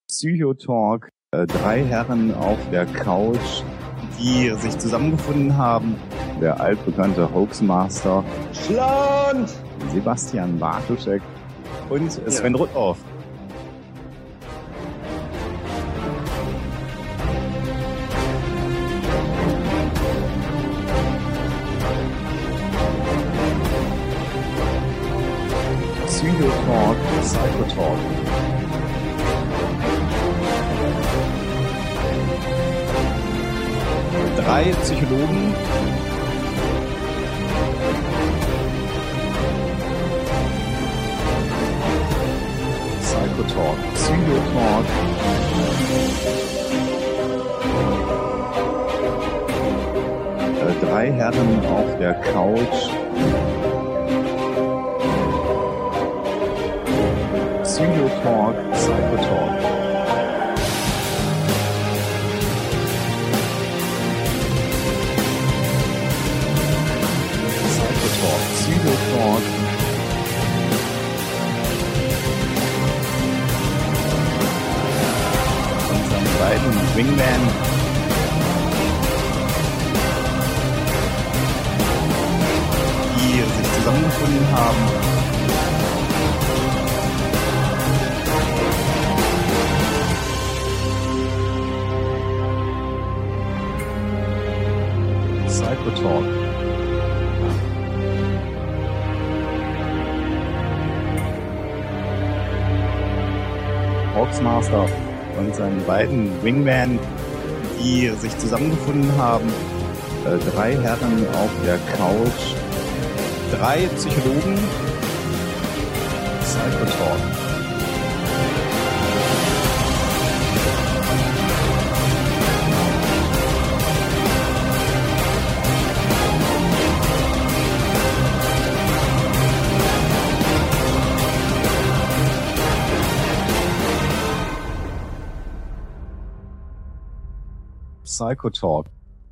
Psychotalk. Drei Herren auf der Couch, die sich zusammengefunden haben. Der altbekannte Hoaxmaster Schland, Sebastian Bartuschek und Sven Rudloff. Psychotalk, Psychotalk. Drei Psychologen. Psychotalk, Psychotalk. Drei Herren auf der Couch. Psychotalk, Psychotalk. Psychotalk. Unseren beiden Wingman. Die sich zusammengefunden haben. Psychotalk. Hoaxmaster und seinen beiden Wingman, die sich zusammengefunden haben. Drei Herren auf der Couch. Drei Psychologen. Psychotalk. Psychotalk.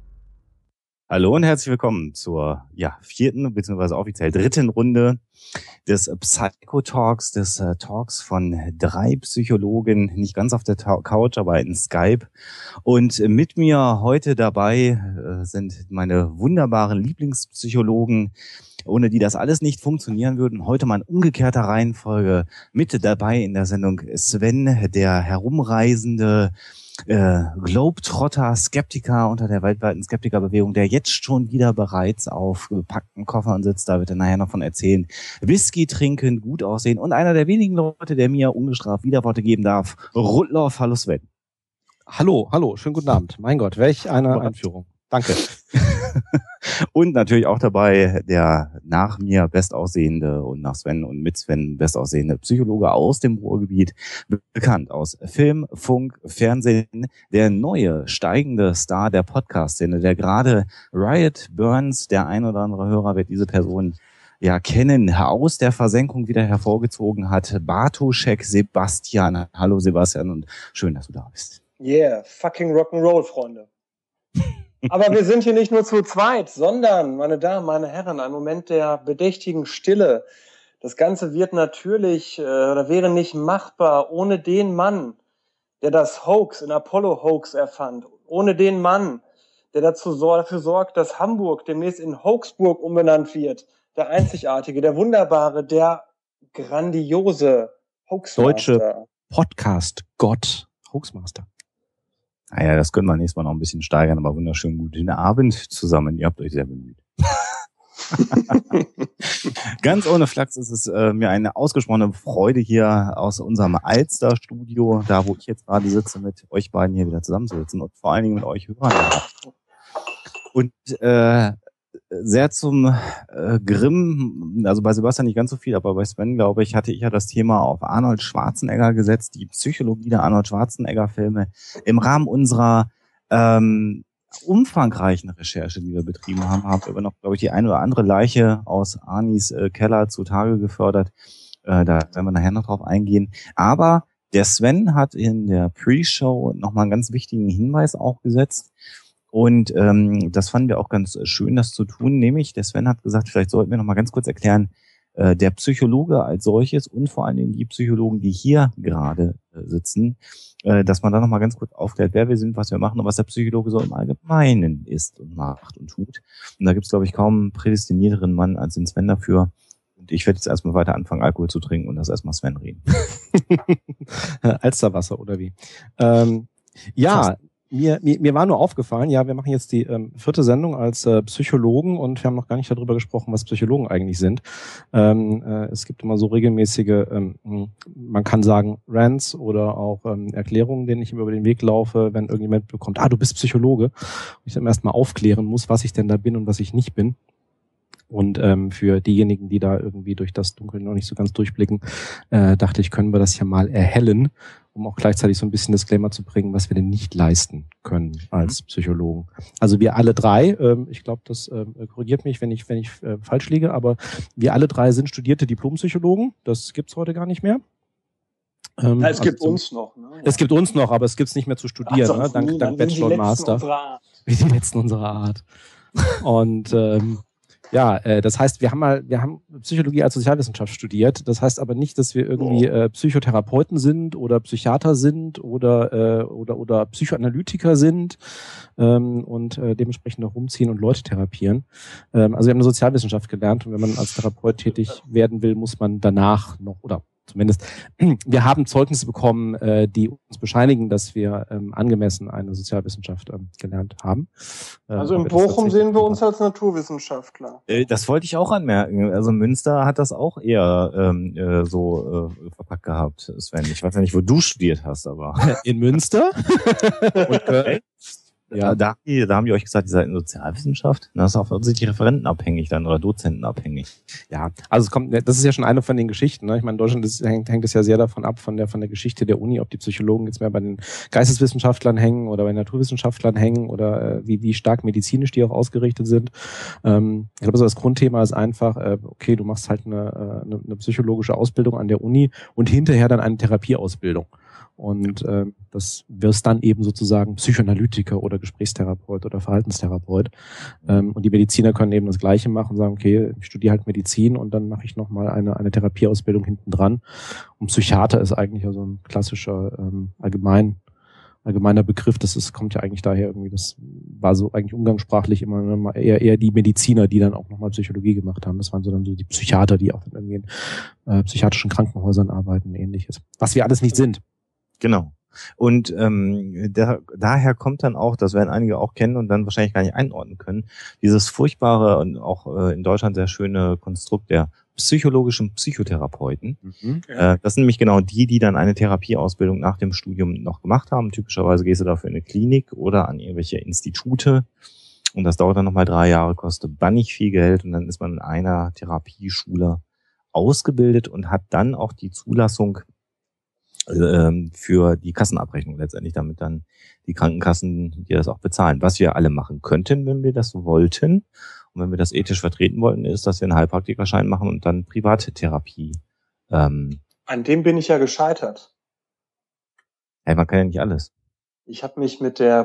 Hallo und herzlich willkommen zur vierten bzw. offiziell dritten Runde des Psychotalks, des Talks von drei Psychologen, nicht ganz auf der Couch, aber in Skype. Und mit mir heute dabei sind meine wunderbaren Lieblingspsychologen, ohne die das alles nicht funktionieren würde. Und heute mal in umgekehrter Reihenfolge mit dabei in der Sendung Sven, der herumreisende Globetrotter, Skeptiker unter der weltweiten Skeptikerbewegung, der jetzt schon wieder bereits auf gepackten Koffern sitzt, da wird er nachher noch von erzählen. Whisky trinken, gut aussehen und einer der wenigen Leute, der mir ungestraft Widerworte geben darf. Rudloff, hallo Sven. Hallo, schönen guten Abend. Mein Gott, welch eine Einführung. Danke. Und natürlich auch dabei der nach mir bestaussehende und nach Sven und mit Sven bestaussehende Psychologe aus dem Ruhrgebiet, bekannt aus Film, Funk, Fernsehen, der neue steigende Star der Podcast-Szene, der gerade Riot Burns, der ein oder andere Hörer wird diese Person kennen, aus der Versenkung wieder hervorgezogen hat. Bartuschek Sebastian. Hallo Sebastian und schön, dass du da bist. Yeah, fucking Rock'n'Roll, Freunde. Aber wir sind hier nicht nur zu zweit, sondern, meine Damen, meine Herren, ein Moment der bedächtigen Stille. Das Ganze wird natürlich oder wäre nicht machbar ohne den Mann, der das Hoax, in Apollo-Hoax erfand. Ohne den Mann, der dafür sorgt, dass Hamburg demnächst in Hoaxburg umbenannt wird. Der einzigartige, der wunderbare, der grandiose Hoaxmaster. Deutsche Podcast-Gott, Hoaxmaster. Naja, das können wir nächstes Mal noch ein bisschen steigern, aber wunderschönen guten Abend zusammen. Ihr habt euch sehr bemüht. Ganz ohne Flachs ist es mir eine ausgesprochene Freude, hier aus unserem Alster-Studio, da wo ich jetzt gerade sitze, mit euch beiden hier wieder zusammenzusitzen und vor allen Dingen mit euch Hörern. Und sehr zum Grimm, also bei Sebastian nicht ganz so viel, aber bei Sven, glaube ich, hatte ich ja das Thema auf Arnold Schwarzenegger gesetzt, die Psychologie der Arnold Schwarzenegger-Filme im Rahmen unserer umfangreichen Recherche, die wir betrieben haben, haben wir noch, glaube ich, die eine oder andere Leiche aus Arnis Keller zutage gefördert. Da werden wir nachher noch drauf eingehen. Aber der Sven hat in der Pre-Show nochmal einen ganz wichtigen Hinweis auch gesetzt. Und das fanden wir auch ganz schön, das zu tun. Nämlich, der Sven hat gesagt, vielleicht sollten wir noch mal ganz kurz erklären, der Psychologe als solches und vor allen Dingen die Psychologen, die hier gerade sitzen, dass man da nochmal ganz kurz aufklärt, wer wir sind, was wir machen und was der Psychologe so im Allgemeinen ist und macht und tut. Und da gibt es, glaube ich, kaum einen prädestinierteren Mann als den Sven dafür. Und ich werde jetzt erstmal weiter anfangen, Alkohol zu trinken und das erstmal Sven reden. Alsterwasser oder wie? Ja, mir war nur aufgefallen, ja, wir machen jetzt die 4. Sendung als Psychologen und wir haben noch gar nicht darüber gesprochen, was Psychologen eigentlich sind. Es gibt immer so regelmäßige, man kann sagen, Rants oder auch Erklärungen, denen ich immer über den Weg laufe, wenn irgendjemand bekommt, du bist Psychologe. Und ich dann erstmal aufklären muss, was ich denn da bin und was ich nicht bin. Und für diejenigen, die da irgendwie durch das Dunkel noch nicht so ganz durchblicken, dachte ich, können wir das ja mal erhellen, um auch gleichzeitig so ein bisschen Disclaimer zu bringen, was wir denn nicht leisten können als Psychologen. Also wir alle drei, ich glaube, das korrigiert mich, wenn ich falsch liege, aber wir alle drei sind studierte Diplompsychologen. Das gibt's heute gar nicht mehr. Es gibt uns noch. Ne? Es gibt uns noch, aber es gibt's nicht mehr zu studieren, ne? Dank Bachelor und Master. Wie die letzten unserer Art. Und das heißt, wir haben Psychologie als Sozialwissenschaft studiert. Das heißt aber nicht, dass wir irgendwie Psychotherapeuten sind oder Psychiater sind oder Psychoanalytiker sind und dementsprechend auch rumziehen und Leute therapieren. Also wir haben eine Sozialwissenschaft gelernt und wenn man als Therapeut tätig werden will, muss man danach noch oder zumindest, wir haben Zeugnisse bekommen, die uns bescheinigen, dass wir angemessen eine Sozialwissenschaft gelernt haben. Also in Bochum sehen wir uns als Naturwissenschaftler. Das wollte ich auch anmerken. Also Münster hat das auch eher verpackt gehabt, Sven. Ich weiß ja nicht, wo du studiert hast, aber... In Münster? Und Köln? Ja, da haben die euch gesagt, ihr seid in Sozialwissenschaft. Das ist auch offensichtlich referentenabhängig dann oder dozentenabhängig. Ja, also das ist ja schon eine von den Geschichten. Ne? Ich meine, in Deutschland hängt es ja sehr davon ab, von der Geschichte der Uni, ob die Psychologen jetzt mehr bei den Geisteswissenschaftlern hängen oder bei den Naturwissenschaftlern hängen oder wie stark medizinisch die auch ausgerichtet sind. Ich glaube, so das Grundthema ist einfach, okay, du machst halt eine psychologische Ausbildung an der Uni und hinterher dann eine Therapieausbildung. Und das wirst dann eben sozusagen Psychoanalytiker oder Gesprächstherapeut oder Verhaltenstherapeut. Und die Mediziner können eben das Gleiche machen, sagen, okay, ich studiere halt Medizin und dann mache ich nochmal eine Therapieausbildung hinten dran. Und Psychiater ist eigentlich ja so ein klassischer allgemeiner Begriff. Kommt ja eigentlich daher irgendwie, das war so eigentlich umgangssprachlich immer eher die Mediziner, die dann auch nochmal Psychologie gemacht haben. Das waren so die Psychiater, die auch in irgendwie in psychiatrischen Krankenhäusern arbeiten und ähnliches. Was wir alles nicht sind. Genau. Und daher kommt dann auch, das werden einige auch kennen und dann wahrscheinlich gar nicht einordnen können, dieses furchtbare und auch in Deutschland sehr schöne Konstrukt der psychologischen Psychotherapeuten. Das sind nämlich genau die dann eine Therapieausbildung nach dem Studium noch gemacht haben. Typischerweise gehst du dafür in eine Klinik oder an irgendwelche Institute und das dauert dann nochmal 3 Jahre, kostet bannig viel Geld und dann ist man in einer Therapieschule ausgebildet und hat dann auch die Zulassung für die Kassenabrechnung letztendlich, damit dann die Krankenkassen dir das auch bezahlen. Was wir alle machen könnten, wenn wir das wollten und wenn wir das ethisch vertreten wollten, ist, dass wir einen Heilpraktikerschein machen und dann Privattherapie. An dem bin ich ja gescheitert. Hey, man kann ja nicht alles. Ich habe mich mit der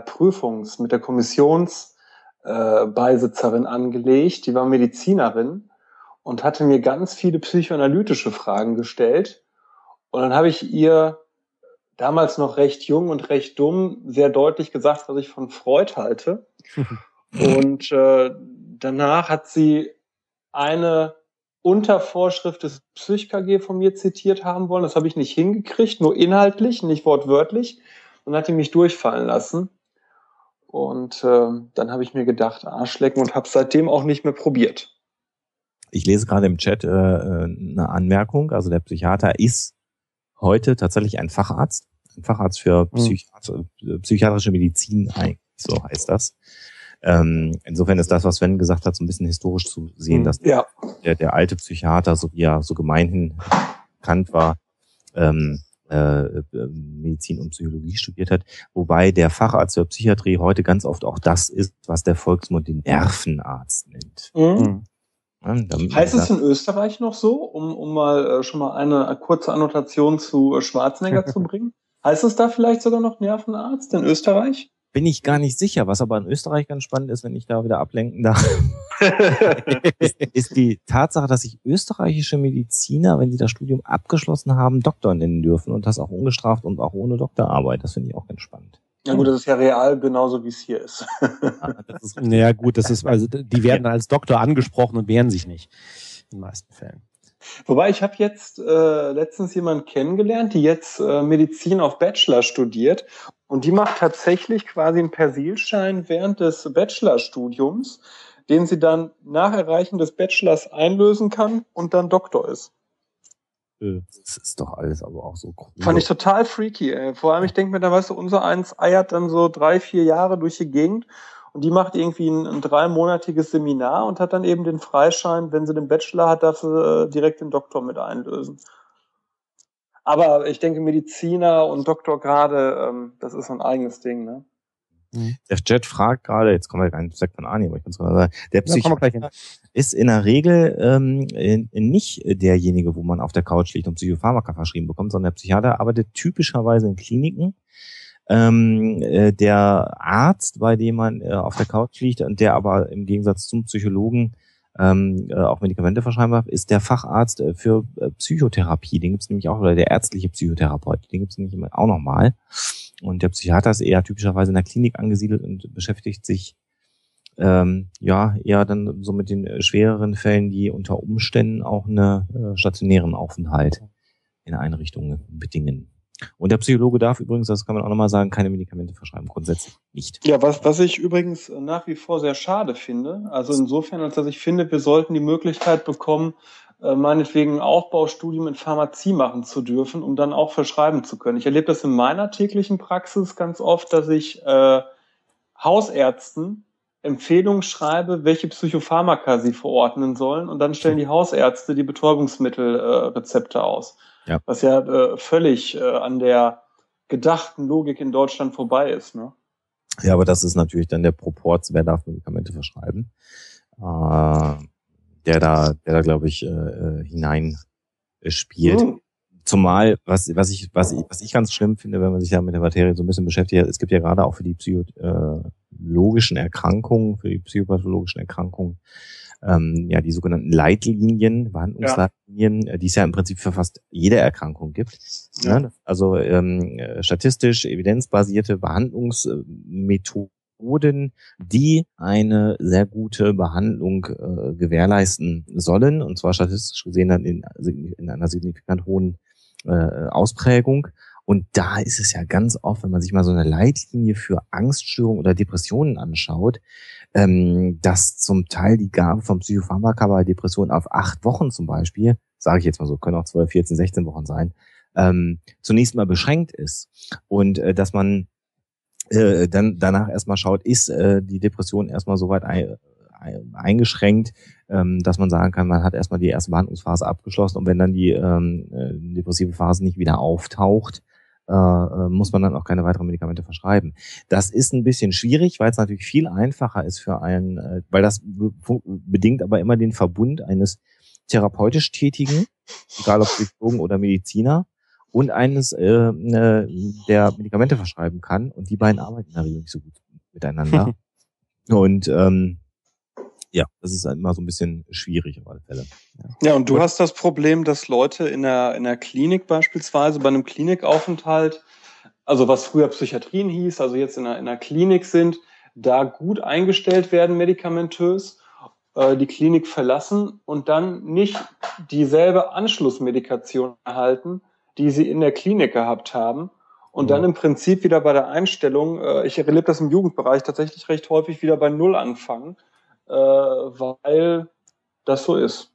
Kommissionsbeisitzerin angelegt, die war Medizinerin und hatte mir ganz viele psychoanalytische Fragen gestellt. Und dann habe ich ihr damals noch recht jung und recht dumm sehr deutlich gesagt, was ich von Freud halte. Und danach hat sie eine Untervorschrift des PsychKG von mir zitiert haben wollen. Das habe ich nicht hingekriegt, nur inhaltlich, nicht wortwörtlich. Und dann hat die mich durchfallen lassen. Und dann habe ich mir gedacht, Arschlecken und habe es seitdem auch nicht mehr probiert. Ich lese gerade im Chat eine Anmerkung. Also der Psychiater ist heute tatsächlich ein Facharzt für psychiatrische Medizin eigentlich, so heißt das. Insofern ist das, was Sven gesagt hat, so ein bisschen historisch zu sehen, dass der alte Psychiater, so wie er so gemeinhin bekannt war, Medizin und Psychologie studiert hat, wobei der Facharzt für Psychiatrie heute ganz oft auch das ist, was der Volksmund den Nervenarzt nennt. Heißt es in Österreich noch so, um mal schon mal eine kurze Annotation zu Schwarzenegger zu bringen? Heißt es da vielleicht sogar noch Nervenarzt in Österreich? bin ich gar nicht sicher. Was aber in Österreich ganz spannend ist, wenn ich da wieder ablenken darf, ist die Tatsache, dass sich österreichische Mediziner, wenn sie das Studium abgeschlossen haben, Doktor nennen dürfen und das auch ungestraft und auch ohne Doktorarbeit. Das finde ich auch ganz spannend. Ja gut, das ist ja real genauso, wie es hier ist. Ja gut, das ist, also die werden als Doktor angesprochen und wehren sich nicht. In den meisten Fällen. Wobei, ich habe jetzt letztens jemanden kennengelernt, die jetzt Medizin auf Bachelor studiert und die macht tatsächlich quasi einen Persilschein während des Bachelorstudiums, den sie dann nach Erreichen des Bachelors einlösen kann und dann Doktor ist. Das ist doch alles aber auch so cool. Fand ich total freaky, ey. Vor allem, ich denke mir, da weißt du, unser eins eiert dann so 3-4 Jahre durch die Gegend und die macht irgendwie ein 3-monatiges Seminar und hat dann eben den Freischein, wenn sie den Bachelor hat, darf sie direkt den Doktor mit einlösen. Aber ich denke, Mediziner und Doktorgrade, das ist so ein eigenes Ding, ne? Der Jet fragt gerade, jetzt kommen wir gar nicht von Arnie, aber ich kann es mal sagen, der Psychiater ist in der Regel nicht derjenige, wo man auf der Couch liegt und Psychopharmaka verschrieben bekommt, sondern der Psychiater arbeitet typischerweise in Kliniken. Der Arzt, bei dem man auf der Couch liegt und der aber im Gegensatz zum Psychologen auch Medikamente verschreiben darf, ist der Facharzt für Psychotherapie. Den gibt's nämlich auch, oder der ärztliche Psychotherapeut, den gibt's nämlich auch nochmal. Und der Psychiater ist eher typischerweise in der Klinik angesiedelt und beschäftigt sich eher dann so mit den schwereren Fällen, die unter Umständen auch einen stationären Aufenthalt in Einrichtungen bedingen. Und der Psychologe darf übrigens, das kann man auch nochmal sagen, keine Medikamente verschreiben, grundsätzlich nicht. Ja, was ich übrigens nach wie vor sehr schade finde, also insofern, als dass ich finde, wir sollten die Möglichkeit bekommen, meinetwegen ein Aufbaustudium in Pharmazie machen zu dürfen, um dann auch verschreiben zu können. Ich erlebe das in meiner täglichen Praxis ganz oft, dass ich Hausärzten Empfehlungen schreibe, welche Psychopharmaka sie verordnen sollen, und dann stellen die Hausärzte die Betäubungsmittelrezepte aus. Ja. Was ja völlig an der gedachten Logik in Deutschland vorbei ist, ne? Ja, aber das ist natürlich dann der Proporz, wer darf Medikamente verschreiben, der da glaube ich hinein spielt. Zumal was ich ganz schlimm finde, wenn man sich ja mit der Materie so ein bisschen beschäftigt, es gibt ja gerade auch für die psychologischen Erkrankungen, für die psychopathologischen Erkrankungen die sogenannten Leitlinien, Behandlungsleitlinien, die es ja im Prinzip für fast jede Erkrankung gibt. Ja. Ne? Also statistisch evidenzbasierte Behandlungsmethoden, die eine sehr gute Behandlung gewährleisten sollen, und zwar statistisch gesehen dann in einer signifikant hohen Ausprägung. Und da ist es ja ganz oft, wenn man sich mal so eine Leitlinie für Angststörungen oder Depressionen anschaut, dass zum Teil die Gabe vom Psychopharmaka bei Depressionen auf 8 Wochen zum Beispiel, sage ich jetzt mal so, können auch 12, 14, 16 Wochen sein, zunächst mal beschränkt ist. Und dass man dann danach erstmal schaut, ist die Depression erstmal so weit eingeschränkt, dass man sagen kann, man hat erstmal die erste Behandlungsphase abgeschlossen, und wenn dann die depressive Phase nicht wieder auftaucht, muss man dann auch keine weiteren Medikamente verschreiben. Das ist ein bisschen schwierig, weil es natürlich viel einfacher ist für einen, weil das bedingt aber immer den Verbund eines therapeutisch Tätigen, egal ob Psychologen oder Mediziner, und eines, der Medikamente verschreiben kann, und die beiden arbeiten in der Regel nicht so gut miteinander. Und das ist halt immer so ein bisschen schwierig auf alle Fälle. Ja, und du hast das Problem, dass Leute in der Klinik beispielsweise, bei einem Klinikaufenthalt, also was früher Psychiatrien hieß, also jetzt in einer Klinik sind, da gut eingestellt werden medikamentös, die Klinik verlassen und dann nicht dieselbe Anschlussmedikation erhalten, die sie in der Klinik gehabt haben, und dann im Prinzip wieder bei der Einstellung, ich erlebe das im Jugendbereich tatsächlich recht häufig, wieder bei Null anfangen, weil das so ist.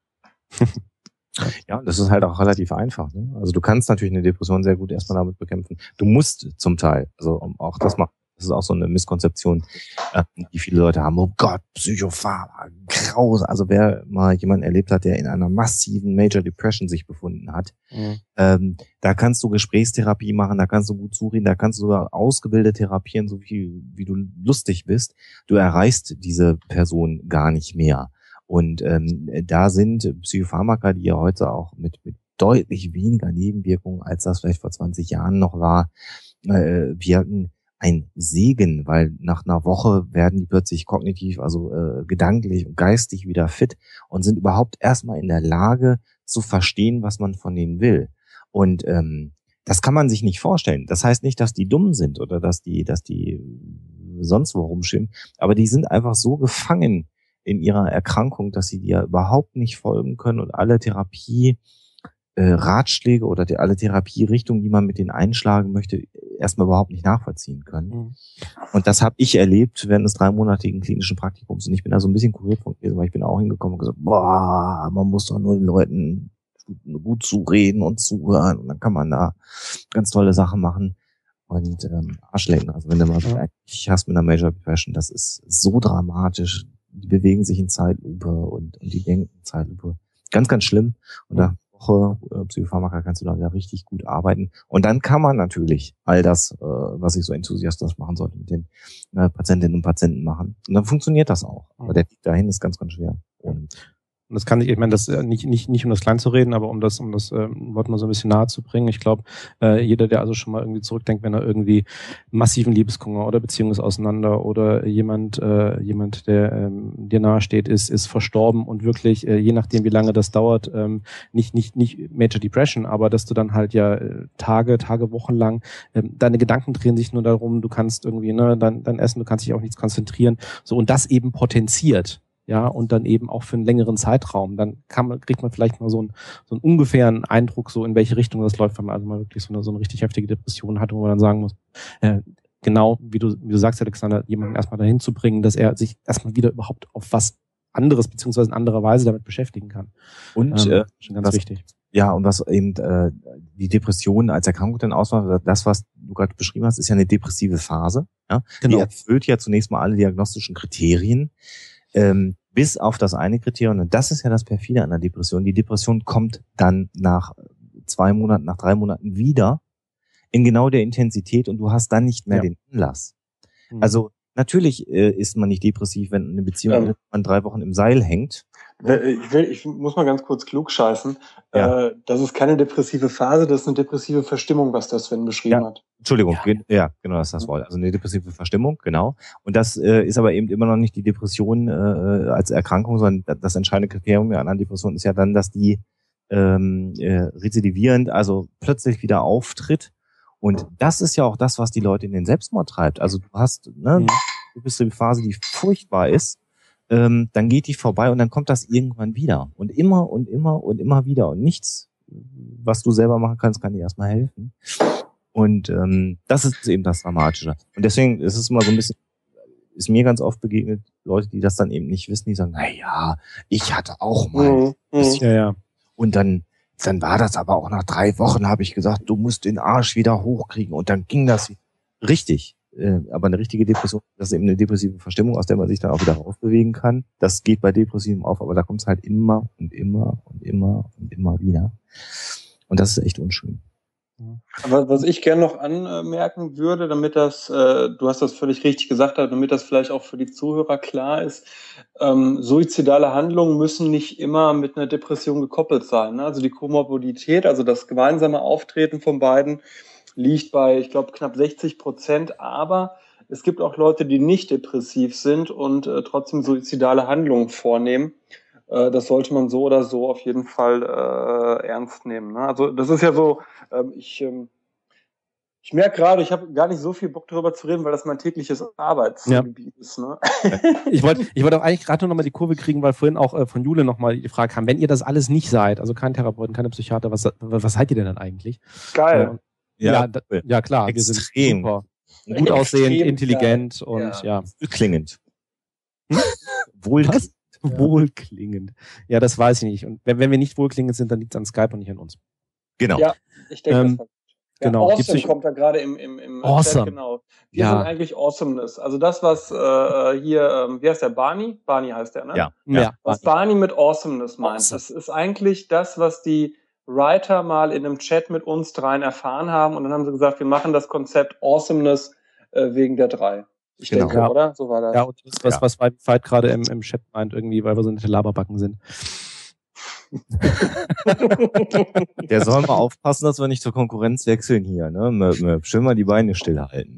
Ja, das ist halt auch relativ einfach. Ne? Also du kannst natürlich eine Depression sehr gut erstmal damit bekämpfen. Du musst zum Teil, also auch das machen. Das ist auch so eine Misskonzeption, die viele Leute haben. Oh Gott, Psychopharmaka, grausam. Also wer mal jemanden erlebt hat, der in einer massiven Major Depression sich befunden hat, da kannst du Gesprächstherapie machen, da kannst du gut zureden, da kannst du sogar ausgebildet therapieren, so viel wie du lustig bist. Du erreichst diese Person gar nicht mehr. Und da sind Psychopharmaka, die ja heute auch mit deutlich weniger Nebenwirkungen, als das vielleicht vor 20 Jahren noch war, wirken, ein Segen, weil nach einer Woche werden die plötzlich kognitiv, also gedanklich und geistig wieder fit und sind überhaupt erstmal in der Lage zu verstehen, was man von denen will. Und das kann man sich nicht vorstellen. Das heißt nicht, dass die dumm sind oder dass die sonst wo rumschwimmen, aber die sind einfach so gefangen in ihrer Erkrankung, dass sie dir überhaupt nicht folgen können und alle Ratschläge oder alle Therapierichtungen, die man mit denen einschlagen möchte, erstmal überhaupt nicht nachvollziehen können. Mhm. Und das habe ich erlebt während des 3-monatigen klinischen Praktikums. Und ich bin da so ein bisschen kuriert von gewesen, weil ich bin auch hingekommen und gesagt, boah, man muss doch nur den Leuten gut zureden und zuhören und dann kann man da ganz tolle Sachen machen und Arschlecken. Also wenn du mal ich hast mit einer Major Depression, das ist so dramatisch. Die bewegen sich in Zeitlupe und die denken in Zeitlupe. Ganz, ganz schlimm. Und da Psychopharmaka kannst du da wieder richtig gut arbeiten. Und dann kann man natürlich all das, was ich so enthusiastisch machen sollte, mit den Patientinnen und Patienten machen. Und dann funktioniert das auch. Aber der Weg dahin ist ganz, ganz schwer. Und das kann ich meine, das nicht um das klein zu reden, aber um das Wort mal so ein bisschen nahe zu bringen. Ich glaube, jeder, der also schon mal irgendwie zurückdenkt, wenn er irgendwie massiven Liebeskummer oder Beziehung ist auseinander oder jemand, der dir nahe steht, ist verstorben und wirklich, je nachdem wie lange das dauert, nicht Major Depression, aber dass du dann halt ja Tage, Wochen lang, deine Gedanken drehen sich nur darum, du kannst irgendwie, dein Essen, du kannst dich auch nichts konzentrieren, so, und das eben potenziert. Ja, und dann eben auch für einen längeren Zeitraum. Dann kriegt man vielleicht mal so einen ungefähren Eindruck, so in welche Richtung das läuft, wenn man also mal wirklich so eine richtig heftige Depression hat, wo man dann sagen muss, genau, wie du sagst, Alexander, jemanden erstmal dahin zu bringen, dass er sich erstmal wieder überhaupt auf was anderes, beziehungsweise in anderer Weise damit beschäftigen kann. Und schon ganz wichtig. Ja, und was eben die Depression als Erkrankung dann ausmacht, das, was du gerade beschrieben hast, ist ja eine depressive Phase. Ja? Genau. Die erfüllt ja zunächst mal alle diagnostischen Kriterien. Bis auf das eine Kriterium, und das ist ja das Perfide an der Depression. Die Depression kommt dann nach 2 Monaten, nach 3 Monaten wieder in genau der Intensität und du hast dann nicht mehr den Anlass. Mhm. Also natürlich ist man nicht depressiv, wenn eine Beziehung man 3 Wochen im Seil hängt. Ich muss mal ganz kurz klug scheißen. Ja. Das ist keine depressive Phase, das ist eine depressive Verstimmung, was der Sven beschrieben hat. Entschuldigung, ja, genau, das ist das Wort. Also eine depressive Verstimmung, genau. Und das ist aber eben immer noch nicht die Depression als Erkrankung, sondern das entscheidende Kriterium an einer Depression ist ja dann, dass die rezidivierend, also plötzlich wieder auftritt. Und das ist ja auch das, was die Leute in den Selbstmord treibt. Also du hast, du bist in einer Phase, die furchtbar ist, dann geht die vorbei und dann kommt das irgendwann wieder. Und immer und immer und immer wieder. Und nichts, was du selber machen kannst, kann dir erstmal helfen. Und das ist eben das Dramatische. Und deswegen ist es immer so ein bisschen, ist mir ganz oft begegnet, Leute, die das dann eben nicht wissen, die sagen, na ja, ich hatte auch mal. Ja. Und dann war das aber auch nach 3 Wochen, habe ich gesagt, du musst den Arsch wieder hochkriegen. Und dann ging das richtig. Aber eine richtige Depression, das ist eben eine depressive Verstimmung, aus der man sich dann auch wieder raufbewegen kann. Das geht bei Depressiven auf, aber da kommt es halt immer und immer und immer und immer wieder. Und das ist echt unschön. Aber was ich gerne noch anmerken würde, damit das, du hast das völlig richtig gesagt, damit das vielleicht auch für die Zuhörer klar ist, suizidale Handlungen müssen nicht immer mit einer Depression gekoppelt sein. Ne? Also die Komorbidität, also das gemeinsame Auftreten von beiden, liegt bei, ich glaube, knapp 60%. Aber es gibt auch Leute, die nicht depressiv sind und trotzdem suizidale Handlungen vornehmen. Das sollte man so oder so auf jeden Fall ernst nehmen. Ne? Also das ist ja so, ich merke gerade, ich habe gar nicht so viel Bock darüber zu reden, weil das mein tägliches Arbeitsgebiet ist. Ne? Ich wollte auch eigentlich gerade nur nochmal die Kurve kriegen, weil vorhin auch von Jule nochmal die Frage kam, wenn ihr das alles nicht seid, also kein Therapeuten, keine Psychiater, was seid ihr denn dann eigentlich? Geil. Ja, klar. Extrem. Wir sind super. Gut aussehend, intelligent und Wohlklingend. Wohlklingend. Ja, das weiß ich nicht. Und wenn wir nicht wohlklingend sind, dann liegt es an Skype und nicht an uns. Genau. Ja, ich denke, das genau. Awesome kommt da gerade im awesome. Chat, genau. Wir sind eigentlich Awesomeness. Also das, was hier, wie heißt der? Barney? Barney heißt der, ne? Ja. Was Barney mit Awesomeness meint, das ist eigentlich das, was die Writer mal in einem Chat mit uns dreien erfahren haben und dann haben sie gesagt, wir machen das Konzept Awesomeness wegen der 3. Ich denke, oder? So war das. Ja, und das was Veit gerade im Chat meint, irgendwie, weil wir so nette Laberbacken sind. Der soll mal aufpassen, dass wir nicht zur Konkurrenz wechseln hier, ne? Schön mal die Beine stillhalten.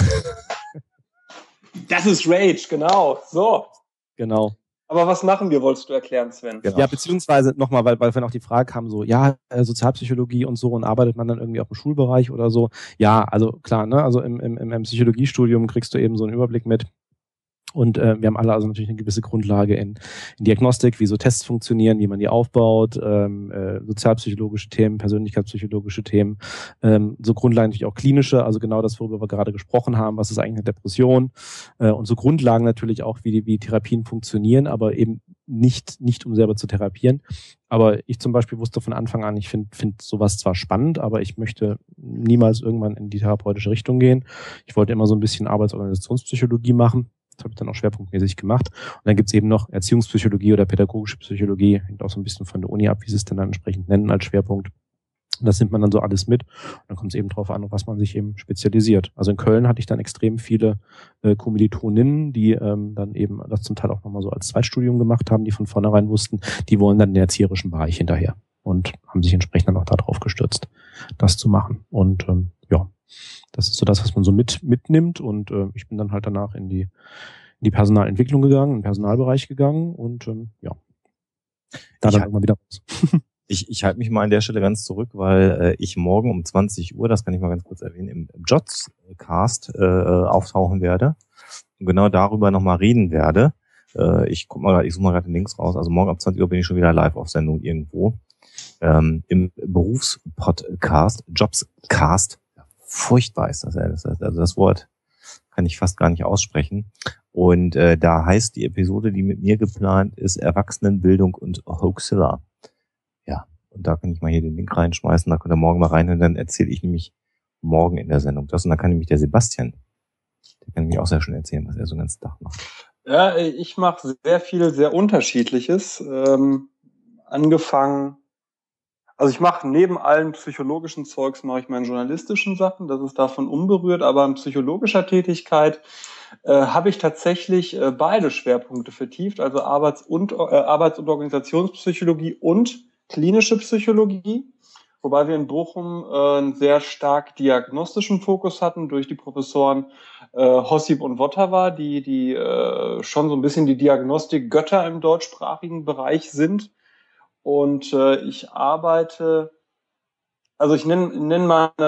Das ist Rage, genau. So. Genau. Aber was machen wir, wolltest du erklären, Sven? Genau. Ja, beziehungsweise nochmal, weil vorhin auch die Frage kam, so, ja, Sozialpsychologie und so, und arbeitet man dann irgendwie auch im Schulbereich oder so? Ja, also klar, ne, also im Psychologiestudium kriegst du eben so einen Überblick mit. Und wir haben alle also natürlich eine gewisse Grundlage in Diagnostik, wie so Tests funktionieren, wie man die aufbaut, sozialpsychologische Themen, persönlichkeitspsychologische Themen, so Grundlagen natürlich auch klinische, also genau das, worüber wir gerade gesprochen haben, was ist eigentlich eine Depression, und so Grundlagen natürlich auch, wie Therapien funktionieren, aber eben nicht um selber zu therapieren. Aber ich zum Beispiel wusste von Anfang an, ich finde sowas zwar spannend, aber ich möchte niemals irgendwann in die therapeutische Richtung gehen. Ich wollte immer so ein bisschen Arbeitsorganisationspsychologie machen. Das habe ich dann auch schwerpunktmäßig gemacht. Und dann gibt's eben noch Erziehungspsychologie oder pädagogische Psychologie. Hängt auch so ein bisschen von der Uni ab, wie sie es dann entsprechend nennen als Schwerpunkt. Und das nimmt man dann so alles mit. Und dann kommt es eben drauf an, auf was man sich eben spezialisiert. Also in Köln hatte ich dann extrem viele Kommilitoninnen, die dann eben das zum Teil auch nochmal so als Zweitstudium gemacht haben, die von vornherein wussten, die wollen dann den erzieherischen Bereich hinterher. Und haben sich entsprechend dann auch darauf gestürzt, das zu machen. Und ja, das ist so das, was man so mitnimmt. Und ich bin dann halt danach in die Personalentwicklung gegangen, in den Personalbereich gegangen und ja, da dann irgendwann wieder raus. Ich halte mich mal an der Stelle ganz zurück, weil ich morgen um 20 Uhr, das kann ich mal ganz kurz erwähnen, im Jotscast auftauchen werde und genau darüber nochmal reden werde. Ich suche mal gerade den Links raus. Also morgen um 20 Uhr bin ich schon wieder live auf Sendung irgendwo. Im Berufspodcast, Jobscast. Furchtbar ist das. Also das Wort kann ich fast gar nicht aussprechen. Und da heißt die Episode, die mit mir geplant ist, Erwachsenenbildung und Hoaxilla. Ja, und da kann ich mal hier den Link reinschmeißen, da könnt ihr morgen mal rein und dann erzähle ich nämlich morgen in der Sendung das. Und dann kann nämlich der Sebastian, der kann nämlich auch sehr schön erzählen, was er so den ganzen Tag macht. Ja, ich mache sehr viel, sehr Unterschiedliches. Angefangen, also ich mache neben allen psychologischen Zeugs, mache ich meine journalistischen Sachen, das ist davon unberührt, aber in psychologischer Tätigkeit habe ich tatsächlich beide Schwerpunkte vertieft, also Arbeits- und Organisationspsychologie und klinische Psychologie, wobei wir in Bochum einen sehr stark diagnostischen Fokus hatten durch die Professoren Hossip und Votava, die schon so ein bisschen die Diagnostik-Götter im deutschsprachigen Bereich sind. Und ich arbeite, also ich nenne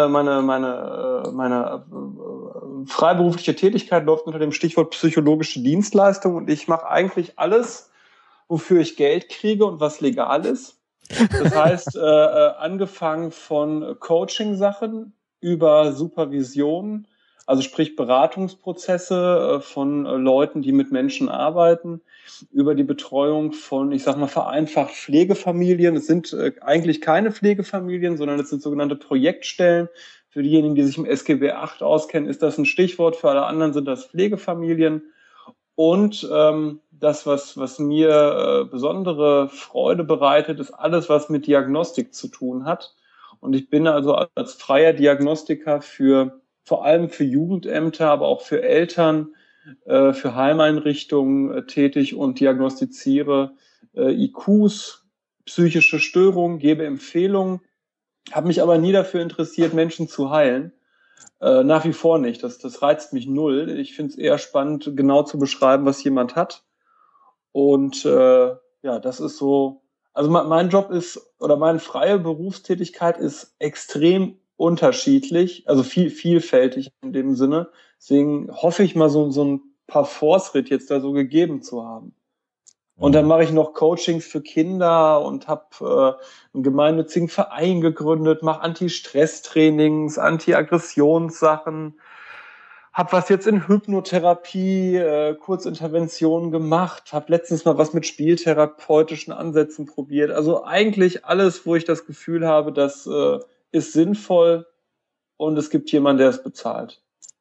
meine freiberufliche Tätigkeit läuft unter dem Stichwort psychologische Dienstleistung und ich mache eigentlich alles, wofür ich Geld kriege und was legal ist. Das heißt, angefangen von Coaching-Sachen über Supervision, also sprich Beratungsprozesse von Leuten, die mit Menschen arbeiten, über die Betreuung von, ich sag mal, vereinfacht Pflegefamilien. Es sind eigentlich keine Pflegefamilien, sondern es sind sogenannte Projektstellen. Für diejenigen, die sich im SGB VIII auskennen, ist das ein Stichwort. Für alle anderen sind das Pflegefamilien. Und das, was mir besondere Freude bereitet, ist alles, was mit Diagnostik zu tun hat. Und ich bin also als freier Diagnostiker vor allem für Jugendämter, aber auch für Eltern, für Heimeinrichtungen tätig und diagnostiziere IQs, psychische Störungen, gebe Empfehlungen, habe mich aber nie dafür interessiert, Menschen zu heilen. Nach wie vor nicht. Das reizt mich null. Ich finde es eher spannend, genau zu beschreiben, was jemand hat. Und ja, das ist so. Also mein Job ist, oder meine freie Berufstätigkeit ist extrem unterschiedlich, also vielfältig in dem Sinne. Deswegen hoffe ich mal so ein paar Fortschritt jetzt da so gegeben zu haben. Und dann mache ich noch Coachings für Kinder und habe einen gemeinnützigen Verein gegründet, mache Anti-Stress-Trainings, Anti-Aggressionssachen, habe was jetzt in Hypnotherapie, Kurzinterventionen gemacht, habe letztens mal was mit spieltherapeutischen Ansätzen probiert. Also eigentlich alles, wo ich das Gefühl habe, das ist sinnvoll und es gibt jemanden, der es bezahlt.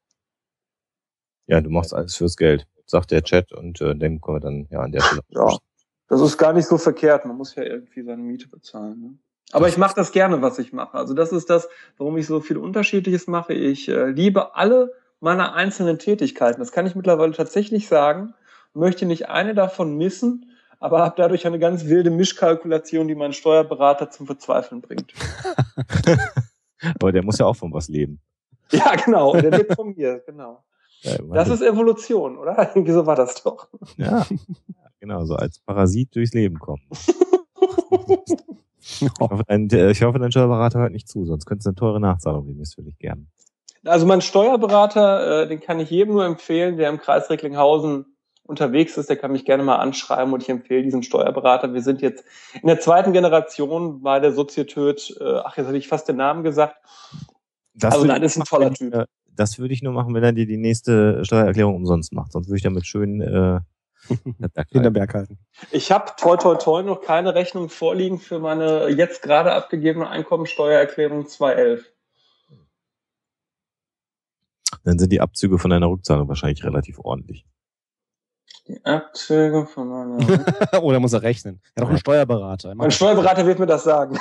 Ja, du machst alles fürs Geld, sagt der Chat und dem kommen wir dann ja an der Stelle. Ja, das ist gar nicht so verkehrt. Man muss ja irgendwie seine Miete bezahlen. Ne? Aber ich mache das gerne, was ich mache. Also das ist das, warum ich so viel Unterschiedliches mache. Ich liebe alle meine einzelnen Tätigkeiten. Das kann ich mittlerweile tatsächlich sagen. Möchte nicht eine davon missen. aber habe dadurch eine ganz wilde Mischkalkulation, die meinen Steuerberater zum Verzweifeln bringt. Aber der muss ja auch von was leben. Ja, genau, der lebt von mir, genau. Ja, das ist Evolution, oder? Irgendwie so war das doch. Ja, genau, so als Parasit durchs Leben kommen. Ich hoffe, dein Steuerberater hört nicht zu, sonst könnte es eine teure Nachzahlung geben, das würde ich gern. Also mein Steuerberater, den kann ich jedem nur empfehlen, der im Kreis Recklinghausen unterwegs ist, der kann mich gerne mal anschreiben und ich empfehle diesen Steuerberater. Wir sind jetzt in der 2. Generation bei der Sozietöt, jetzt habe ich fast den Namen gesagt. Das ist ein toller Typ. Das würde ich nur machen, wenn er dir die nächste Steuererklärung umsonst macht. Sonst würde ich damit schön hinter Berg halten. Ich habe toi toi toi noch keine Rechnung vorliegen für meine jetzt gerade abgegebene Einkommensteuererklärung 2011. Dann sind die Abzüge von deiner Rückzahlung wahrscheinlich relativ ordentlich. Die Abzüge von meiner... Oder muss er rechnen? Er hat doch einen Steuerberater. Mein Steuerberater wird mir das sagen.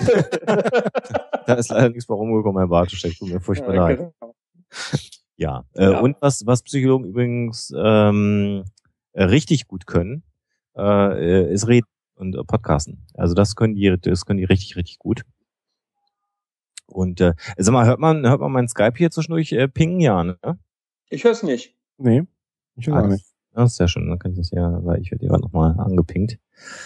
Da ist leider nichts bei rumgekommen, Herr Bartoschek. Tut mir furchtbar leid. Genau. Ja. Und was Psychologen übrigens richtig gut können, ist Reden und Podcasten. Also das können die richtig, richtig gut. Und sag mal, hört man meinen Skype hier zwischendurch pingen? Ja, ne? Ich höre es nicht. Nee, ich höre gar nicht. Das ist sehr schön, dann kann ich das ja, weil ich werde hier nochmal angepinkt.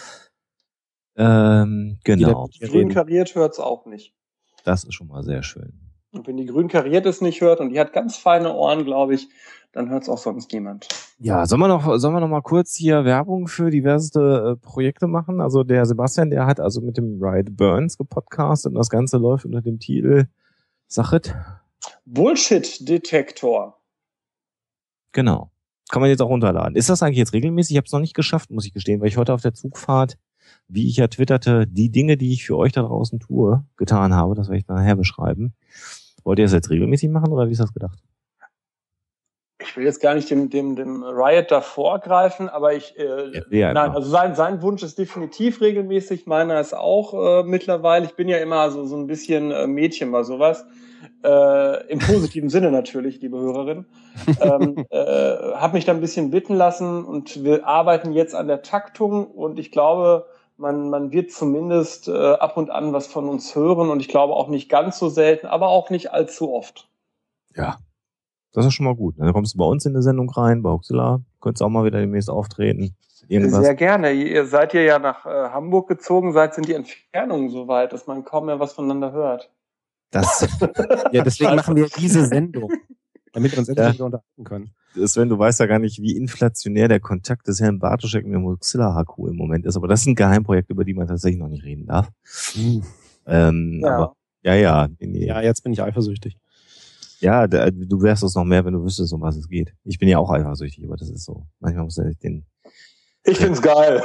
Genau. Grün kariert hört's auch nicht. Das ist schon mal sehr schön. Und wenn die grün kariert es nicht hört und die hat ganz feine Ohren, glaube ich, dann hört's auch sonst niemand. Ja, sollen wir noch mal kurz hier Werbung für diverse Projekte machen? Also der Sebastian, der hat also mit dem Riot Burns gepodcastet und das Ganze läuft unter dem Titel Sachet. Bullshit-Detektor. Genau. Kann man jetzt auch runterladen. Ist das eigentlich jetzt regelmäßig? Ich habe es noch nicht geschafft, muss ich gestehen, weil ich heute auf der Zugfahrt, wie ich ja twitterte, die Dinge, die ich für euch da draußen tue, getan habe. Das werde ich nachher beschreiben. Wollt ihr das jetzt regelmäßig machen oder wie ist das gedacht? Ich will jetzt gar nicht dem Riot da vorgreifen, aber nein, also sein Wunsch ist definitiv regelmäßig, meiner ist auch mittlerweile. Ich bin ja immer so ein bisschen Mädchen bei sowas. Im positiven Sinne natürlich, liebe Hörerin. Habe mich da ein bisschen bitten lassen und wir arbeiten jetzt an der Taktung und ich glaube, man wird zumindest ab und an was von uns hören und ich glaube auch nicht ganz so selten, aber auch nicht allzu oft. Ja, das ist schon mal gut. Dann kommst du bei uns in eine Sendung rein, bei Huxilla, könntest auch mal wieder demnächst auftreten. Irgendwas. Sehr gerne. Ihr seid ja nach Hamburg gezogen, sind die Entfernungen so weit, dass man kaum mehr was voneinander hört. Ja, deswegen machen wir diese Sendung, damit wir uns endlich wieder unterhalten können. Sven, du weißt ja gar nicht, wie inflationär der Kontakt des Herrn Bartoschek mit dem Huxilla HQ im Moment ist, aber das ist ein Geheimprojekt, über die man tatsächlich noch nicht reden darf. Aber ja. Nee. Ja, jetzt bin ich eifersüchtig. Ja, du wärst es noch mehr, wenn du wüsstest, um was es geht. Ich bin ja auch eifersüchtig, aber das ist so. Manchmal muss er Ich find's geil.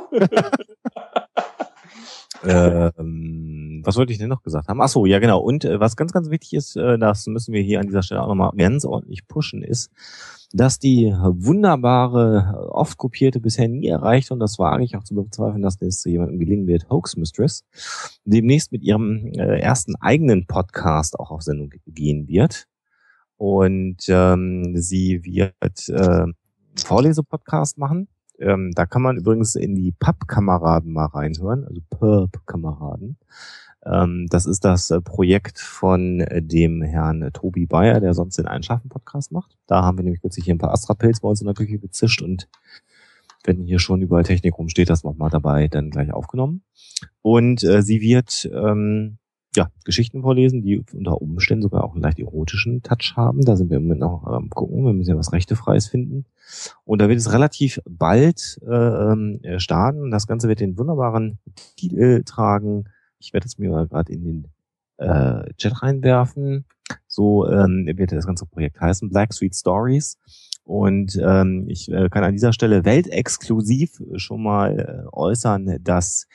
Was wollte ich denn noch gesagt haben? Ach so, ja genau. Und was ganz, ganz wichtig ist, das müssen wir hier an dieser Stelle auch nochmal ganz ordentlich pushen, ist, dass die wunderbare, oft kopierte, bisher nie erreichte, und das wage ich auch zu bezweifeln, dass das jemandem gelingen wird, Hoax Mistress, demnächst mit ihrem ersten eigenen Podcast auch auf Sendung gehen wird. Und sie wird Vorlesepodcast machen. Da kann man übrigens in die Pub-Kameraden mal reinhören, also Pub-Kameraden. Das ist das Projekt von dem Herrn Tobi Bayer, der sonst den Einschlafen-Podcast macht. Da haben wir nämlich kürzlich hier ein paar Astra-Pilz bei uns in der Küche gezischt und wenn hier schon überall Technik rumsteht, das nochmal dabei dann gleich aufgenommen. Und sie wird Geschichten vorlesen, die unter Umständen sogar auch einen leicht erotischen Touch haben. Da sind wir im Moment noch gucken, wir müssen ja was Rechtefreies finden. Und da wird es relativ bald starten. Das Ganze wird den wunderbaren Titel tragen. Ich werde es mir mal gerade in den Chat reinwerfen. So wird das ganze Projekt heißen, Black Sweet Stories. Und ich kann an dieser Stelle weltexklusiv schon mal äußern, dass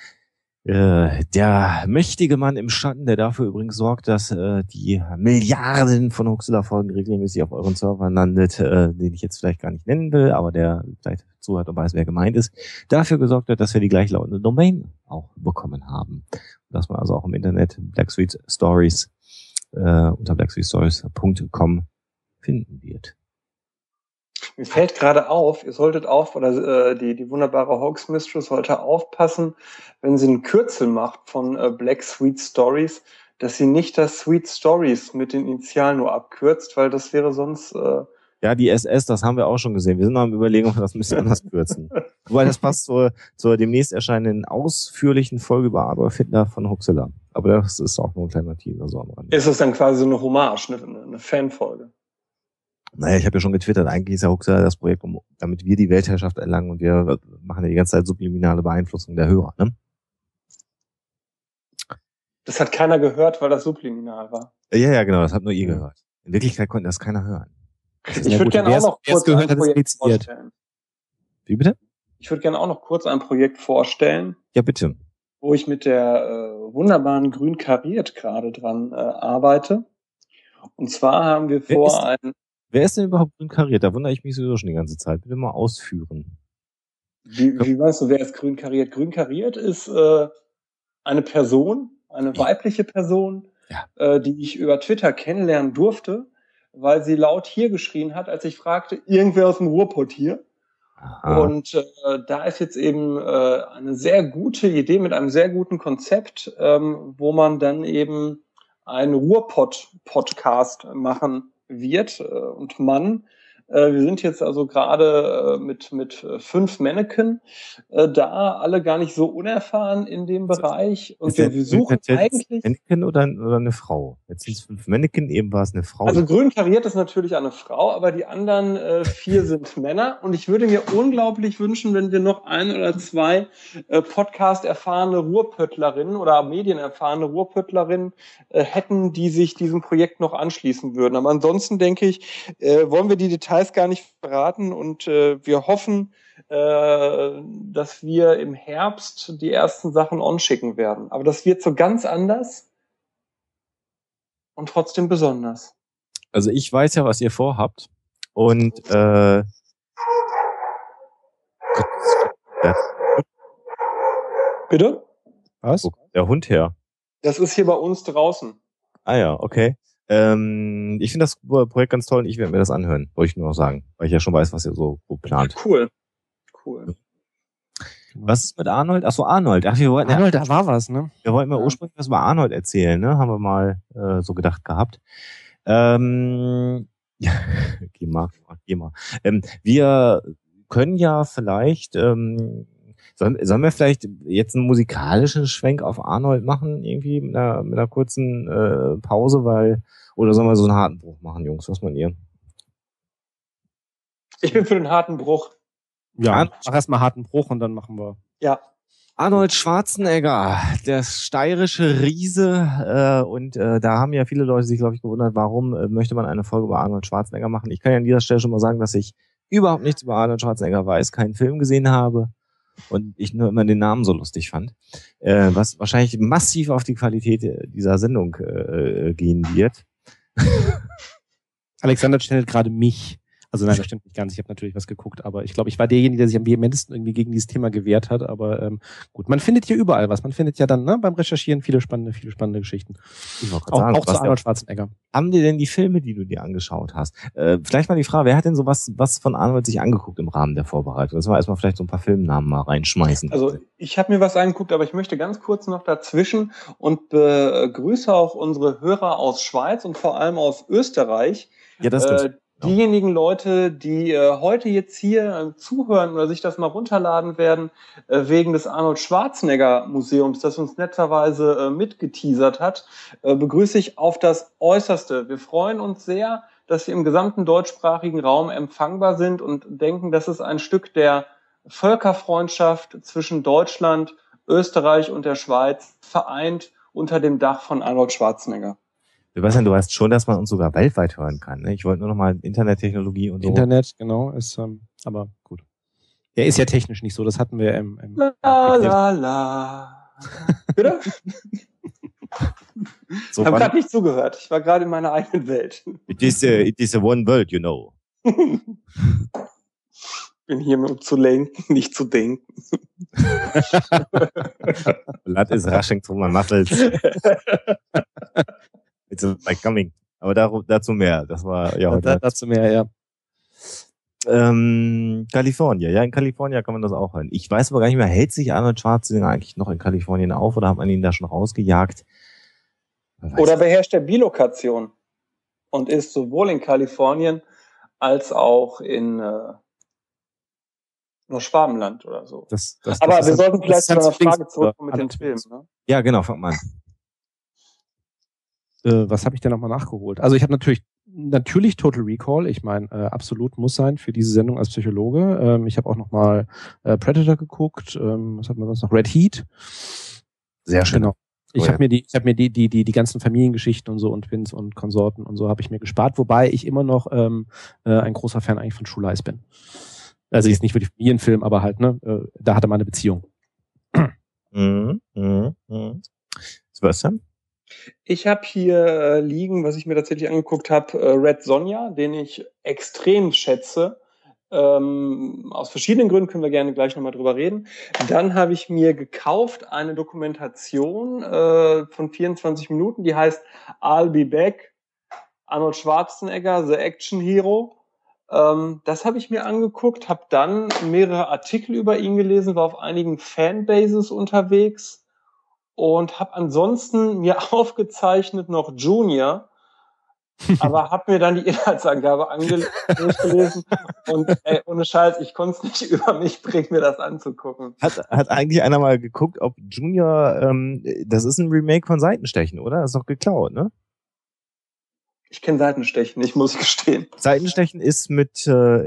der mächtige Mann im Schatten, der dafür übrigens sorgt, dass die Milliarden von Huxilla-Folgen regelmäßig auf euren Servern landet, den ich jetzt vielleicht gar nicht nennen will, aber der vielleicht zuhört und weiß, wer gemeint ist, dafür gesorgt hat, dass wir die gleichlautende Domain auch bekommen haben. Dass man also auch im Internet Black Sweet Stories unter blacksweetstories.com finden wird. Mir fällt gerade auf, ihr solltet die wunderbare Hoax Mistress sollte aufpassen, wenn sie einen Kürzel macht von Black Sweet Stories, dass sie nicht das Sweet Stories mit den Initialen nur abkürzt, weil das wäre sonst... Ja, die SS, das haben wir auch schon gesehen. Wir sind noch am Überlegen, ob wir das ein bisschen anders kürzen. Wobei das passt zur demnächst erscheinenden ausführlichen Folge über Adolf Hitler von Huxilla. Aber das ist auch nur ein kleiner Teaser. So am Rande. Ist das dann quasi so eine Hommage, eine Fanfolge? Naja, ich habe ja schon getwittert, eigentlich ist ja Huxilla das Projekt, damit wir die Weltherrschaft erlangen und wir machen ja die ganze Zeit subliminale Beeinflussung der Hörer, ne? Das hat keiner gehört, weil das subliminal war. Ja, genau, das hat nur ihr gehört. In Wirklichkeit konnten das keiner hören. Ich würde gerne auch noch kurz ein Projekt vorstellen. Wie bitte? Ich würde gerne auch noch kurz ein Projekt vorstellen. Ja, bitte. Wo ich mit der wunderbaren Grün Kariert gerade dran arbeite. Und zwar haben wir vor Wer ist denn überhaupt Grün Kariert? Da wundere ich mich sowieso schon die ganze Zeit. Bitte mal ausführen. Wie weißt du, wer ist Grün Kariert? Grün Kariert ist eine Person, eine weibliche Person, die ich über Twitter kennenlernen durfte, weil sie laut hier geschrien hat, als ich fragte, irgendwer aus dem Ruhrpott hier. Aha. Und da ist jetzt eben eine sehr gute Idee mit einem sehr guten Konzept, wo man dann eben einen Ruhrpott-Podcast machen wird und Mann. Wir sind jetzt also gerade mit 5 Mannequin da, alle gar nicht so unerfahren in dem Bereich. Und wir suchen eigentlich... Mannequin oder eine Frau? Jetzt sind es 5 Mannequin, eben war es eine Frau. Also Grün Kariert ist natürlich eine Frau, aber die anderen 4 sind Männer. Und ich würde mir unglaublich wünschen, wenn wir noch 1 oder 2 Podcast-erfahrene Ruhrpöttlerinnen oder medienerfahrene Ruhrpöttlerinnen hätten, die sich diesem Projekt noch anschließen würden. Aber ansonsten denke ich, wollen wir die Details gar nicht verraten und wir hoffen, dass wir im Herbst die ersten Sachen onschicken werden. Aber das wird so ganz anders und trotzdem besonders. Also ich weiß ja, was ihr vorhabt und Bitte? Was? Wo kommt der Hund her? Das ist hier bei uns draußen. Ah ja, okay. Ich finde das Projekt ganz toll und ich werde mir das anhören, wollte ich nur noch sagen, weil ich ja schon weiß, was ihr so plant. Cool. Was ist mit Arnold? Achso, Arnold. Ach, Arnold, da war was, ne? Wir wollten mal ursprünglich was über Arnold erzählen, ne? Haben wir mal so gedacht gehabt. Ja, geh mal. Wir können ja vielleicht, sollen wir vielleicht jetzt einen musikalischen Schwenk auf Arnold machen, irgendwie mit einer kurzen Pause, oder sollen wir so einen harten Bruch machen, Jungs? Was meint ihr? Ich bin für den harten Bruch. Ja, mach erstmal harten Bruch und dann machen wir. Ja. Arnold Schwarzenegger, der steirische Riese, und da haben ja viele Leute sich, glaube ich, gewundert, warum möchte man eine Folge über Arnold Schwarzenegger machen. Ich kann ja an dieser Stelle schon mal sagen, dass ich überhaupt nichts über Arnold Schwarzenegger weiß, keinen Film gesehen habe und ich nur immer den Namen so lustig fand, was wahrscheinlich massiv auf die Qualität dieser Sendung gehen wird. Alexander stellt gerade mich. Also nein, das stimmt nicht ganz. Ich habe natürlich was geguckt, aber ich glaube, ich war derjenige, der sich am vehementesten irgendwie gegen dieses Thema gewehrt hat. Aber gut, man findet hier überall was. Man findet ja dann beim Recherchieren viele spannende Geschichten. Auch zu Arnold Schwarzenegger. Haben dir denn die Filme, die du dir angeschaut hast? Vielleicht mal die Frage, wer hat denn sowas von Arnold sich angeguckt im Rahmen der Vorbereitung? Das war erstmal vielleicht so ein paar Filmnamen mal reinschmeißen. Also ich habe mir was angeguckt, aber ich möchte ganz kurz noch dazwischen und begrüße auch unsere Hörer aus Schweiz und vor allem aus Österreich. Ja, das stimmt. Diejenigen Leute, die heute jetzt hier zuhören oder sich das mal runterladen werden, wegen des Arnold Schwarzenegger Museums, das uns netterweise mitgeteasert hat, begrüße ich auf das Äußerste. Wir freuen uns sehr, dass wir im gesamten deutschsprachigen Raum empfangbar sind und denken, das ist ein Stück der Völkerfreundschaft zwischen Deutschland, Österreich und der Schweiz, vereint unter dem Dach von Arnold Schwarzenegger. Sebastian, du weißt schon, dass man uns sogar weltweit hören kann. Ne? Ich wollte nur noch mal Internettechnologie und so. Internet, genau, ist, aber gut. Der ist ja technisch nicht so, das hatten wir im La. Bitte? So ich habe gerade nicht zugehört. Ich war gerade in meiner eigenen Welt. It is a one world, you know. Bin hier, um zu lenken, nicht zu denken. Blood is rushing through my muscles. It's like coming. Aber dazu mehr. Das war ja heute. Dazu mehr, ja. Kalifornien. Ja, in Kalifornien kann man das auch hören. Ich weiß aber gar nicht mehr, hält sich Arnold Schwarzenegger eigentlich noch in Kalifornien auf oder hat man ihn da schon rausgejagt? Oder beherrscht er Bilokation und ist sowohl in Kalifornien als auch in Schwabenland oder so. Aber wir sollten vielleicht zu einer Frage zurückkommen mit den Filmen. Ne? Ja, genau, fang mal an. Was habe ich denn nochmal nachgeholt? Also ich habe natürlich Total Recall. Ich meine, absolut muss sein für diese Sendung als Psychologe. Ich habe auch nochmal Predator geguckt. Was hat man sonst noch? Red Heat. Sehr schön. Genau. Ich habe mir die ganzen Familiengeschichten und so und Vince und Konsorten und so habe ich mir gespart, wobei ich immer noch ein großer Fan eigentlich von True Lies bin. Also jetzt nicht für die Familienfilm, aber halt, ne, da hatte man eine Beziehung. Sebastian? Ich habe hier liegen, was ich mir tatsächlich angeguckt habe, Red Sonja, den ich extrem schätze. Aus verschiedenen Gründen können wir gerne gleich nochmal drüber reden. Dann habe ich mir gekauft eine Dokumentation von 24 Minuten, die heißt I'll Be Back, Arnold Schwarzenegger, The Action Hero. Das habe ich mir angeguckt, habe dann mehrere Artikel über ihn gelesen, war auf einigen Fanbases unterwegs und habe ansonsten mir aufgezeichnet noch Junior, aber habe mir dann die Inhaltsangabe durchgelesen und ohne Scheiß, ich konnte es nicht über mich bringen, mir das anzugucken. Hat eigentlich einer mal geguckt, ob Junior, das ist ein Remake von Seitenstechen, oder? Das ist doch geklaut, ne? Ich kenne Seitenstechen nicht, muss ich gestehen. Seitenstechen ist mit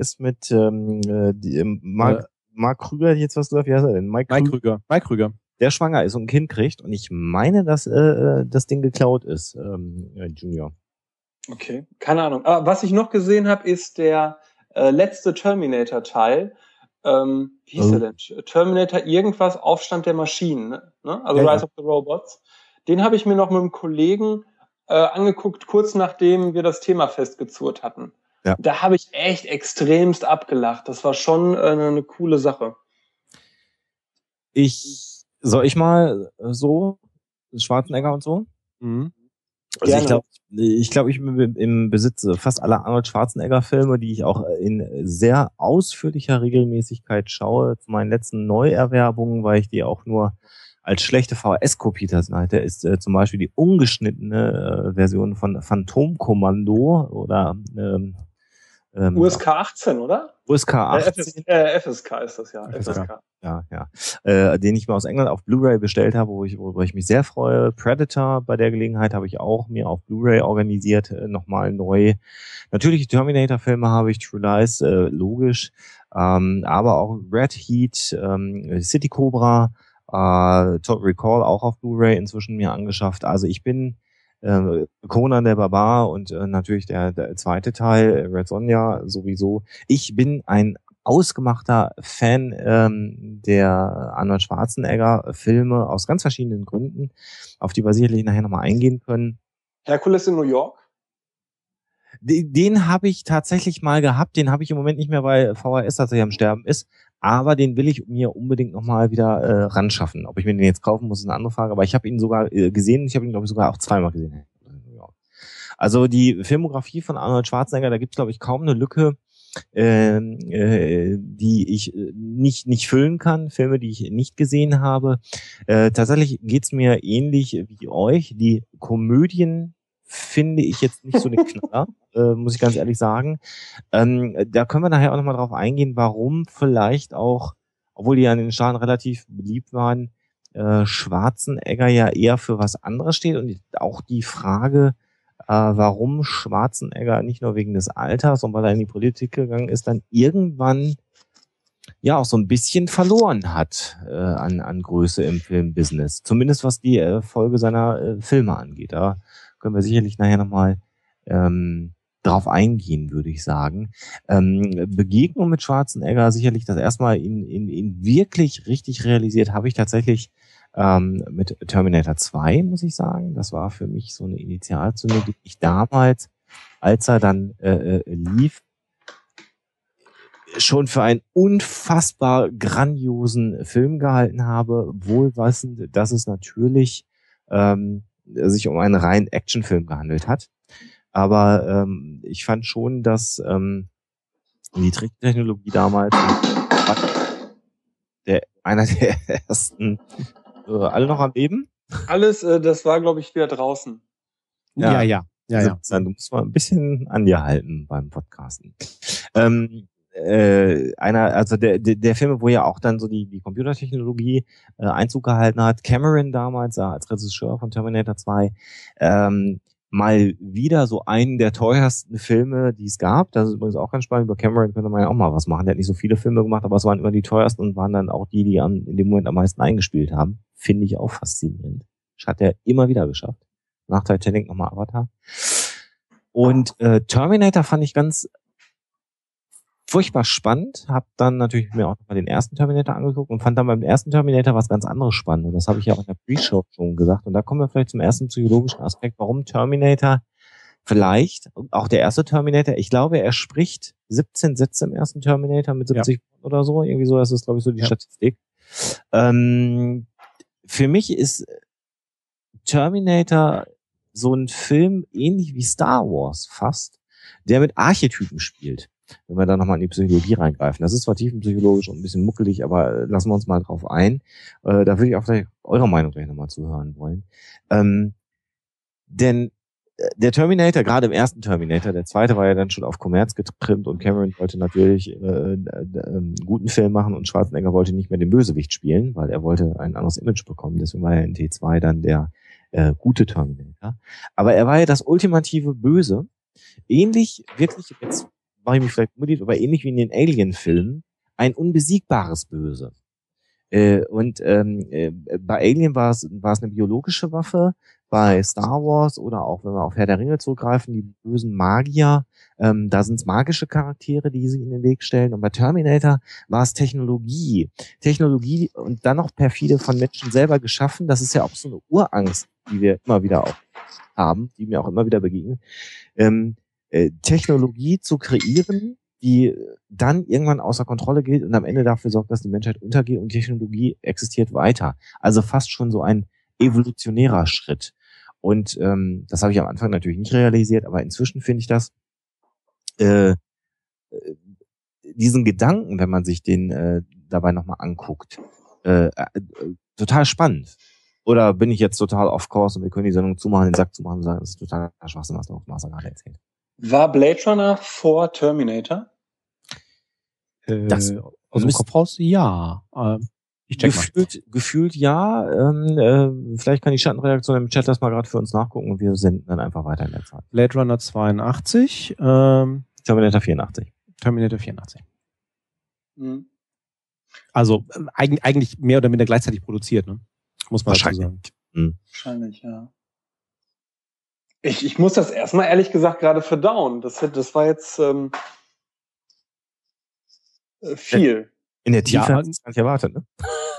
Mark Krüger, jetzt was gesagt, wie heißt er denn? Mike Krüger. Der schwanger ist und ein Kind kriegt und ich meine, dass das Ding geklaut ist, Junior. Okay, keine Ahnung. Aber was ich noch gesehen habe, ist der letzte Terminator-Teil. Wie hieß der denn? Terminator irgendwas, Aufstand der Maschinen, ne? Also ja, Rise of the Robots. Den habe ich mir noch mit einem Kollegen angeguckt, kurz nachdem wir das Thema festgezurrt hatten. Ja. Da habe ich echt extremst abgelacht. Das war schon eine coole Sache. Soll ich mal so? Schwarzenegger und so? Mhm. Also ich glaube, ich bin im Besitz fast aller Arnold Schwarzenegger-Filme, die ich auch in sehr ausführlicher Regelmäßigkeit schaue. Zu meinen letzten Neuerwerbungen, weil ich die auch nur als schlechte VHS-Kopie halte, ist zum Beispiel die ungeschnittene Version von Phantomkommando oder USK 18, oder? USK 18. FSK ist das ja. FSK. Ja. Den ich mir aus England auf Blu-ray bestellt habe, wo ich mich sehr freue. Predator bei der Gelegenheit habe ich auch mir auf Blu-ray organisiert, nochmal neu. Natürlich die Terminator-Filme habe ich, True Lies, logisch, aber auch Red Heat, City Cobra, Total Recall auch auf Blu-ray inzwischen mir angeschafft. Also ich bin Conan der Barbar und natürlich der zweite Teil, Red Sonja sowieso. Ich bin ein ausgemachter Fan der Arnold Schwarzenegger Filme aus ganz verschiedenen Gründen, auf die wir sicherlich nachher nochmal eingehen können. Herkules in New York? Den habe ich tatsächlich mal gehabt, den habe ich im Moment nicht mehr, weil VHS tatsächlich am Sterben ist, aber den will ich mir unbedingt nochmal wieder ranschaffen. Ob ich mir den jetzt kaufen muss, ist eine andere Frage, aber ich habe ihn sogar gesehen, ich habe ihn, glaube ich, sogar auch zweimal gesehen. Also die Filmografie von Arnold Schwarzenegger, da gibt es, glaube ich, kaum eine Lücke, die ich nicht füllen kann, Filme, die ich nicht gesehen habe. Tatsächlich geht's mir ähnlich wie euch. Die Komödien finde ich jetzt nicht so den Knaller, muss ich ganz ehrlich sagen. Da können wir nachher auch nochmal drauf eingehen, warum vielleicht auch, obwohl die ja in den Staaten relativ beliebt waren, Schwarzenegger ja eher für was anderes steht und auch die Frage, warum Schwarzenegger nicht nur wegen des Alters und weil er in die Politik gegangen ist, dann irgendwann ja auch so ein bisschen verloren hat an Größe im Filmbusiness. Zumindest was die Folge seiner Filme angeht. Da können wir sicherlich nachher nochmal drauf eingehen, würde ich sagen. Begegnung mit Schwarzenegger, sicherlich das erstmal in wirklich richtig realisiert habe ich tatsächlich mit Terminator 2, muss ich sagen. Das war für mich so eine Initialzündung, die ich damals, als er dann lief, schon für einen unfassbar grandiosen Film gehalten habe, wohl wissend, dass es natürlich sich um einen reinen Actionfilm gehandelt hat. Aber ich fand schon, dass Und die Tricktechnologie damals war einer der ersten, alle noch am Leben? Alles, das war, glaube ich, wieder draußen. Ja. Du musst mal ein bisschen an dir halten beim Podcasten. Der Film, wo ja auch dann so die Computertechnologie Einzug gehalten hat, Cameron damals als Regisseur von Terminator 2, mal wieder so einen der teuersten Filme, die es gab. Das ist übrigens auch ganz spannend. Über Cameron könnte man ja auch mal was machen. Der hat nicht so viele Filme gemacht, aber es waren immer die teuersten und waren dann auch die in dem Moment am meisten eingespielt haben. Finde ich auch faszinierend. Das hat er immer wieder geschafft. Nach Titanic nochmal Avatar. Und Terminator fand ich ganz furchtbar spannend. Hab dann natürlich mir auch nochmal den ersten Terminator angeguckt und fand dann beim ersten Terminator was ganz anderes spannend. Und das habe ich ja auch in der Pre-Show schon gesagt. Und da kommen wir vielleicht zum ersten psychologischen Aspekt, warum Terminator vielleicht, auch der erste Terminator, ich glaube, er spricht 17 Sätze im ersten Terminator mit 70 oder so. Irgendwie so, das ist, glaube ich, so die Statistik. Für mich ist Terminator so ein Film ähnlich wie Star Wars fast, der mit Archetypen spielt. Wenn wir da nochmal in die Psychologie reingreifen. Das ist zwar tiefenpsychologisch und ein bisschen muckelig, aber lassen wir uns mal drauf ein. Da würde ich auch vielleicht eure Meinung gleich nochmal zuhören wollen. Denn der Terminator, gerade im ersten Terminator, der zweite war ja dann schon auf Kommerz getrimmt und Cameron wollte natürlich einen guten Film machen und Schwarzenegger wollte nicht mehr den Bösewicht spielen, weil er wollte ein anderes Image bekommen. Deswegen war er in T2 dann der gute Terminator. Aber er war ja das ultimative Böse. Ähnlich, wirklich, jetzt mache ich mich vielleicht unbedingt, aber ähnlich wie in den Alien-Filmen, ein unbesiegbares Böse. Bei Alien war es eine biologische Waffe, bei Star Wars oder auch, wenn wir auf Herr der Ringe zurückgreifen, die bösen Magier, da sind es magische Charaktere, die sie in den Weg stellen. Und bei Terminator war es Technologie. Technologie und dann noch perfide von Menschen selber geschaffen. Das ist ja auch so eine Urangst, die wir immer wieder auch haben, die mir auch immer wieder begegnen. Technologie zu kreieren, die dann irgendwann außer Kontrolle geht und am Ende dafür sorgt, dass die Menschheit untergeht und Technologie existiert weiter. Also fast schon so ein evolutionärer Schritt. Und das habe ich am Anfang natürlich nicht realisiert, aber inzwischen finde ich das diesen Gedanken, wenn man sich den dabei nochmal anguckt, total spannend. Oder bin ich jetzt total off course und wir können die Sendung zumachen, den Sack zumachen und sagen, das ist total Schwachsinn, was Marcel gerade erzählt. War Blade Runner vor Terminator? Aus dem Kopf raus, ja. Ich check gefühlt ja. Vielleicht kann die Schattenredaktion im Chat das mal gerade für uns nachgucken und wir senden dann einfach weiter in der Zeit. Blade Runner 82. Terminator 84. Terminator 84. Mhm. Also eigentlich mehr oder minder gleichzeitig produziert, ne? Muss man dazu sagen. Wahrscheinlich, ja. Ich muss das erstmal ehrlich gesagt gerade verdauen. Das war jetzt viel. In der Tiefe hat es gar nicht erwartet, ne?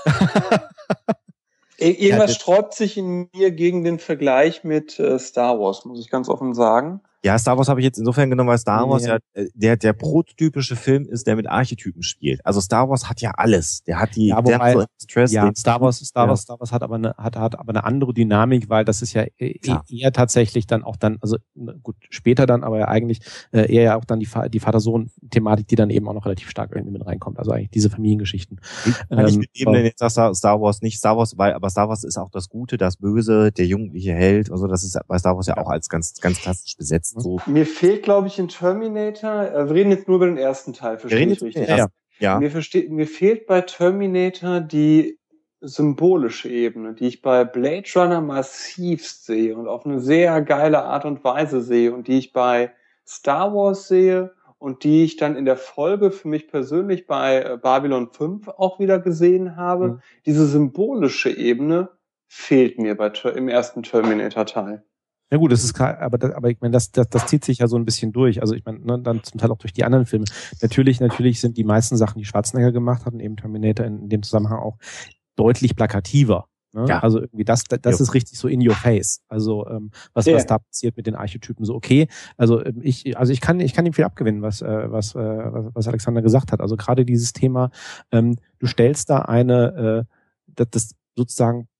Irgendwas sträubt sich in mir gegen den Vergleich mit Star Wars, muss ich ganz offen sagen. Ja, Star Wars habe ich jetzt insofern genommen, weil Star Wars der prototypische Film ist, der mit Archetypen spielt. Also Star Wars hat ja alles. Der hat die Stress. Ja, Star Wars hat aber eine andere Dynamik, weil das ist ja eher tatsächlich dann auch also gut, später dann, aber ja eigentlich eher ja auch dann die Vater-Sohn-Thematik, die dann eben auch noch relativ stark irgendwie mit reinkommt. Also eigentlich diese Familiengeschichten. Kann ich mitnehmen, denn jetzt sagst du Star Wars nicht Star Wars, aber Star Wars ist auch das Gute, das Böse, der jugendliche Held. Also das ist bei Star Wars ja auch als ganz, ganz klassisch besetzt. So. Mir fehlt, glaube ich, in Terminator, wir reden jetzt nur über den ersten Teil, verstehe ich richtig? Ja. Mir fehlt bei Terminator die symbolische Ebene, die ich bei Blade Runner massivst sehe und auf eine sehr geile Art und Weise sehe und die ich bei Star Wars sehe und die ich dann in der Folge für mich persönlich bei Babylon 5 auch wieder gesehen habe. Mhm. Diese symbolische Ebene fehlt mir im ersten Terminator-Teil. Ja gut, das ist klar, aber ich meine, das zieht sich ja so ein bisschen durch. Also ich meine, ne, dann zum Teil auch durch die anderen Filme. Natürlich sind die meisten Sachen, die Schwarzenegger gemacht hat und eben Terminator in dem Zusammenhang auch deutlich plakativer. Ne? Ja. Also irgendwie das ist richtig so in your face. Also was da passiert mit den Archetypen, so okay. Also ich kann ihm viel abgewinnen, was Alexander gesagt hat. Also gerade dieses Thema, du stellst da das sozusagen dem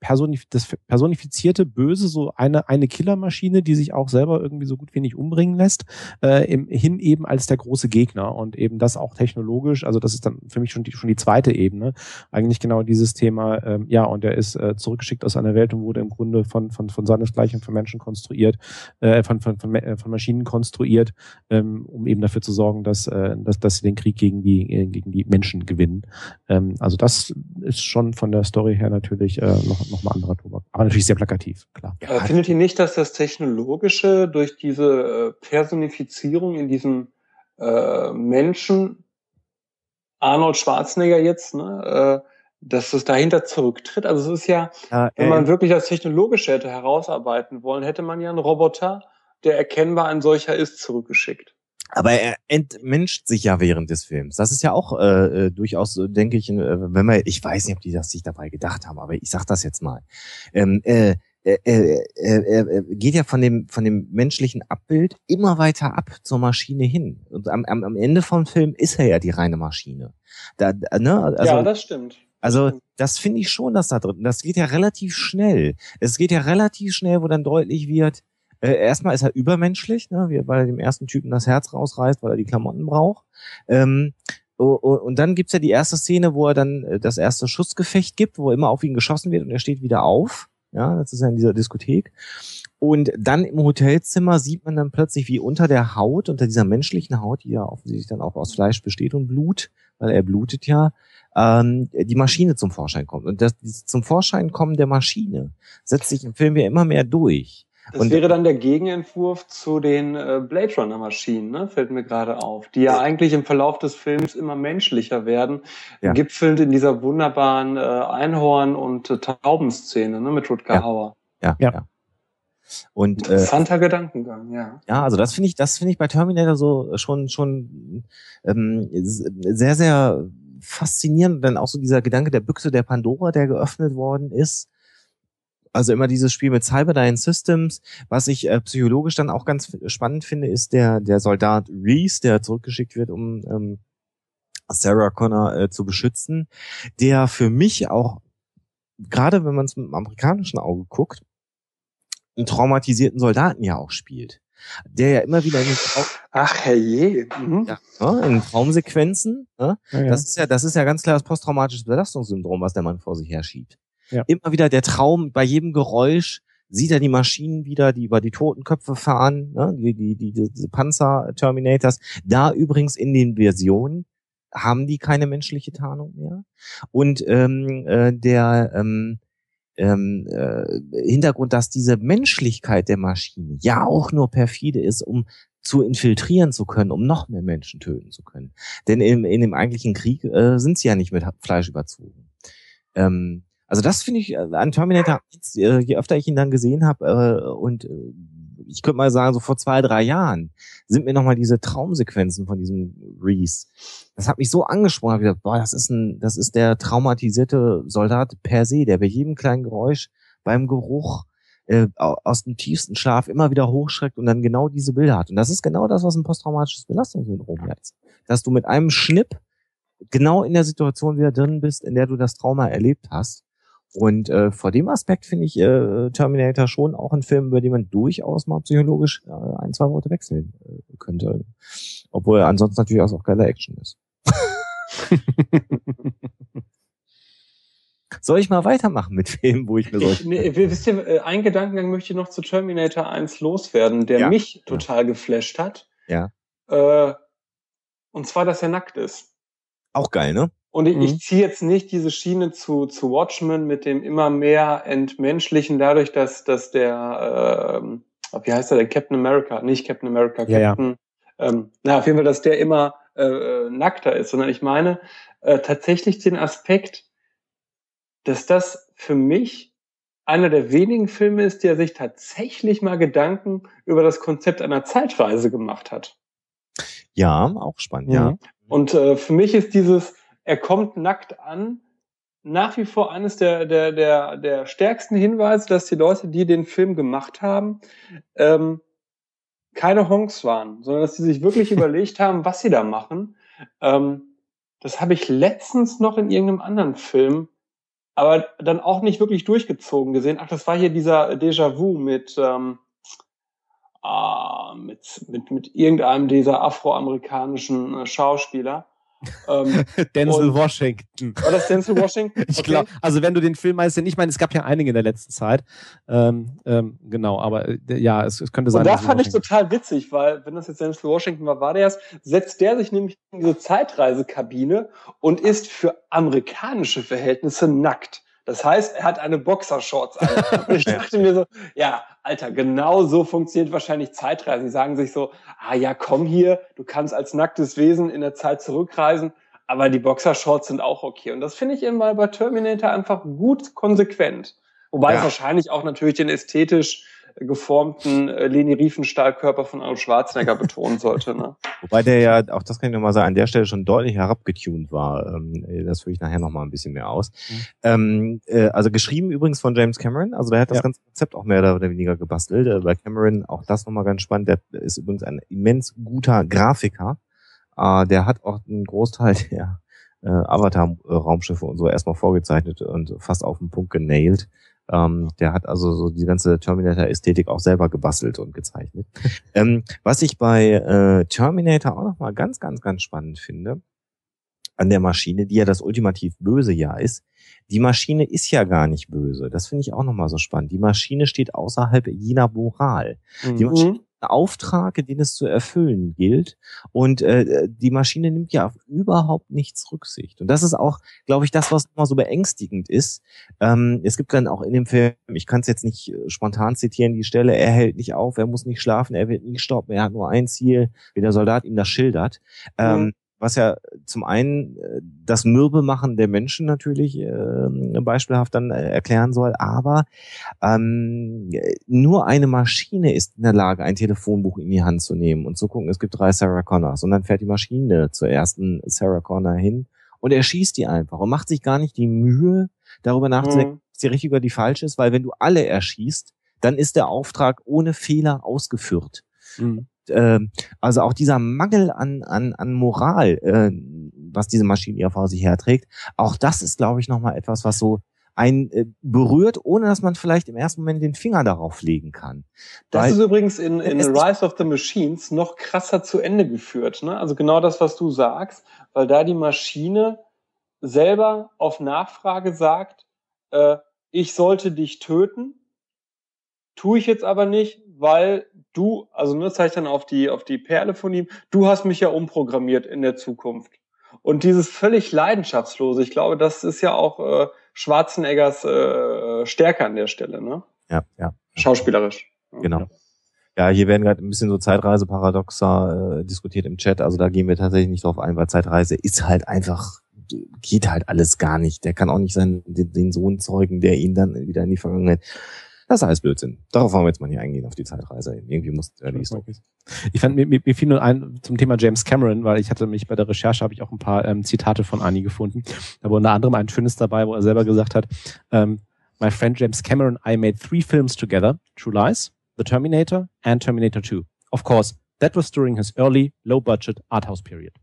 das personifizierte Böse, so eine Killermaschine, die sich auch selber irgendwie so gut wie nicht umbringen lässt, hin eben als der große Gegner und eben das auch technologisch, also das ist dann für mich schon die zweite Ebene, eigentlich genau dieses Thema, und er ist zurückgeschickt aus einer Welt und wurde im Grunde von seinesgleichen von Menschen konstruiert, von Maschinen konstruiert, um eben dafür zu sorgen, dass sie den Krieg gegen die Menschen gewinnen. Also das ist schon von der Story her natürlich noch mal anderer Tobak. Aber natürlich sehr plakativ, klar. Findet ihr nicht, dass das Technologische durch diese Personifizierung in diesem Menschen, Arnold Schwarzenegger jetzt, ne, dass es dahinter zurücktritt? Also es ist ja, wenn man wirklich das Technologische hätte herausarbeiten wollen, hätte man ja einen Roboter, der erkennbar ein solcher ist, zurückgeschickt. Aber er entmenscht sich ja während des Films. Das ist ja auch durchaus, denke ich, wenn man, ich weiß nicht, ob die das sich dabei gedacht haben, aber ich sag das jetzt mal. Geht ja von dem menschlichen Abbild immer weiter ab zur Maschine hin. Und am Ende vom Film ist er ja die reine Maschine. Also, ja, das stimmt. Also das finde ich schon, dass da drin, das geht ja relativ schnell. Es geht ja relativ schnell, wo dann deutlich wird, erstmal ist er übermenschlich, ne, weil er dem ersten Typen das Herz rausreißt, weil er die Klamotten braucht. Und dann gibt's ja die erste Szene, wo er dann das erste Schussgefecht gibt, wo immer auf ihn geschossen wird und er steht wieder auf. Ja, das ist ja in dieser Diskothek. Und dann im Hotelzimmer sieht man dann plötzlich, wie unter der Haut, unter dieser menschlichen Haut, die ja offensichtlich dann auch aus Fleisch besteht und Blut, weil er blutet ja, die Maschine zum Vorschein kommt. Und das zum Vorschein kommen der Maschine setzt sich im Film ja immer mehr durch. Das wäre dann der Gegenentwurf zu den Blade Runner Maschinen, ne? Fällt mir gerade auf, die ja eigentlich im Verlauf des Films immer menschlicher werden, gipfelnd in dieser wunderbaren Einhorn- und Taubenszene, ne? Mit Rutger Hauer. Ja. Und interessanter Gedankengang, ja. Ja, also das finde ich bei Terminator so schon sehr, sehr faszinierend, denn auch so dieser Gedanke der Büchse der Pandora, der geöffnet worden ist. Also immer dieses Spiel mit Cyberdyne Systems. Was ich psychologisch dann auch ganz spannend finde, ist der Soldat Reese, der zurückgeschickt wird, um Sarah Connor zu beschützen, der für mich auch, gerade wenn man es mit dem amerikanischen Auge guckt, einen traumatisierten Soldaten ja auch spielt. Der ja immer wieder in in Traumsequenzen, ne? Ja. Das ist ja ganz klar das posttraumatische Belastungssyndrom, was der Mann vor sich herschiebt. Ja. Immer wieder der Traum, bei jedem Geräusch sieht er die Maschinen wieder, die über die Totenköpfe fahren, ne? Diese Panzer-Terminators. Da übrigens in den Versionen haben die keine menschliche Tarnung mehr. Und Hintergrund, dass diese Menschlichkeit der Maschine ja auch nur perfide ist, um zu infiltrieren zu können, um noch mehr Menschen töten zu können. Denn in dem eigentlichen Krieg sind sie ja nicht mit Fleisch überzogen. Also das finde ich an Terminator, je öfter ich ihn dann gesehen habe, ich könnte mal sagen, so vor 2-3 Jahren sind mir nochmal diese Traumsequenzen von diesem Reese. Das hat mich so angesprochen, ich gedacht, boah, das ist der traumatisierte Soldat per se, der bei jedem kleinen Geräusch, beim Geruch, aus dem tiefsten Schlaf immer wieder hochschreckt und dann genau diese Bilder hat. Und das ist genau das, was ein posttraumatisches Belastungssyndrom ist. Dass du mit einem Schnipp genau in der Situation wieder drin bist, in der du das Trauma erlebt hast. Und vor dem Aspekt finde ich Terminator schon auch ein Film, über den man durchaus mal psychologisch 1-2 Worte wechseln könnte. Obwohl er ansonsten natürlich auch geiler Action ist. Soll ich mal weitermachen mit Filmen, wo ich mir wisst ihr, einen Gedankengang möchte ich noch zu Terminator 1 loswerden, der mich total geflasht hat. Ja. Und zwar, dass er nackt ist. Auch geil, ne? Und ich ziehe jetzt nicht diese Schiene zu Watchmen mit dem immer mehr Entmenschlichen, dadurch, dass der, wie heißt der Captain America? Nicht Captain America, Captain, auf jeden Fall, dass der immer nackter ist, sondern ich meine tatsächlich den Aspekt, dass das für mich einer der wenigen Filme ist, der sich tatsächlich mal Gedanken über das Konzept einer Zeitreise gemacht hat. Ja, auch spannend, ja. Und für mich ist er kommt nackt an, nach wie vor eines der stärksten Hinweise, dass die Leute, die den Film gemacht haben, keine Honks waren, sondern dass sie sich wirklich überlegt haben, was sie da machen. Das habe ich letztens noch in irgendeinem anderen Film aber dann auch nicht wirklich durchgezogen gesehen. Ach, das war hier dieser Déjà-vu mit irgendeinem dieser afroamerikanischen Schauspieler. Denzel Washington. War das Denzel Washington? Ich glaube, also wenn du den Film meinst, ich meine, es gab ja einige in der letzten Zeit. Genau, aber ja, es könnte sein. Und das fand ich total witzig, weil, wenn das jetzt Denzel Washington war der es, setzt der sich nämlich in diese Zeitreisekabine und ist für amerikanische Verhältnisse nackt. Das heißt, er hat eine Boxershorts an. Und ich dachte mir so, ja, Alter, genau so funktioniert wahrscheinlich Zeitreisen. Die sagen sich so, ja, komm hier, du kannst als nacktes Wesen in der Zeit zurückreisen, aber die Boxershorts sind auch okay. Und das finde ich eben mal bei Terminator einfach gut konsequent. Wobei es wahrscheinlich auch natürlich den ästhetisch geformten Leni Riefenstahl-Körper von Arnold Schwarzenegger betonen sollte. Ne? Wobei der ja, auch das kann ich nochmal sagen, an der Stelle schon deutlich herabgetunt war. Das führe ich nachher nochmal ein bisschen mehr aus. Also geschrieben übrigens von James Cameron, also der hat das ganze Konzept auch mehr oder weniger gebastelt. Bei Cameron, auch das nochmal ganz spannend, der ist übrigens ein immens guter Grafiker. Der hat auch einen Großteil der Avatar-Raumschiffe und so erstmal vorgezeichnet und fast auf den Punkt genailt. Der hat also so die ganze Terminator-Ästhetik auch selber gebastelt und gezeichnet. Was ich bei Terminator auch nochmal ganz, ganz, ganz spannend finde, an der Maschine, die ja das ultimativ Böse ja ist, die Maschine ist ja gar nicht böse. Das finde ich auch nochmal so spannend. Die Maschine steht außerhalb jener Moral. Die Maschine Auftrag, den es zu erfüllen gilt. Und die Maschine nimmt ja auf überhaupt nichts Rücksicht. Und das ist auch, glaube ich, das, was immer so beängstigend ist. Es gibt dann auch in dem Film, ich kann es jetzt nicht spontan zitieren, die Stelle, er hält nicht auf, er muss nicht schlafen, er wird nie stoppen, er hat nur ein Ziel, wie der Soldat ihm das schildert. Was ja zum einen das Mürbemachen der Menschen natürlich beispielhaft dann erklären soll, aber nur eine Maschine ist in der Lage, ein Telefonbuch in die Hand zu nehmen und zu gucken, es gibt 3 Sarah Connors. Und dann fährt die Maschine zur ersten Sarah Connor hin und er schießt die einfach und macht sich gar nicht die Mühe, darüber nachzudenken, ob die richtige oder die falsche ist, weil wenn du alle erschießt, dann ist der Auftrag ohne Fehler ausgeführt. Also auch dieser Mangel an Moral, was diese Maschine ja vor sich herträgt, auch das ist, glaube ich, nochmal etwas, was so einen berührt, ohne dass man vielleicht im ersten Moment den Finger darauf legen kann. Das ist übrigens in Rise of the Machines noch krasser zu Ende geführt. Ne? Also genau das, was du sagst, weil da die Maschine selber auf Nachfrage sagt, ich sollte dich töten, tue ich jetzt aber nicht, weil du, also nur zeige ich dann auf die Perle von ihm, du hast mich ja umprogrammiert in der Zukunft. Und dieses völlig Leidenschaftslose, ich glaube, das ist ja auch Schwarzeneggers Stärke an der Stelle, ne? Ja. Schauspielerisch. Genau. Ja, hier werden gerade ein bisschen so Zeitreise-Paradoxa diskutiert im Chat, also da gehen wir tatsächlich nicht drauf ein, weil Zeitreise ist halt einfach, geht halt alles gar nicht. Der kann auch nicht den Sohn zeugen, der ihn dann wieder in die Vergangenheit. Das ist alles Blödsinn. Darauf wollen wir jetzt mal nicht eingehen, auf die Zeitreise. Irgendwie muss die Story. Ich fand, mir fiel nur ein zum Thema James Cameron, weil ich hatte mich bei der Recherche, habe ich auch ein paar Zitate von Ani gefunden. Da war unter anderem ein schönes dabei, wo er selber gesagt hat, My friend James Cameron, I made 3 films together, True Lies, The Terminator and Terminator 2. Of course, that was during his early, low-budget Arthouse period.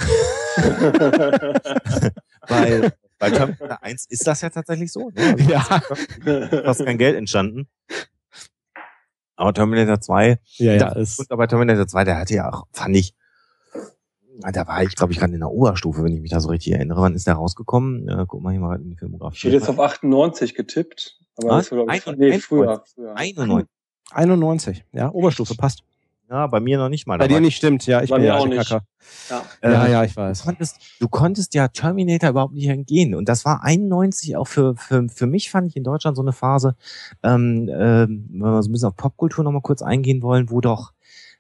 Bei Terminator 1 ist das ja tatsächlich so. Ne? Also fast kein Geld entstanden. Aber Terminator 2, und bei Terminator 2, der hatte ja auch, fand ich, da war ich, glaube ich, gerade in der Oberstufe, wenn ich mich da so richtig erinnere. Wann ist der rausgekommen? Guck mal hier mal in die Filmografie. Ich hätte jetzt auf 98 getippt. Aber das war, früher. 91, ja, Oberstufe, passt. Ja, bei mir noch nicht mal. Bei dir nicht, stimmt, ja, ich bin ja auch nicht. Ja, ich weiß. Du konntest ja Terminator überhaupt nicht entgehen. Und das war 91 auch für mich, fand ich in Deutschland so eine Phase, wenn wir so ein bisschen auf Popkultur nochmal kurz eingehen wollen, wo doch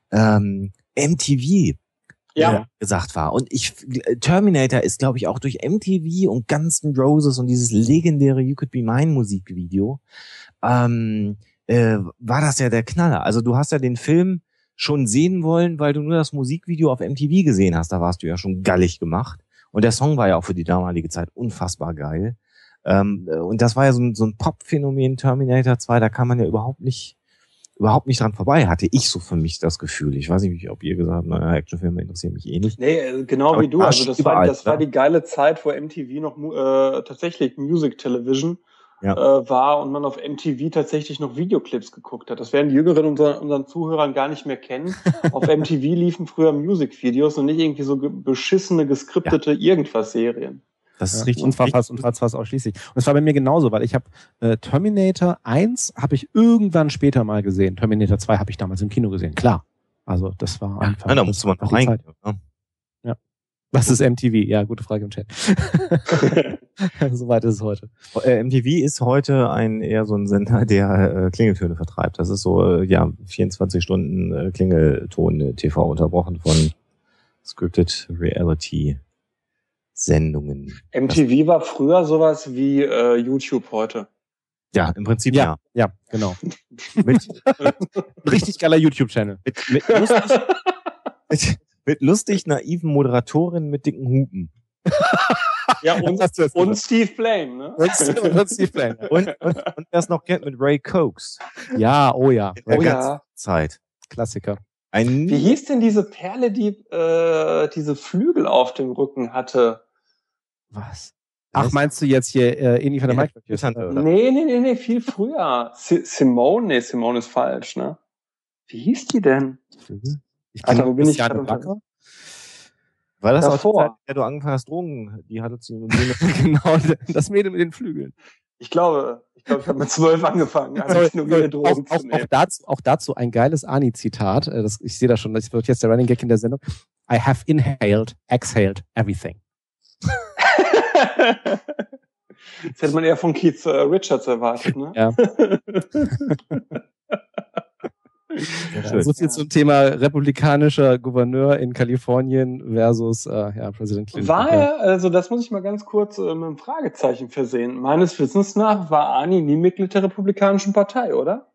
MTV gesagt war. Und Terminator ist, glaube ich, auch durch MTV und Guns N' Roses und dieses legendäre You Could Be Mine Musikvideo, war das ja der Knaller. Also du hast ja den Film schon sehen wollen, weil du nur das Musikvideo auf MTV gesehen hast. Da warst du ja schon gallig gemacht. Und der Song war ja auch für die damalige Zeit unfassbar geil. Und das war ja so ein Pop-Phänomen, Terminator 2, da kann man ja überhaupt nicht überhaupt nicht dran vorbei, hatte ich so für mich das Gefühl. Ich weiß nicht, ob ihr gesagt habt, naja, Actionfilme interessieren mich eh nicht. Nee, genau Aber wie du. Also das war ne? die geile Zeit, wo MTV noch tatsächlich Music Television Ja. war und man auf MTV tatsächlich noch Videoclips geguckt hat. Das werden die Jüngeren unseren Zuhörern gar nicht mehr kennen. Auf MTV liefen früher Musikvideos und nicht irgendwie so beschissene, geskriptete Irgendwas-Serien. Das ist richtig. Und zwar fast ausschließlich. Und das war bei mir genauso, weil ich habe Terminator 1 habe ich irgendwann später mal gesehen. Terminator 2 habe ich damals im Kino gesehen. Klar. Also das war einfach. Ja, da musste man noch reingehen. Ja. Was ist MTV? Ja, gute Frage im Chat. Soweit ist es heute. MTV ist heute eher so ein Sender, der Klingeltöne vertreibt. Das ist so 24 Stunden Klingelton-TV unterbrochen von Scripted Reality Sendungen. MTV war früher sowas wie YouTube heute. Ja, im Prinzip ja. Ja, genau. Richtig geiler YouTube-Channel. Mit lustig naiven Moderatorinnen mit dicken Hupen. Ja, und Steve Blame, ne? Und Steve Blame. Und wer es noch kennt, mit Ray Cokes. Ja, oh ja. In der ganzen Zeit. Klassiker. Wie hieß denn diese Perle, die diese Flügel auf dem Rücken hatte? Was? Ach, meinst du jetzt hier Eni von der Tante? Nee, viel früher. Simone? Nee, Simone ist falsch, ne? Wie hieß die denn? Alter, wo bin ich gerade? War das davor? Auch die Zeit, in der du angefangen hast, Drogen, die hatte zu genau, das Mädel mit den Flügeln. Ich glaube, ich habe mit 12 angefangen, Drogen zu nehmen. Auch dazu ein geiles Ani-Zitat. Ich sehe das schon, das wird jetzt der Running Gag in der Sendung. I have inhaled, exhaled everything. Das hätte man eher von Keith Richards erwartet, ne? Ja. So viel zum Thema republikanischer Gouverneur in Kalifornien versus Präsident Clinton. War er, also das muss ich mal ganz kurz mit einem Fragezeichen versehen. Meines Wissens nach war Ani nie Mitglied der Republikanischen Partei, oder?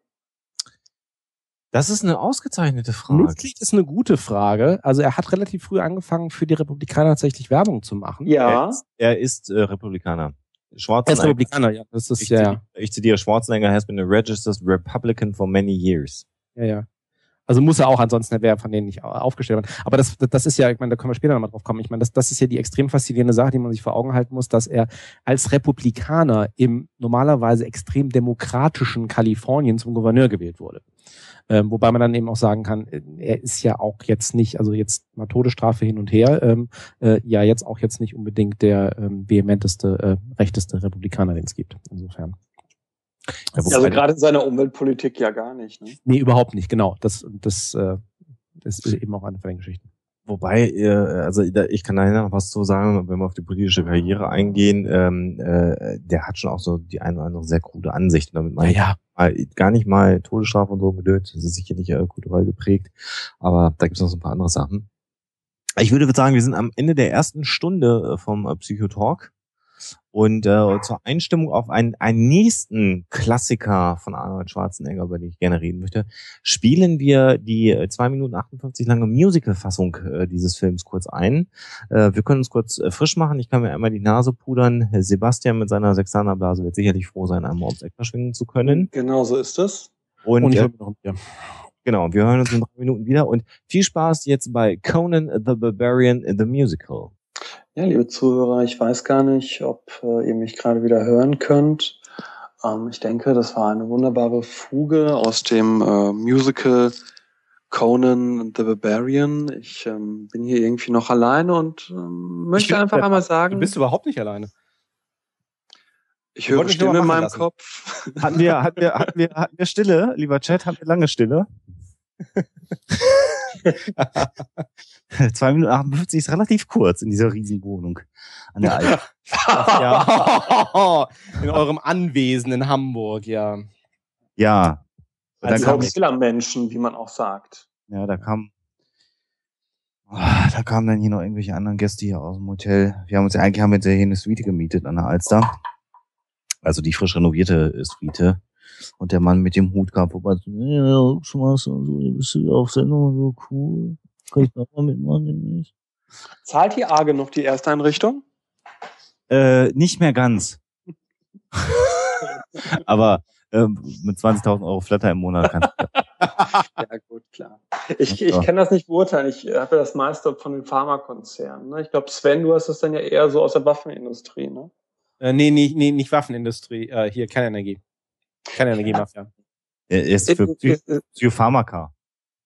Das ist eine ausgezeichnete Frage. Mitglied ist eine gute Frage. Also er hat relativ früh angefangen, für die Republikaner tatsächlich Werbung zu machen. Ja. Er ist Republikaner. Er ist Republikaner, ja. Das ist, ich zitiere, Schwarzenegger has been a registered Republican for many years. Ja. Also muss er auch, ansonsten wäre er von denen nicht aufgestellt worden. Aber das ist ja, ich meine, da können wir später nochmal drauf kommen. Ich meine, das ist ja die extrem faszinierende Sache, die man sich vor Augen halten muss, dass er als Republikaner im normalerweise extrem demokratischen Kalifornien zum Gouverneur gewählt wurde. Wobei man dann eben auch sagen kann, er ist ja auch jetzt nicht, also jetzt mal Todesstrafe hin und her, jetzt auch jetzt nicht unbedingt der vehementeste, rechteste Republikaner, den es gibt. Insofern. Also gerade in seiner Umweltpolitik ja gar nicht. Ne? Nee, überhaupt nicht, genau. Das ist eben auch eine von den Geschichten. Wobei, ich kann da noch was zu sagen, wenn wir auf die politische Karriere eingehen, der hat schon auch so die eine oder andere sehr krude Ansicht. Und damit meine ich gar nicht mal Todesstrafe und so gedönt, das ist sicherlich kulturell geprägt, aber da gibt es noch so ein paar andere Sachen. Ich würde sagen, wir sind am Ende der ersten Stunde vom Psychotalk. Und zur Einstimmung auf einen nächsten Klassiker von Arnold Schwarzenegger, über den ich gerne reden möchte, spielen wir die 2 Minuten 58 lange Musical-Fassung dieses Films kurz ein. Wir können uns kurz frisch machen. Ich kann mir einmal die Nase pudern. Sebastian mit seiner Sextanerblase wird sicherlich froh sein, einmal ums Eck schwingen zu können. Genau so ist es. Und genau, wir hören uns in 3 Minuten wieder. Und viel Spaß jetzt bei Conan the Barbarian the Musical. Ja, liebe Zuhörer, ich weiß gar nicht, ob ihr mich gerade wieder hören könnt. Ich denke, das war eine wunderbare Fuge aus dem Musical Conan the Barbarian. Ich bin hier irgendwie noch alleine und möchte einfach einmal sagen... Du bist überhaupt nicht alleine. Ich höre Stimme in meinem Kopf. Hatten wir Stille, lieber Chat? Hatten wir lange Stille? 2 Minuten 58 ist relativ kurz in dieser Riesenwohnung an der Alten. Ja. In eurem Anwesen in Hamburg, ja. Ja. Als Hauptfehlermenschen, wie man auch sagt. Ja, da kamen dann hier noch irgendwelche anderen Gäste hier aus dem Hotel. Wir haben uns hier eine Suite gemietet an der Alster. Also die frisch renovierte Suite. Und der Mann mit dem Hut gab, wobei, du bist auf Sendung, so cool. Kann ich da mal mitmachen demnächst? Zahlt die Arge noch die Ersteinrichtung? Nicht mehr ganz. Aber Mit 20.000 Euro Flatter im Monat kannst du. Ja, gut, klar. Ich kann das nicht beurteilen. Ich habe ja das meiste von den Pharmakonzernen. Ne? Ich glaube, Sven, du hast das dann ja eher so aus der Waffenindustrie, ne? Nee, nicht Waffenindustrie. Hier, Kernenergie. Kernenergiemafia. Er ist für Psychopharmaka.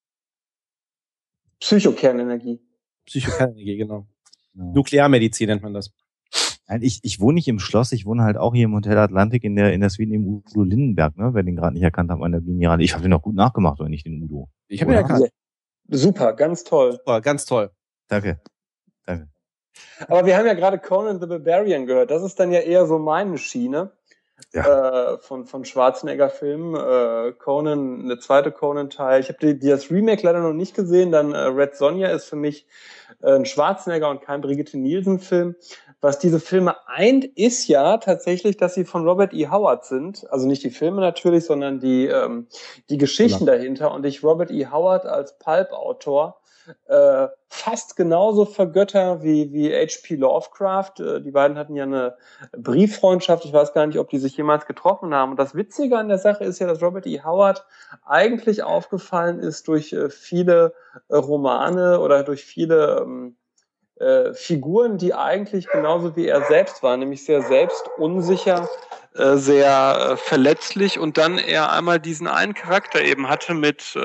Psychokernenergie. Psychokernenergie, genau. Ja. Nuklearmedizin nennt man das. Ich wohne nicht im Schloss, ich wohne halt auch hier im Hotel Atlantik in der Suite im Udo Lindenberg, ne? Wer den gerade nicht erkannt hat an der Linie. Ich habe den noch gut nachgemacht, oder nicht, den Udo? Ich habe ihn erkannt. Super, ganz toll. Super, ganz toll. Danke. Aber wir haben ja gerade Conan the Barbarian gehört. Das ist dann ja eher so meine Schiene. Ja. Von Schwarzenegger-Filmen. Conan, der zweite Conan-Teil. Ich habe das Remake leider noch nicht gesehen. Dann Red Sonja ist für mich ein Schwarzenegger und kein Brigitte Nielsen-Film. Was diese Filme eint, ist ja tatsächlich, dass sie von Robert E. Howard sind. Also nicht die Filme natürlich, sondern die Geschichten dahinter. Und ich Robert E. Howard als Pulp-Autor fast genauso vergötter wie H.P. Lovecraft. Die beiden hatten ja eine Brieffreundschaft. Ich weiß gar nicht, ob die sich jemals getroffen haben. Und das Witzige an der Sache ist ja, dass Robert E. Howard eigentlich aufgefallen ist durch viele Romane oder durch viele Figuren, die eigentlich genauso wie er selbst waren, nämlich sehr selbstunsicher, sehr verletzlich und dann er einmal diesen einen Charakter eben hatte mit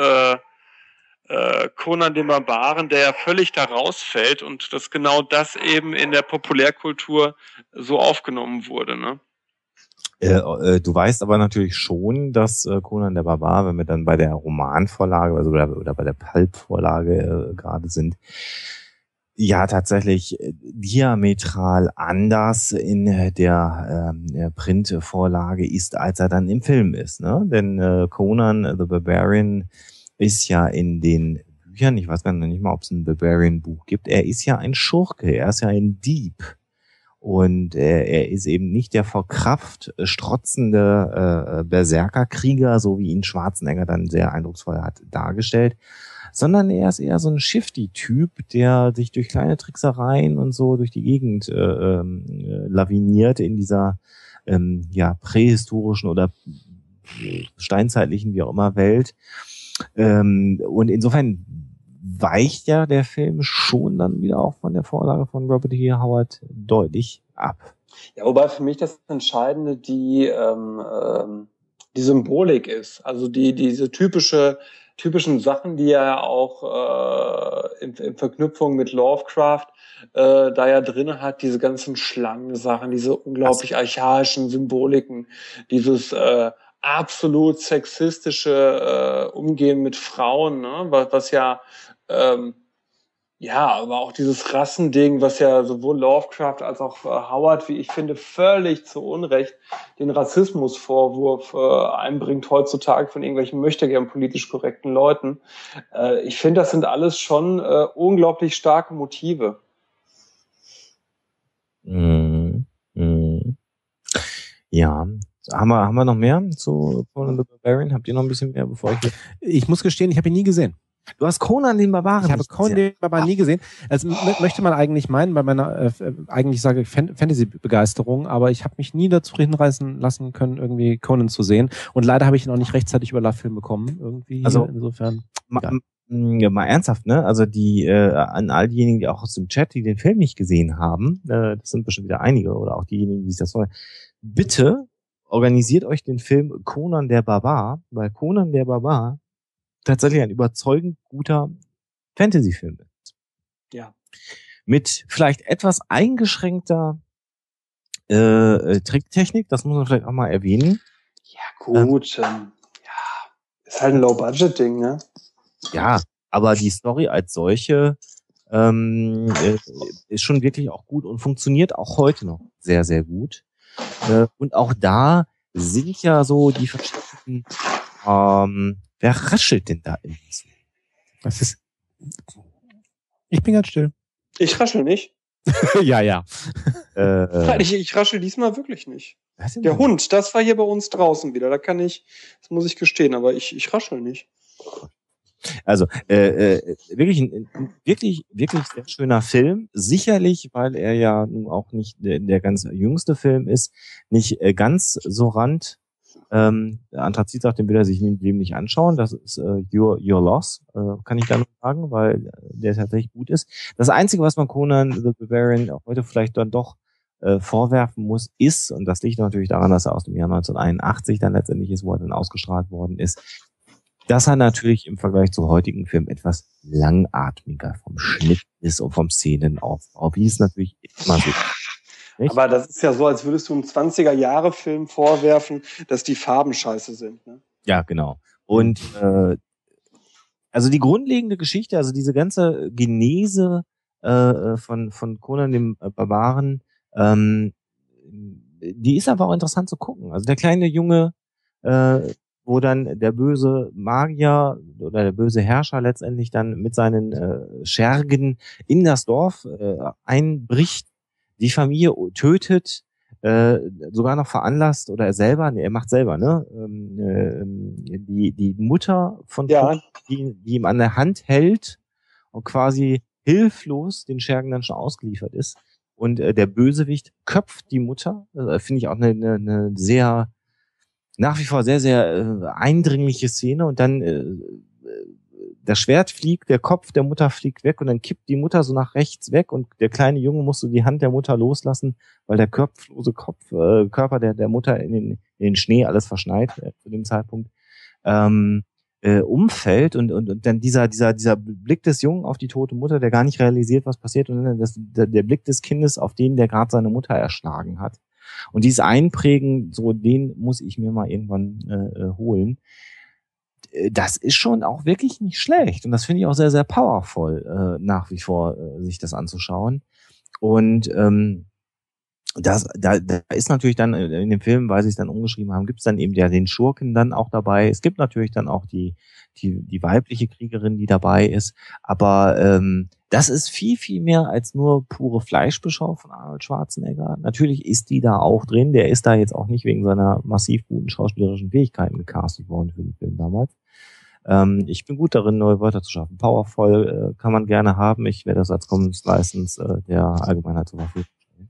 Conan den Barbaren, der ja völlig da rausfällt und dass genau das eben in der Populärkultur so aufgenommen wurde, ne? Du weißt aber natürlich schon, dass Conan der Barbar, wenn wir dann bei der Romanvorlage oder bei der Pulp-Vorlage gerade sind, ja tatsächlich diametral anders in der Printvorlage ist, als er dann im Film ist, ne? Denn Conan the Barbarian ist ja in den Büchern, ich weiß gar nicht mal, ob es ein Barbarian-Buch gibt, er ist ja ein Schurke, er ist ja ein Dieb. Und er ist eben nicht der vor Kraft strotzende Berserkerkrieger, so wie ihn Schwarzenegger dann sehr eindrucksvoll hat dargestellt, sondern er ist eher so ein Shifty-Typ, der sich durch kleine Tricksereien und so durch die Gegend laviniert in dieser prähistorischen oder steinzeitlichen, wie auch immer, Welt. Und insofern weicht ja der Film schon dann wieder auch von der Vorlage von Robert E. Howard deutlich ab. Ja, wobei für mich das Entscheidende die Symbolik ist. Also diese typischen Sachen, die er ja auch in Verknüpfung mit Lovecraft da ja drin hat, diese ganzen Schlangensachen, diese unglaublich archaischen Symboliken, dieses absolut sexistische Umgehen mit Frauen, ne? Was ja aber auch dieses Rassending, was ja sowohl Lovecraft als auch Howard, wie ich finde, völlig zu Unrecht den Rassismusvorwurf einbringt heutzutage von irgendwelchen möchtegern politisch korrekten Leuten. Ich finde, das sind alles schon unglaublich starke Motive. Ja. Haben wir noch mehr zu Conan the Barbarian? Habt ihr noch ein bisschen mehr, bevor ich muss gestehen, ich habe ihn nie gesehen. Du hast Conan den Barbaren. Ich habe Conan den Barbaren nie gesehen. Also möchte man eigentlich meinen, bei meiner eigentlich sage ich Fantasy-Begeisterung, aber ich habe mich nie dazu hinreißen lassen können, irgendwie Conan zu sehen. Und leider habe ich ihn auch nicht rechtzeitig über Love-Film bekommen. Irgendwie. Also insofern. Mal ernsthaft, ne? Also an all diejenigen, die auch aus dem Chat, die den Film nicht gesehen haben, das sind bestimmt wieder einige oder auch diejenigen, die es das wollen. Bitte organisiert euch den Film Conan der Barbar, weil Conan der Barbar tatsächlich ein überzeugend guter Fantasy-Film ist. Ja. Mit vielleicht etwas eingeschränkter Tricktechnik, das muss man vielleicht auch mal erwähnen. Ja, gut. Ist halt ein Low-Budget-Ding, ne? Ja, aber die Story als solche ist schon wirklich auch gut und funktioniert auch heute noch sehr, sehr gut. Und auch da sind ja so die verschiedenen wer raschelt denn da in diesem? Was ist? Ich bin ganz still. Ich raschel nicht. Ja. Ich raschel diesmal wirklich nicht. Der Hund, das war hier bei uns draußen wieder. Das muss ich gestehen, aber ich raschel nicht. Also wirklich ein wirklich sehr schöner Film. Sicherlich, weil er ja nun auch nicht der ganz jüngste Film ist, nicht ganz so Anthrazit sagt, den will er sich dem nicht anschauen. Das ist your Loss, kann ich da nur sagen, weil der tatsächlich gut ist. Das Einzige, was man Conan the Barbarian heute vielleicht dann doch vorwerfen muss, ist, und das liegt natürlich daran, dass er aus dem Jahr 1981 dann letztendlich ist, wo er dann ausgestrahlt worden ist, dass er natürlich im Vergleich zu heutigen Filmen etwas langatmiger vom Schnitt ist und vom Szenenaufbau, wie es natürlich immer so ist. Nicht? Aber das ist ja so, als würdest du einem 20er-Jahre-Film vorwerfen, dass die Farben scheiße sind. Ne? Ja, genau. Und also die grundlegende Geschichte, also diese ganze Genese von Conan dem Barbaren, die ist einfach auch interessant zu gucken. Also der kleine Junge, wo dann der böse Magier oder der böse Herrscher letztendlich dann mit seinen Schergen in das Dorf einbricht, die Familie tötet, sogar noch veranlasst, oder er macht selber, ne? Die Mutter von Conan, die ihm an der Hand hält und quasi hilflos den Schergen dann schon ausgeliefert ist. Und der Bösewicht köpft die Mutter. Finde ich auch eine sehr, nach wie vor sehr, sehr eindringliche Szene. Und dann das Schwert fliegt, der Kopf der Mutter fliegt weg und dann kippt die Mutter so nach rechts weg und der kleine Junge muss so die Hand der Mutter loslassen, weil der kopflose Körper der Mutter in den Schnee, alles verschneit zu dem Zeitpunkt, umfällt und dann dieser Blick des Jungen auf die tote Mutter, der gar nicht realisiert, was passiert, und dann der Blick des Kindes auf den, der gerade seine Mutter erschlagen hat. Und dieses Einprägen, so den muss ich mir mal irgendwann holen. Das ist schon auch wirklich nicht schlecht. Und das finde ich auch sehr, sehr powerful, nach wie vor sich das anzuschauen. Und da ist natürlich dann in dem Film, weil sie es dann umgeschrieben haben, gibt es dann eben ja den Schurken dann auch dabei. Es gibt natürlich dann auch die weibliche Kriegerin, die dabei ist. Aber das ist viel, viel mehr als nur pure Fleischbeschau von Arnold Schwarzenegger. Natürlich ist die da auch drin. Der ist da jetzt auch nicht wegen seiner massiv guten schauspielerischen Fähigkeiten gecastet worden für den Film damals. Ich bin gut darin, neue Wörter zu schaffen. Powerful kann man gerne haben. Ich werde das als Commons License der Allgemeinheit zur Verfügung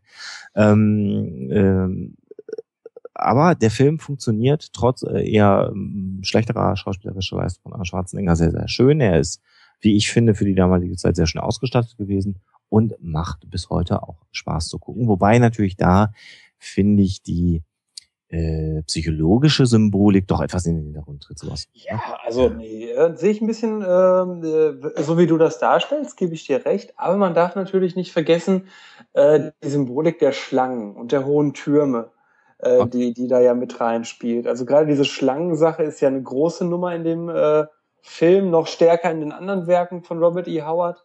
stellen. Aber der Film funktioniert trotz eher schlechterer schauspielerischer Leistung von Arnold Schwarzenegger sehr, sehr schön. Er ist, wie ich finde, für die damalige Zeit sehr schön ausgestattet gewesen und macht bis heute auch Spaß zu gucken. Wobei natürlich da, finde ich, die psychologische Symbolik doch etwas in den Hintergrund tritt. Sowas. Ja, also sehe ich ein bisschen, so wie du das darstellst, gebe ich dir recht. Aber man darf natürlich nicht vergessen, die Symbolik der Schlangen und der hohen Türme, die da ja mit reinspielt. Also gerade diese Schlangensache ist ja eine große Nummer in dem Film, noch stärker in den anderen Werken von Robert E. Howard.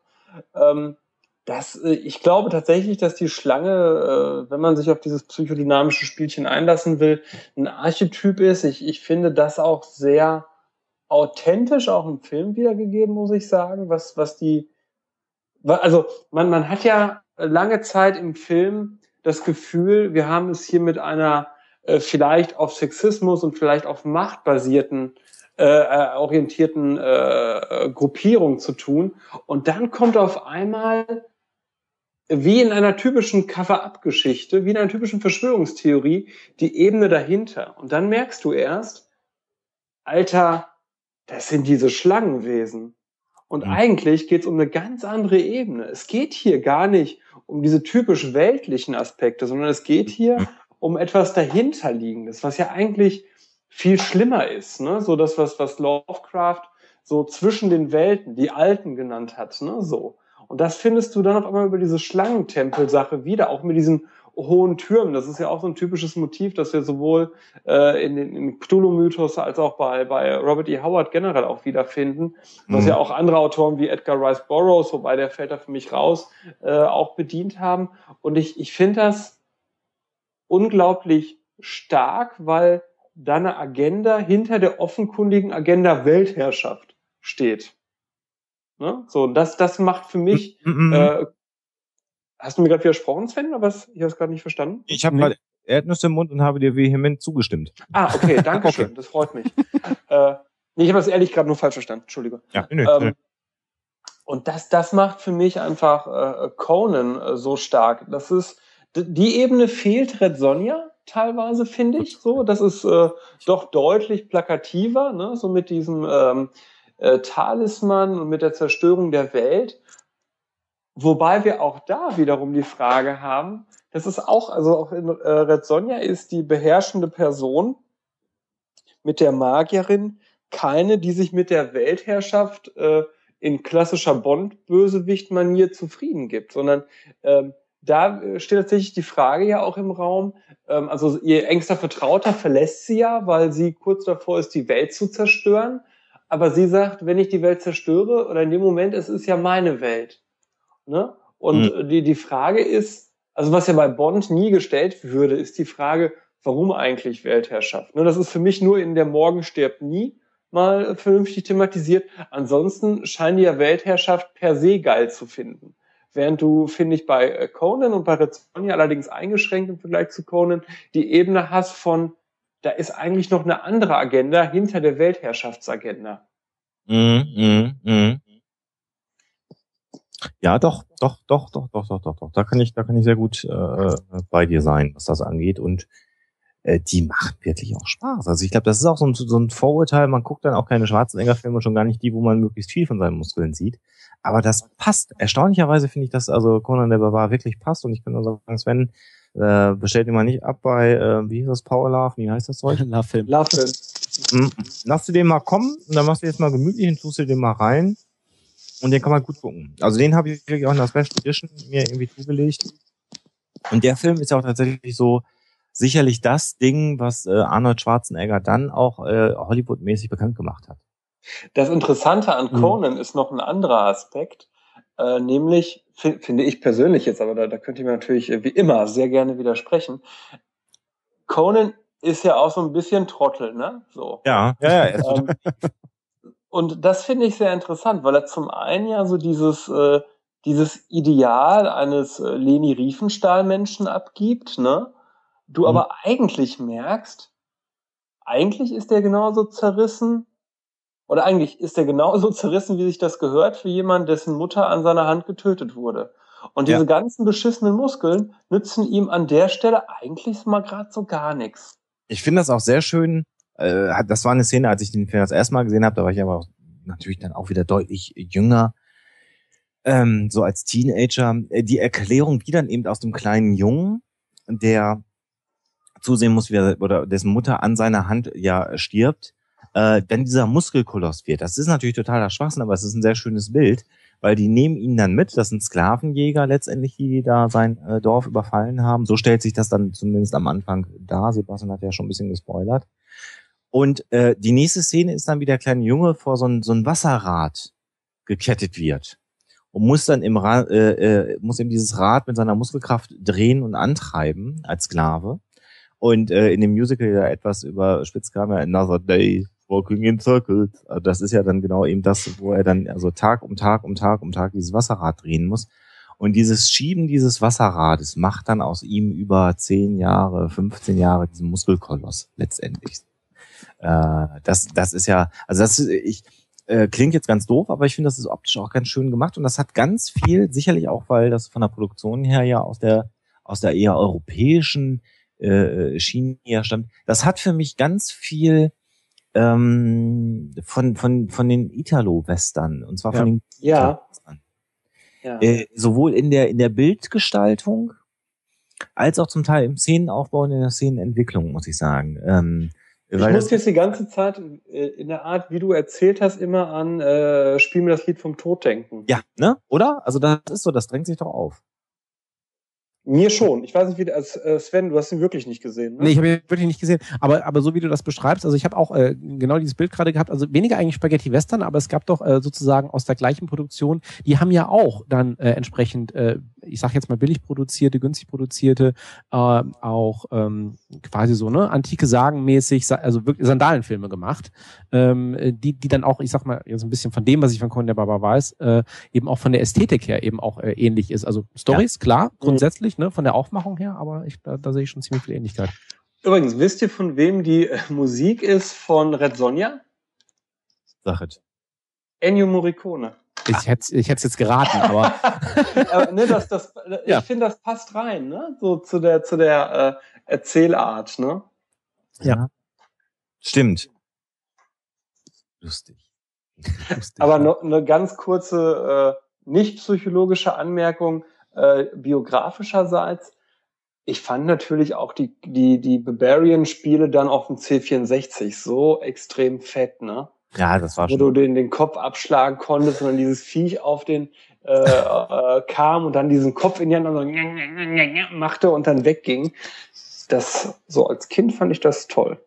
Ich glaube tatsächlich, dass die Schlange, wenn man sich auf dieses psychodynamische Spielchen einlassen will, ein Archetyp ist. Ich finde das auch sehr authentisch, auch im Film wiedergegeben, muss ich sagen. Man hat ja lange Zeit im Film das Gefühl, wir haben es hier mit einer vielleicht auf Sexismus und vielleicht auf Macht basierten orientierten Gruppierung zu tun. Und dann kommt auf einmal, wie in einer typischen Cover-up-Geschichte, wie in einer typischen Verschwörungstheorie, die Ebene dahinter. Und dann merkst du erst, Alter, das sind diese Schlangenwesen. Und eigentlich geht es um eine ganz andere Ebene. Es geht hier gar nicht um diese typisch weltlichen Aspekte, sondern es geht hier um etwas dahinterliegendes, was ja eigentlich viel schlimmer ist, ne? So das, was Lovecraft so zwischen den Welten, die Alten genannt hat, ne? So. Und das findest du dann auf einmal über diese Schlangentempel-Sache wieder, auch mit diesen hohen Türmen. Das ist ja auch so ein typisches Motiv, das wir sowohl in Cthulhu-Mythos als auch bei Robert E. Howard generell auch wiederfinden, was ja auch andere Autoren wie Edgar Rice Burroughs, wobei der fällt da für mich raus, auch bedient haben. Und ich finde das unglaublich stark, weil da eine Agenda hinter der offenkundigen Agenda Weltherrschaft steht. Ne? So, das macht für mich. Hast du mir gerade widersprochen, Sven? Aber ich habe es gerade nicht verstanden. Ich habe gerade Erdnüsse im Mund und habe dir vehement zugestimmt. Ah, okay, danke schön. Das freut mich. Ich habe das ehrlich gerade nur falsch verstanden. Entschuldige. Ja, und das macht für mich einfach Conan so stark. Das ist die Ebene fehlt Red Sonja, teilweise, finde ich. So, das ist doch deutlich plakativer, ne? So mit diesem Talisman und mit der Zerstörung der Welt. Wobei wir auch da wiederum die Frage haben, das ist auch, also auch in Red Sonja ist die beherrschende Person mit der Magierin keine, die sich mit der Weltherrschaft in klassischer Bond-Bösewicht-Manier zufrieden gibt, sondern da steht tatsächlich die Frage ja auch im Raum, also ihr engster Vertrauter verlässt sie ja, weil sie kurz davor ist, die Welt zu zerstören, aber sie sagt, wenn ich die Welt zerstöre, oder in dem Moment, es ist ja meine Welt. Ne? Und die Frage ist, also was ja bei Bond nie gestellt würde, ist die Frage, warum eigentlich Weltherrschaft? Ne? Das ist für mich nur in Der Morgen stirbt nie mal vernünftig thematisiert. Ansonsten scheint die ja Weltherrschaft per se geil zu finden. Während du, finde ich, bei Conan und bei Red Sonja allerdings eingeschränkt im Vergleich zu Conan die Ebene hast von, da ist eigentlich noch eine andere Agenda hinter der Weltherrschaftsagenda. Ja, doch. Da kann ich sehr gut bei dir sein, was das angeht. Und die machen wirklich auch Spaß. Also ich glaube, das ist auch so ein Vorurteil. Man guckt dann auch keine Schwarzenegger-Filme, schon gar nicht die, wo man möglichst viel von seinen Muskeln sieht. Aber das passt. Erstaunlicherweise finde ich, dass also Conan der Barbar wirklich passt. Und ich kann nur sagen, Sven, bestellt ihn mal nicht ab bei, wie hieß das, Power Love? Wie heißt das Zeug? Love Film. Lass du den mal kommen und dann machst du jetzt mal gemütlich und tust du den mal rein. Und den kann man gut gucken. Also den habe ich wirklich auch in der Special Edition mir irgendwie zugelegt. Und der Film ist ja auch tatsächlich so sicherlich das Ding, was Arnold Schwarzenegger dann auch Hollywood-mäßig bekannt gemacht hat. Das Interessante an Conan ist noch ein anderer Aspekt, nämlich, finde ich persönlich jetzt, aber da könnt ihr mir natürlich wie immer sehr gerne widersprechen. Conan ist ja auch so ein bisschen Trottel, ne? So. Ja. Und das finde ich sehr interessant, weil er zum einen ja so dieses Ideal eines Leni Riefenstahl-Menschen abgibt, ne? Du aber eigentlich merkst, eigentlich ist der genauso zerrissen, oder eigentlich ist der genauso zerrissen, wie sich das gehört für jemanden, dessen Mutter an seiner Hand getötet wurde. Und diese ganzen beschissenen Muskeln nützen ihm an der Stelle eigentlich mal gerade so gar nichts. Ich finde das auch sehr schön. Das war eine Szene, als ich den Film das erste Mal gesehen habe, da war ich aber natürlich dann auch wieder deutlich jünger, so als Teenager. Die Erklärung, wie dann eben aus dem kleinen Jungen, der zusehen muss, wie er, oder dessen Mutter an seiner Hand ja stirbt, dann dieser Muskelkoloss wird. Das ist natürlich totaler Schwachsinn, aber es ist ein sehr schönes Bild, weil die nehmen ihn dann mit. Das sind Sklavenjäger letztendlich, die da sein Dorf überfallen haben. So stellt sich das dann zumindest am Anfang dar. Sebastian hat ja schon ein bisschen gespoilert. Und die nächste Szene ist dann, wie der kleine Junge vor so ein Wasserrad gekettet wird und muss dann muss eben dieses Rad mit seiner Muskelkraft drehen und antreiben als Sklave. Und in dem Musical ja etwas überspitzt kam ja Another Day Walking in Circles. Also das ist ja dann genau eben das, wo er dann also Tag um Tag dieses Wasserrad drehen muss. Und dieses Schieben dieses Wasserrades macht dann aus ihm über 10 Jahre, 15 Jahre diesen Muskelkoloss letztendlich. Das ist ja, also klingt jetzt ganz doof, aber ich finde, das ist optisch auch ganz schön gemacht und das hat ganz viel, sicherlich auch, weil das von der Produktion her ja aus der eher europäischen Schiene her stammt. Das hat für mich ganz viel von den Italo-Western und zwar von den Italo-Western. Ja. Sowohl in der Bildgestaltung als auch zum Teil im Szenenaufbau und in der Szenenentwicklung, muss ich sagen. Ich muss jetzt die ganze Zeit in der Art, wie du erzählt hast, immer an Spiel mir das Lied vom Tod denken. Ja, ne? Oder? Also das ist so, das drängt sich doch auf. Mir schon. Ich weiß nicht, wie Sven, du hast ihn wirklich nicht gesehen, ne? Nee, ich habe ihn wirklich nicht gesehen. Aber so wie du das beschreibst, also ich habe auch genau dieses Bild gerade gehabt, also weniger eigentlich Spaghetti Western, aber es gab doch sozusagen aus der gleichen Produktion, die haben ja auch dann entsprechend, ich sag jetzt mal billig produzierte, günstig produzierte, auch quasi so, ne, antike Sagenmäßig, also wirklich Sandalenfilme gemacht, die dann auch, ich sag mal, so ein bisschen von dem, was ich von Conan der Barbar weiß, eben auch von der Ästhetik her eben auch ähnlich ist. Also Storys, klar, grundsätzlich, ne, von der Aufmachung her, aber da sehe ich schon ziemlich viel Ähnlichkeit. Übrigens, wisst ihr, von wem die Musik ist von Red Sonja? Sag es. Ennio Morricone. Ich hätte jetzt geraten, aber ne, ich finde, das passt rein, ne? So zu der Erzählart, ne? Ja. Stimmt. Lustig. Aber noch eine ganz kurze, nicht psychologische Anmerkung, biografischerseits. Ich fand natürlich auch die Barbarian-Spiele dann auf dem C64 so extrem fett, ne? Ja, das war Wo du den Kopf abschlagen konntest und dann dieses Viech auf den kam und dann diesen Kopf in die Hand und so machte und dann wegging. Das, so als Kind fand ich das toll.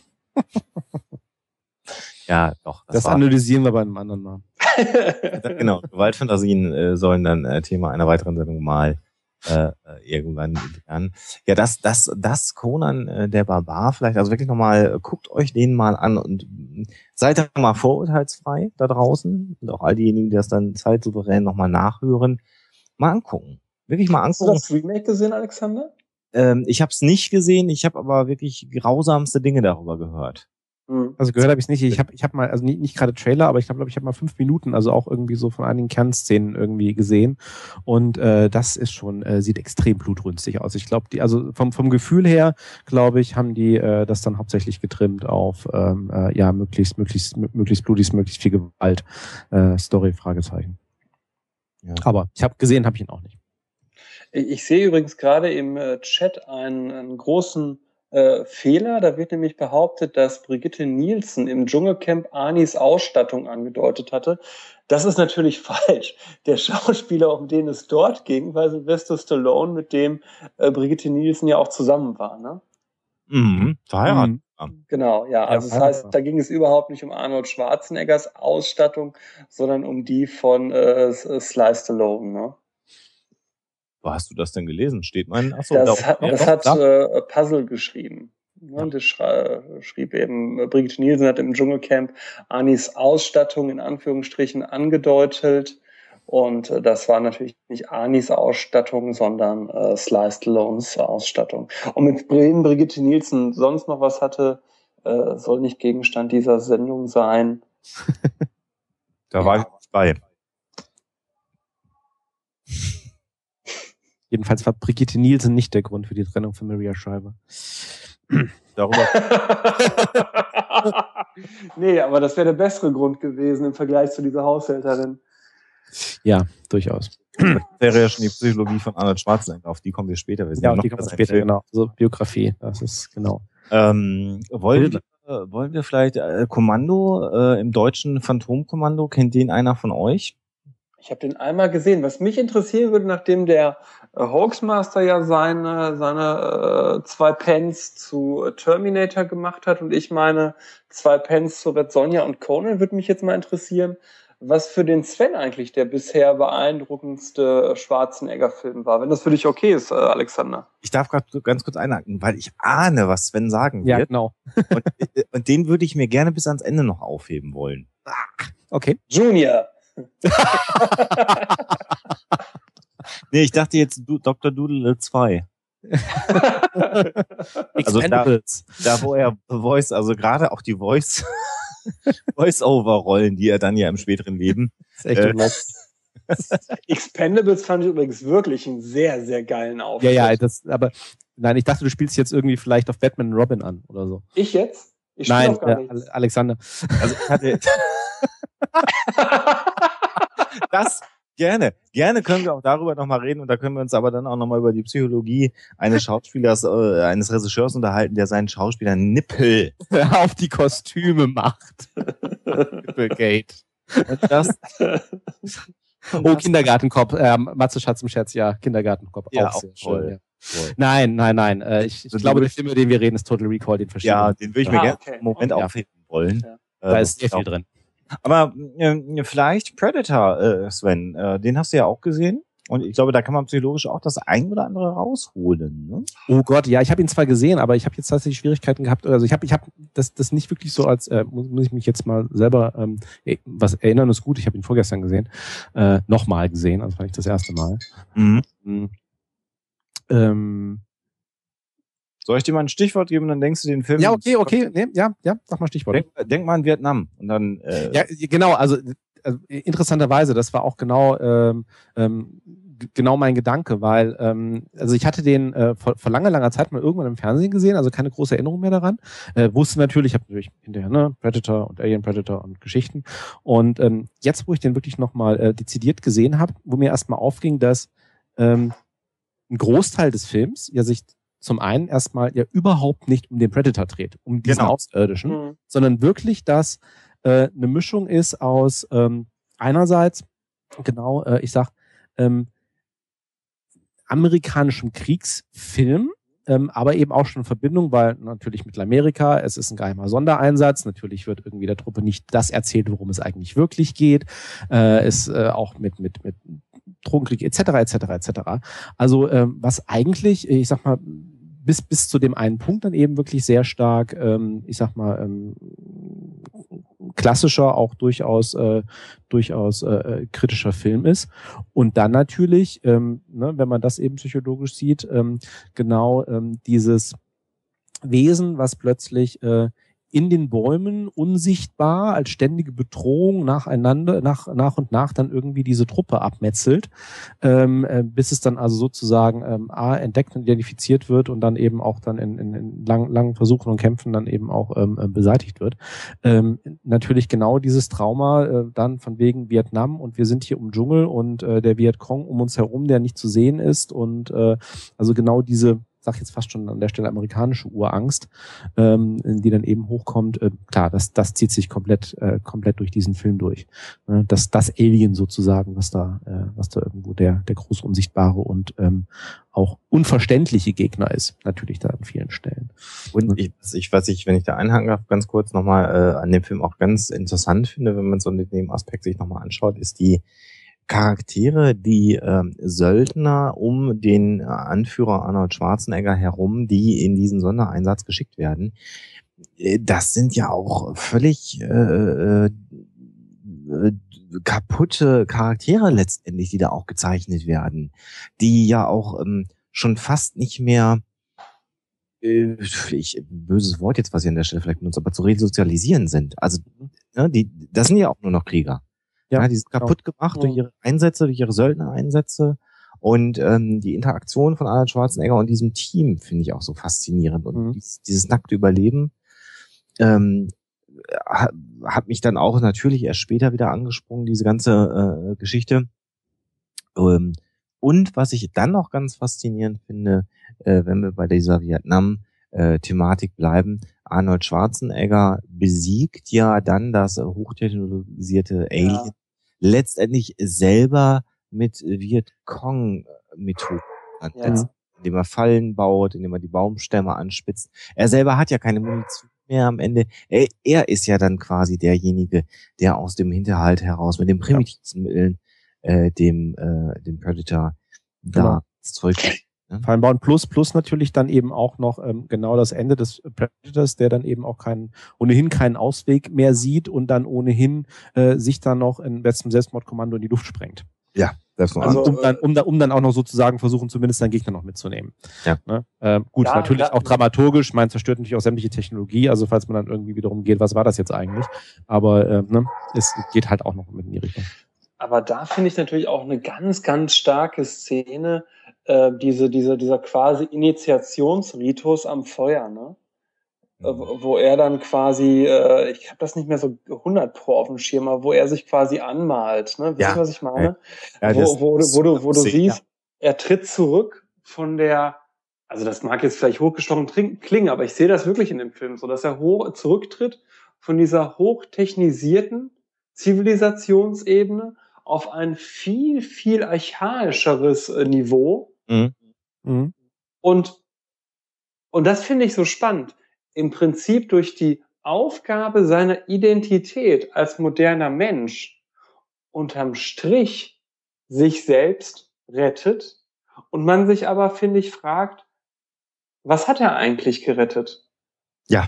Ja, doch. Das analysieren wir bei einem anderen Mal. Genau, Gewaltfantasien sollen dann Thema einer weiteren Sendung mal irgendwann werden. Ja, das Conan der Barbar vielleicht, also wirklich nochmal, guckt euch den mal an und seid da mal vorurteilsfrei da draußen und auch all diejenigen, die das dann zeitsouverän nochmal nachhören, mal angucken. Wirklich mal angucken. Hast du das Remake gesehen, Alexander? Ich habe es nicht gesehen, ich habe aber wirklich grausamste Dinge darüber gehört. Also gehört habe ich es nicht. Ich hab mal, also nicht gerade Trailer, aber ich glaube, ich habe mal 5 Minuten, also auch irgendwie so von einigen Kernszenen irgendwie gesehen. Und das ist schon, sieht extrem blutrünstig aus. Ich glaube, also vom Gefühl her, glaube ich, haben die das dann hauptsächlich getrimmt auf möglichst blutig, möglichst viel Gewalt. Story, Fragezeichen. Ja. Aber habe ich ihn auch nicht. Ich sehe übrigens gerade im Chat einen großen Fehler. Da wird nämlich behauptet, dass Brigitte Nielsen im Dschungelcamp Arnis Ausstattung angedeutet hatte. Das ist natürlich falsch. Der Schauspieler, um den es dort ging, war Sylvester Stallone, mit dem Brigitte Nielsen ja auch zusammen war, ne? Mhm, verheiratet. Genau, ja. Also das heißt, da ging es überhaupt nicht um Arnold Schwarzeneggers Ausstattung, sondern um die von Sly Stallone, ne? Wo hast du das denn gelesen? Steht mein? Achso, das hat Puzzle geschrieben. Ja. Das schrieb eben, Brigitte Nielsen hat im Dschungelcamp Anis Ausstattung in Anführungsstrichen angedeutet. Und das war natürlich nicht Anis Ausstattung, sondern Sly Stallones Ausstattung. Und mit Brigitte Nielsen sonst noch was hatte, soll nicht Gegenstand dieser Sendung sein. Da war ich bei. Jedenfalls war Brigitte Nielsen nicht der Grund für die Trennung von Maria Schreiber. Darüber. Nee, aber das wäre der bessere Grund gewesen im Vergleich zu dieser Haushälterin. Ja, durchaus. Das wäre ja schon die Psychologie von Arnold Schwarzenegger, auf die kommen wir später. Ja, die kommen wir später, genau. So Biografie, das ist genau. Wollen wir vielleicht Kommando im deutschen Phantomkommando, kennt den einer von euch? Ich habe den einmal gesehen. Was mich interessieren würde, nachdem der Hoaxmaster ja seine 2 Pence zu Terminator gemacht hat und ich meine 2 Pence zu Red Sonja und Conan, würde mich jetzt mal interessieren, was für den Sven eigentlich der bisher beeindruckendste Schwarzenegger-Film war. Wenn das für dich okay ist, Alexander. Ich darf gerade ganz kurz einhaken, weil ich ahne, was Sven sagen wird. Ja, genau. und den würde ich mir gerne bis ans Ende noch aufheben wollen. Okay. Junior. Nee, ich dachte jetzt Dr. Doodle 2. Also da, wo er Voice, also gerade auch die Voice-Over-Rollen, die er dann ja im späteren Leben. Das ist echt Expendables fand ich übrigens wirklich einen sehr, sehr geilen Auftritt. Ja, aber nein, ich dachte, du spielst jetzt irgendwie vielleicht auf Batman und Robin an oder so. Ich jetzt? Ich spiele auf gar nichts. Alexander. Also ich hatte das gerne können wir auch darüber nochmal reden und da können wir uns aber dann auch nochmal über die Psychologie eines Schauspielers, eines Regisseurs unterhalten, der seinen Schauspielern Nippel auf die Kostüme macht. Nippelgate. Kindergartenkopf. Matze Schatz im Scherz, ja, Kindergartenkopf. Ja, auch sehr toll. Schön, ja. Nein. Ich glaube, der Film, über den wir reden, ist Total Recall, den verstehen. Ja, den würde ich mir gerne im Moment aufheben wollen. Ja. Da ist sehr viel drin. Aber vielleicht Predator, Sven, den hast du ja auch gesehen. Und ich glaube, da kann man psychologisch auch das ein oder andere rausholen. Ne? Oh Gott, ja, ich habe ihn zwar gesehen, aber ich habe jetzt tatsächlich Schwierigkeiten gehabt. Also ich habe das nicht wirklich so als, muss ich mich jetzt mal selber, was erinnern ist gut, ich habe ihn vorgestern gesehen, nochmal gesehen, also fand ich das erste Mal. Soll ich dir mal ein Stichwort geben, dann denkst du den Film... Ja, okay, nee, ja, sag mal Stichwort. Denk mal an Vietnam und dann... Ja, genau, also interessanterweise, das war auch genau genau mein Gedanke, weil also ich hatte den vor langer Zeit mal irgendwann im Fernsehen gesehen, also keine große Erinnerung mehr daran. Wusste natürlich, ich habe natürlich hinterher Predator und Alien Predator und Geschichten. Und jetzt, wo ich den wirklich nochmal dezidiert gesehen habe, wo mir erstmal aufging, dass ein Großteil des Films ja sich zum einen erstmal ja überhaupt nicht um den Predator dreht, um diesen Außerirdischen, sondern wirklich, dass eine Mischung ist aus einerseits, genau, amerikanischem Kriegsfilm, aber eben auch schon in Verbindung, weil natürlich Mittelamerika, es ist ein geheimer Sondereinsatz, natürlich wird irgendwie der Truppe nicht das erzählt, worum es eigentlich wirklich geht, auch mit Drogenkrieg etc. Also was eigentlich, ich sag mal, bis zu dem einen Punkt dann eben wirklich sehr stark, klassischer, auch durchaus kritischer Film ist. Und dann natürlich, wenn man das eben psychologisch sieht, dieses Wesen, was plötzlich in den Bäumen unsichtbar als ständige Bedrohung nach und nach dann irgendwie diese Truppe abmetzelt, bis es dann also sozusagen entdeckt und identifiziert wird und dann eben auch dann in langen Versuchen und Kämpfen dann eben auch beseitigt wird. Natürlich genau dieses Trauma dann von wegen Vietnam und wir sind hier im Dschungel und der Vietcong um uns herum, der nicht zu sehen ist und also genau diese, sag jetzt fast schon an der Stelle amerikanische Urangst, die dann eben hochkommt. Klar, das zieht sich komplett durch diesen Film durch. Das Alien sozusagen, was da irgendwo der große unsichtbare und auch unverständliche Gegner ist, natürlich da an vielen Stellen. Und wenn ich da einhaken darf, ganz kurz nochmal an dem Film auch ganz interessant finde, wenn man so einen Nebenaspekt sich nochmal anschaut, ist die Charaktere, die Söldner um den Anführer Arnold Schwarzenegger herum, die in diesen Sondereinsatz geschickt werden. Das sind ja auch völlig kaputte Charaktere letztendlich, die da auch gezeichnet werden, die ja auch schon fast nicht mehr, böses Wort jetzt, was ich an der Stelle vielleicht benutze, aber zu resozialisieren sind. Also das sind ja auch nur noch Krieger. Ja, die sind kaputt gemacht durch ihre Einsätze, durch ihre Söldnereinsätze und die Interaktion von Arnold Schwarzenegger und diesem Team finde ich auch so faszinierend und dieses nackte Überleben hat mich dann auch natürlich erst später wieder angesprungen, diese ganze Geschichte. Und was ich dann noch ganz faszinierend finde, wenn wir bei dieser Vietnam-Thematik bleiben, Arnold Schwarzenegger besiegt ja dann das hochtechnologisierte Alien letztendlich selber mit Vietcong-Methoden, indem er Fallen baut, indem er die Baumstämme anspitzt. Er selber hat ja keine Munition mehr am Ende. Er ist ja dann quasi derjenige, der aus dem Hinterhalt heraus mit den primitivsten Mitteln dem Predator da zurück. Fallen bauen plus natürlich dann eben auch noch genau das Ende des Predators, der dann eben auch ohnehin keinen Ausweg mehr sieht und dann ohnehin sich dann noch in letztem Selbstmordkommando in die Luft sprengt. Ja, das war um dann auch noch sozusagen versuchen, zumindest seinen Gegner noch mitzunehmen. Ja. Gut, natürlich auch dramaturgisch, zerstört natürlich auch sämtliche Technologie, also falls man dann irgendwie wiederum geht, was war das jetzt eigentlich? Aber es geht halt auch noch mit in die Richtung. Aber da finde ich natürlich auch eine ganz, ganz starke Szene, dieser quasi Initiationsritus am Feuer, ne? Wo er dann quasi, ich habe das nicht mehr so 100 Pro auf dem Schirm, aber wo er sich quasi anmalt, ne? Wisst ihr, was ich meine? Ja, wo du siehst, er tritt zurück von der, also das mag jetzt vielleicht hochgestochen klingen, aber ich sehe das wirklich in dem Film so, dass er zurücktritt von dieser hochtechnisierten Zivilisationsebene auf ein viel, viel archaischeres Niveau. Und das finde ich so spannend. Im Prinzip durch die Aufgabe seiner Identität als moderner Mensch unterm Strich sich selbst rettet und man sich aber, finde ich, fragt, was hat er eigentlich gerettet? Ja.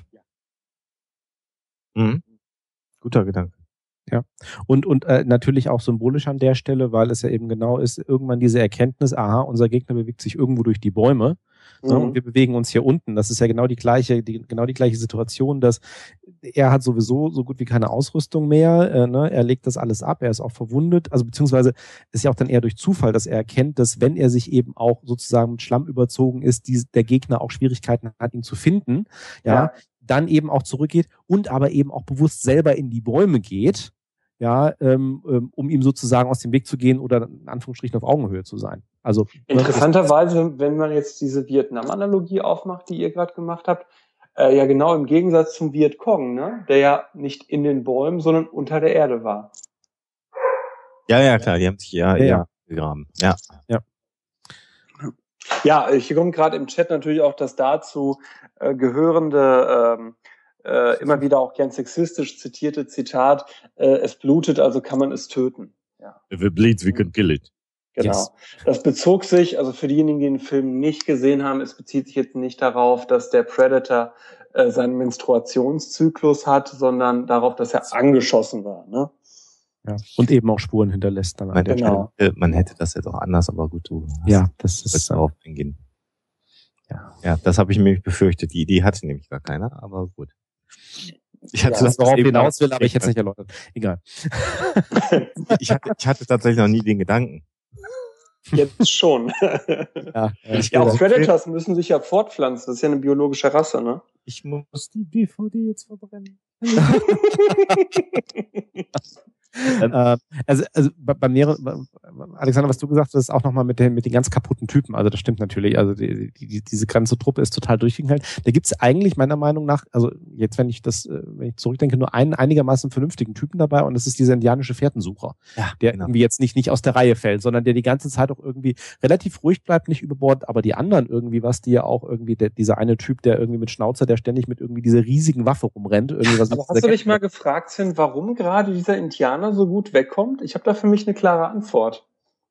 Guter Gedanke. Ja, und natürlich auch symbolisch an der Stelle, weil es ja eben genau ist, irgendwann diese Erkenntnis, aha, unser Gegner bewegt sich irgendwo durch die Bäume, Ne? Und wir bewegen uns hier unten. Das ist ja genau die gleiche Situation, dass er hat sowieso so gut wie keine Ausrüstung mehr. Ne? Er legt das alles ab. Er ist auch verwundet. Also beziehungsweise ist ja auch dann eher durch Zufall, dass er erkennt, dass wenn er sich eben auch sozusagen mit Schlamm überzogen ist, der Gegner auch Schwierigkeiten hat, ihn zu finden. Ja. Dann eben auch zurückgeht und aber eben auch bewusst selber in die Bäume geht, ja, um ihm sozusagen aus dem Weg zu gehen oder in Anführungsstrichen auf Augenhöhe zu sein. Also interessanterweise, wenn man jetzt diese Vietnam-Analogie aufmacht, die ihr gerade gemacht habt, ja genau im Gegensatz zum Vietcong, ne, der ja nicht in den Bäumen, sondern unter der Erde war. Ja, klar, die haben sich ja gegraben. Ja. Ja, hier kommt gerade im Chat natürlich auch das dazu gehörende, immer wieder auch gern sexistisch zitierte Zitat, es blutet, also kann man es töten. Ja. If it bleeds, we can kill it. Genau. Yes. Das bezog sich, also für diejenigen, die den Film nicht gesehen haben, es bezieht sich jetzt nicht darauf, dass der Predator seinen Menstruationszyklus hat, sondern darauf, dass er angeschossen war. Ne? Ja. Und eben auch Spuren hinterlässt dann an der Stelle. Man hätte das jetzt auch anders, aber gut, du das ist darauf eingehen. Ja, das habe ich nämlich befürchtet. Die Idee hatte nämlich gar keiner, aber gut. Ich hatte das darauf hinaus will, aber ich hätte es nicht erläutert. Egal. ich hatte tatsächlich noch nie den Gedanken. Jetzt schon. Auch Predators müssen sich ja fortpflanzen. Das ist ja eine biologische Rasse, ne? Ich muss die DVD jetzt verbrennen. Also bei mir, Alexander, was du gesagt hast, ist auch nochmal mit den ganz kaputten Typen. Also das stimmt natürlich. Also diese ganze Truppe ist total durchgegangen. Da gibt es eigentlich meiner Meinung nach, also jetzt, wenn ich zurückdenke, nur einen einigermaßen vernünftigen Typen dabei und das ist dieser indianische Fährtensucher, der irgendwie jetzt nicht aus der Reihe fällt, sondern der die ganze Zeit auch irgendwie relativ ruhig bleibt, nicht überbordend, aber die anderen irgendwie die ja auch irgendwie, dieser eine Typ, der irgendwie mit Schnauzer, der ständig mit irgendwie dieser riesigen Waffe rumrennt. Irgendwie was. Aber hast du dich mal gefragt, Sven, warum gerade dieser Indianer so gut wegkommt? Ich habe da für mich eine klare Antwort.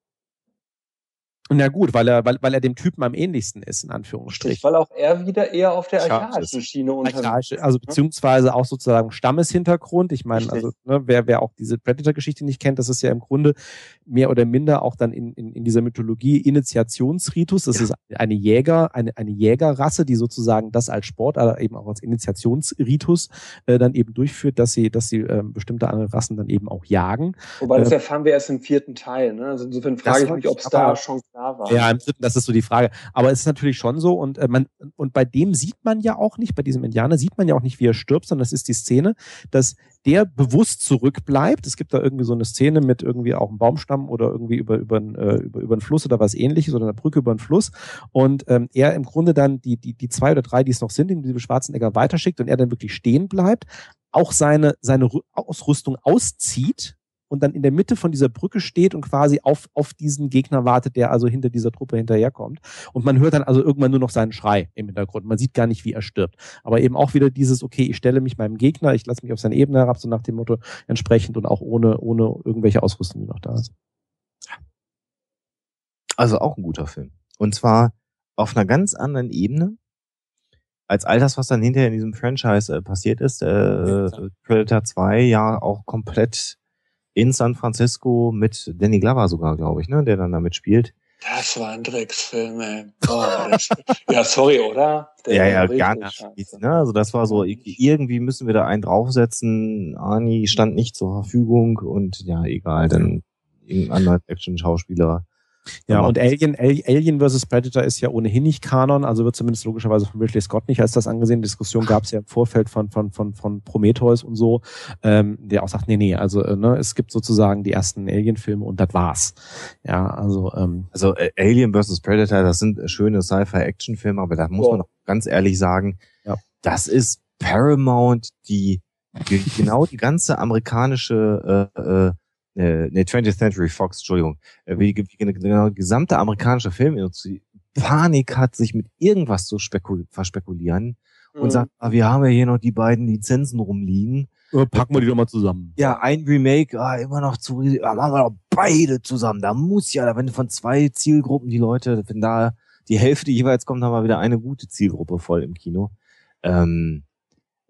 Na gut, weil er dem Typen am ähnlichsten ist, in Anführungsstrichen. Weil auch er wieder eher auf der archaischen Schiene unterwegs ist. Also beziehungsweise auch sozusagen Stammeshintergrund. Ich meine, also wer auch diese Predator-Geschichte nicht kennt, das ist ja im Grunde mehr oder minder auch dann in dieser Mythologie Initiationsritus. Das ist eine Jägerrasse, die sozusagen das als Sport, aber eben auch als Initiationsritus dann eben durchführt, dass sie bestimmte andere Rassen dann eben auch jagen. Wobei das erfahren wir erst im 4. Teil. Ne? Also insofern frage ich mich, ob es da schon klar war. Ja, im 3. das ist so die Frage. Aber es ist natürlich schon so und bei dem sieht man ja auch nicht, bei diesem Indianer sieht man ja auch nicht, wie er stirbt, sondern das ist die Szene, dass der bewusst zurückbleibt. Es gibt da irgendwie so eine Szene mit irgendwie auch einem Baumstamm oder irgendwie über einen Fluss oder was Ähnliches oder eine Brücke über einen Fluss und er im Grunde dann die 2 oder 3, die es noch sind, die liebe Schwarzenegger weiterschickt und er dann wirklich stehen bleibt, auch seine Ausrüstung auszieht und dann in der Mitte von dieser Brücke steht und quasi auf diesen Gegner wartet, der also hinter dieser Truppe hinterherkommt. Und man hört dann also irgendwann nur noch seinen Schrei im Hintergrund. Man sieht gar nicht, wie er stirbt. Aber eben auch wieder dieses, okay, ich stelle mich meinem Gegner, ich lasse mich auf seine Ebene herab, so nach dem Motto entsprechend und auch ohne irgendwelche Ausrüstung, die noch da ist. Also auch ein guter Film. Und zwar auf einer ganz anderen Ebene als all das, was dann hinterher in diesem Franchise passiert ist. Predator 2 ja auch komplett in San Francisco mit Danny Glover sogar, glaube ich, ne, der dann damit spielt. Das war ein Drecksfilm, ey. Ja, sorry, oder? Gar nicht. Ne? Also das war so, irgendwie müssen wir da einen draufsetzen. Arnie stand nicht zur Verfügung und ja, egal, dann irgendein anderer Action-Schauspieler. Ja, und Alien vs. Predator ist ja ohnehin nicht Kanon, also wird zumindest logischerweise von Ridley Scott nicht als das angesehen. Diskussion gab es ja im Vorfeld von Prometheus und so, der auch sagt, nee, also es gibt sozusagen die ersten Alien-Filme und das war's. Ja, also Alien vs. Predator, das sind schöne Sci-Fi-Action-Filme, aber da muss man auch ganz ehrlich sagen, das ist Paramount, die genau die ganze amerikanische 20th Century Fox, Entschuldigung, wie genau die gesamte amerikanische Filmindustrie Panik hat, sich mit irgendwas zu verspekulieren und sagt, wir haben ja hier noch die beiden Lizenzen rumliegen. Packen wir die doch mal zusammen. Ja, ein Remake, immer noch machen wir doch beide zusammen. Da muss ja, wenn von 2 Zielgruppen die Leute, wenn da die Hälfte jeweils kommt, haben wir wieder eine gute Zielgruppe voll im Kino.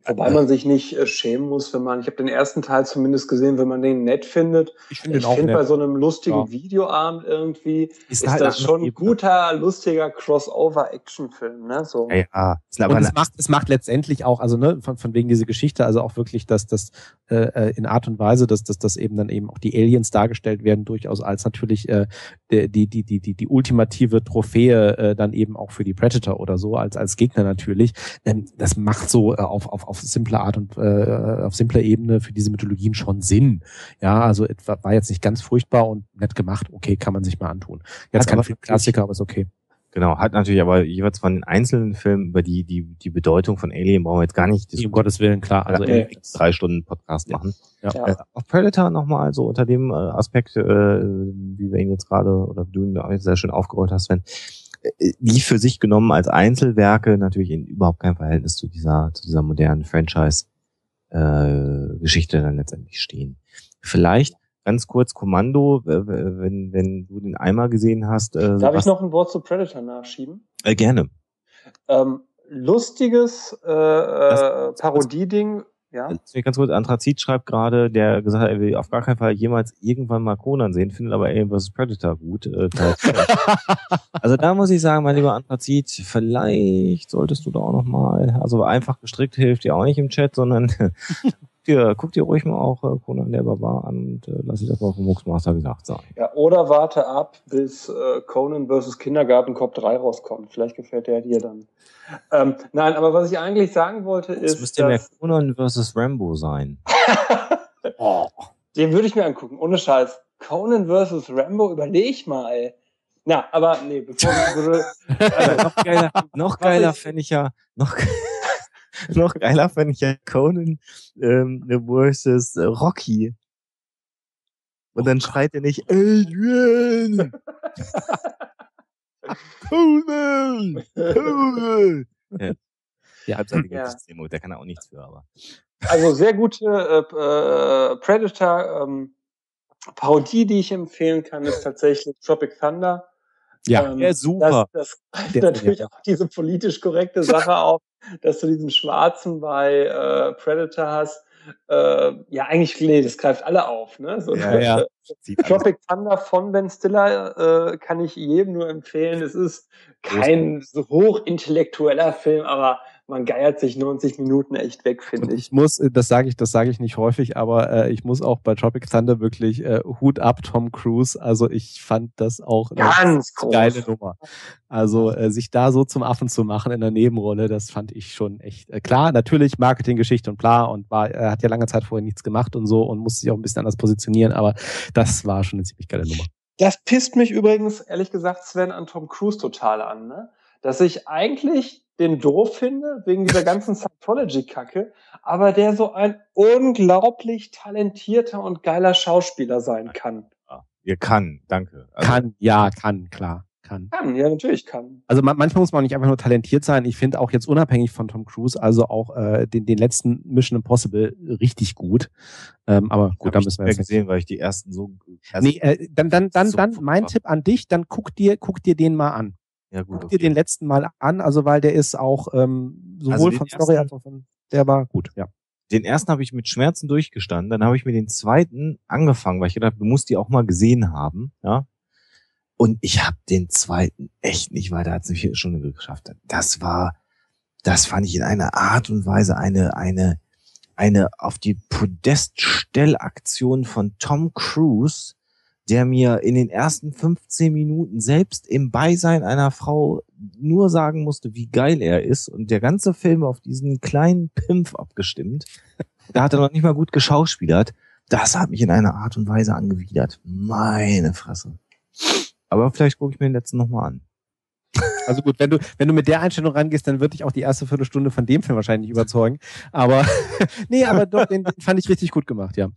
Wobei man sich nicht schämen muss, ich habe den ersten Teil zumindest gesehen, wenn man den nett findet. Ich finde bei so einem lustigen Videoabend irgendwie ist halt das schon ein guter, lustiger Crossover-Action-Film, ne? So. Ja. Und es macht letztendlich auch, also ne, von wegen diese Geschichte, also auch wirklich, dass das in Art und Weise, dass eben dann eben auch die Aliens dargestellt werden, durchaus als natürlich die ultimative Trophäe dann eben auch für die Predator oder so, als Gegner natürlich. Das macht so auf simple Art und auf simple Ebene für diese Mythologien schon Sinn. Ja, also war jetzt nicht ganz furchtbar und nett gemacht. Okay, kann man sich mal antun. Jetzt kein Klassiker, aber ist okay. Genau, hat natürlich aber jeweils von den einzelnen Filmen über die Bedeutung von Alien brauchen wir jetzt gar nicht um Gottes Willen, klar. Also 3 Stunden Podcast machen. Ja. Auf Predator nochmal so unter dem Aspekt, wie wir ihn jetzt gerade, oder du ihn auch sehr schön aufgerollt hast, Sven, die für sich genommen als Einzelwerke natürlich in überhaupt kein Verhältnis zu dieser modernen Franchise-Geschichte dann letztendlich stehen. Vielleicht ganz kurz Kommando, wenn du den einmal gesehen hast. Darf ich noch ein Wort zu Predator nachschieben? Gerne. Lustiges Parodieding. Ja. Ganz kurz, Anthrazit schreibt gerade, der gesagt hat, er will auf gar keinen Fall jemals irgendwann mal Conan sehen, findet aber Alien vs. Predator gut. Also da muss ich sagen, mein lieber Anthrazit, vielleicht solltest du da auch nochmal, also einfach gestrickt hilft dir auch nicht im Chat, sondern guck dir ruhig mal auch Conan der Barbar an und lass dich das mal vom Muxmaster gesagt sein. Ja, oder warte ab, bis Conan vs. Kindergarten Cop 3 rauskommt. Vielleicht gefällt der dir dann. Nein, aber was ich eigentlich sagen wollte ist, das müsste ja mehr Conan vs. Rambo sein. Den würde ich mir angucken, ohne Scheiß. Conan vs. Rambo, überleg mal. Na, aber nee, bevor wir noch geiler fände ich ja Conan versus Rocky. Und dann schreit er nicht Adrian! Conan! Ja, halbseitige Demo, der kann auch nichts für, aber. Also sehr gute Predator Parodie, die ich empfehlen kann, ist tatsächlich Tropic Thunder. Ja, super. Das greift natürlich auch diese politisch korrekte Sache auf, dass du diesen Schwarzen bei Predator hast. Das greift alle auf, ne? So, Tropic Thunder von Ben Stiller kann ich jedem nur empfehlen. Es ist kein so hochintellektueller Film, aber man geiert sich 90 Minuten echt weg, finde ich. Das sage ich nicht häufig, aber ich muss auch bei Tropic Thunder wirklich Hut ab, Tom Cruise. Also ich fand das auch eine geile Nummer. Also sich da so zum Affen zu machen in der Nebenrolle, das fand ich schon echt klar. Natürlich Marketinggeschichte und bla und er hat ja lange Zeit vorher nichts gemacht und so und musste sich auch ein bisschen anders positionieren, aber das war schon eine ziemlich geile Nummer. Das pisst mich übrigens, ehrlich gesagt, Sven, an Tom Cruise total an, ne? Dass ich eigentlich den doof finde, wegen dieser ganzen Scientology-Kacke, aber der so ein unglaublich talentierter und geiler Schauspieler sein kann. Ja, danke. Also, kann, klar. Kann, ja, natürlich kann. Also manchmal muss man nicht einfach nur talentiert sein. Ich finde auch jetzt unabhängig von Tom Cruise, also auch den letzten Mission Impossible richtig gut. Aber gut, da müssen wir jetzt gesehen, weil ich die ersten so. Dann mein Tipp an dich, dann guck dir den mal an. Ja, gut. Guck dir den letzten Mal an, also weil der ist auch sowohl von Story als auch von der war gut, ja. Den ersten habe ich mit Schmerzen durchgestanden, dann habe ich mir den zweiten angefangen, weil ich gedacht, du musst die auch mal gesehen haben, ja. Und ich habe den zweiten echt nicht weiter als eine Viertelstunde geschafft. Das fand ich in einer Art und Weise eine auf die Podeststellaktion von Tom Cruise, der mir in den ersten 15 Minuten selbst im Beisein einer Frau nur sagen musste, wie geil er ist. Und der ganze Film auf diesen kleinen Pimpf abgestimmt. Da hat er noch nicht mal gut geschauspielert. Das hat mich in einer Art und Weise angewidert. Meine Fresse. Aber vielleicht gucke ich mir den letzten nochmal an. Also gut, wenn du mit der Einstellung rangehst, dann wird dich auch die erste Viertelstunde von dem Film wahrscheinlich überzeugen. Aber aber doch, den fand ich richtig gut gemacht, ja.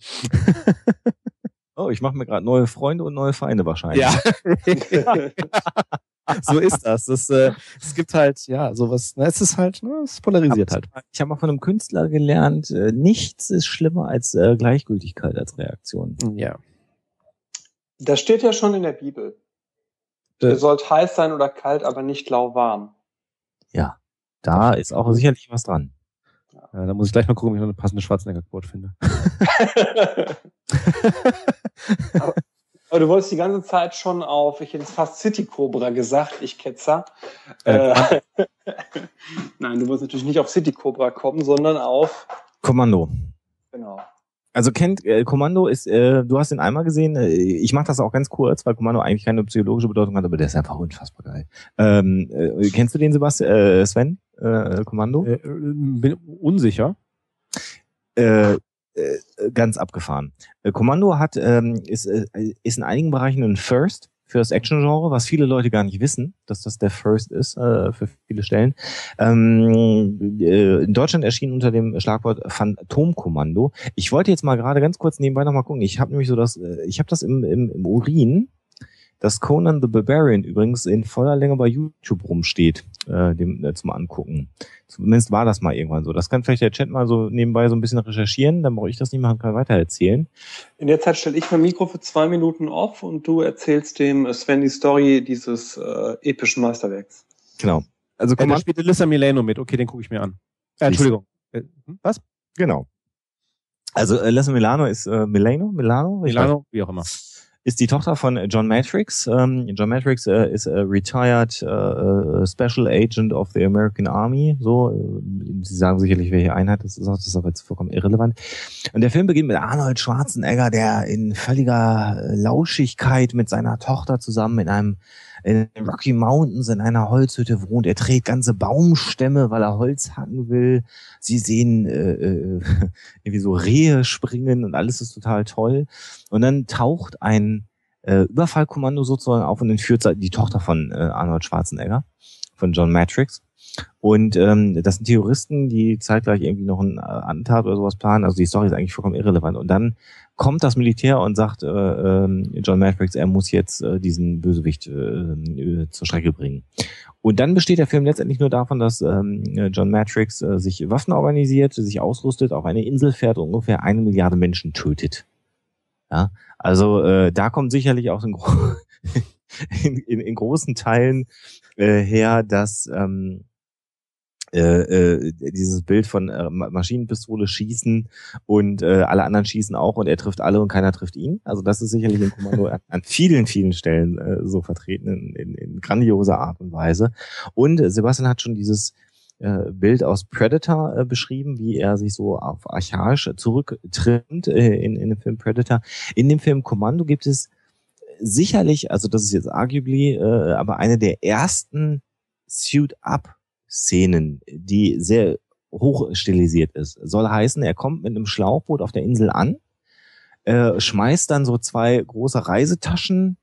Oh, ich mache mir gerade neue Freunde und neue Feinde wahrscheinlich. Ja. So ist das. Es gibt halt, sowas, es ist halt, es polarisiert halt. Ich habe mal von einem Künstler gelernt, nichts ist schlimmer als Gleichgültigkeit als Reaktion. Ja. Das steht ja schon in der Bibel. Ihr sollt heiß sein oder kalt, aber nicht lauwarm. Ja, da ist auch sicherlich was dran. Ja, da muss ich gleich mal gucken, ob ich noch eine passende Schwarzenegger-Quote finde. aber du wolltest die ganze Zeit schon auf, ich hätte jetzt fast City Cobra gesagt, ich Ketzer. Nein, du wolltest natürlich nicht auf City Cobra kommen, sondern auf Kommando. Genau. Also Kommando ist, du hast ihn einmal gesehen, ich mache das auch ganz kurz, weil Kommando eigentlich keine psychologische Bedeutung hat, aber der ist einfach unfassbar geil. Kennst du den, Sebastian, Sven, Kommando? Bin unsicher. Ganz abgefahren. Kommando ist in einigen Bereichen ein First fürs Action-Genre, was viele Leute gar nicht wissen, dass das der First ist für viele Stellen. In Deutschland erschien unter dem Schlagwort Phantomkommando. Ich wollte jetzt mal gerade ganz kurz nebenbei nochmal gucken. Ich habe nämlich ich habe das im Urin, dass Conan the Barbarian übrigens in voller Länge bei YouTube rumsteht, zum Angucken. Zumindest war das mal irgendwann so. Das kann vielleicht der Chat mal so nebenbei so ein bisschen recherchieren, dann brauche ich das nicht machen, kann weiter erzählen. In der Zeit stelle ich mein Mikro für 2 Minuten auf und du erzählst dem Sven die Story dieses epischen Meisterwerks. Genau. Also da spielt Alyssa Milano mit. Okay, den gucke ich mir an. Entschuldigung. Was? Genau. Also Alyssa Milano ist Milano, wie auch immer. Ist die Tochter von John Matrix. John Matrix ist retired Special Agent of the American Army. So, Sie sagen sicherlich, welche Einheit das ist aber jetzt vollkommen irrelevant. Und der Film beginnt mit Arnold Schwarzenegger, der in völliger Lauschigkeit mit seiner Tochter zusammen in Rocky Mountains in einer Holzhütte wohnt. Er dreht ganze Baumstämme, weil er Holz hacken will. Sie sehen irgendwie so Rehe springen und alles ist total toll. Und dann taucht ein Überfallkommando sozusagen auf und entführt die Tochter von Arnold Schwarzenegger, von John Matrix. Und das sind Terroristen, die zeitgleich irgendwie noch ein Attentat oder sowas planen. Also die Story ist eigentlich vollkommen irrelevant. Und dann kommt das Militär und sagt John Matrix, er muss jetzt diesen Bösewicht zur Strecke bringen. Und dann besteht der Film letztendlich nur davon, dass John Matrix sich Waffen organisiert, sich ausrüstet, auf eine Insel fährt und ungefähr 1 Milliarde Menschen tötet. Ja, also da kommt sicherlich auch in großen Teilen her, dass dieses Bild von Maschinenpistole schießen und alle anderen schießen auch und er trifft alle und keiner trifft ihn. Also das ist sicherlich im Kommando an vielen, vielen Stellen so vertreten in grandioser Art und Weise. Und Sebastian hat schon dieses Bild aus Predator beschrieben, wie er sich so auf archaisch zurücktrimmt in dem Film Predator. In dem Film Kommando gibt es sicherlich, also das ist jetzt arguably, aber eine der ersten Suit-Up-Szenen, die sehr hoch stilisiert ist. Soll heißen, er kommt mit einem Schlauchboot auf der Insel an, schmeißt dann so 2 große Reisetaschen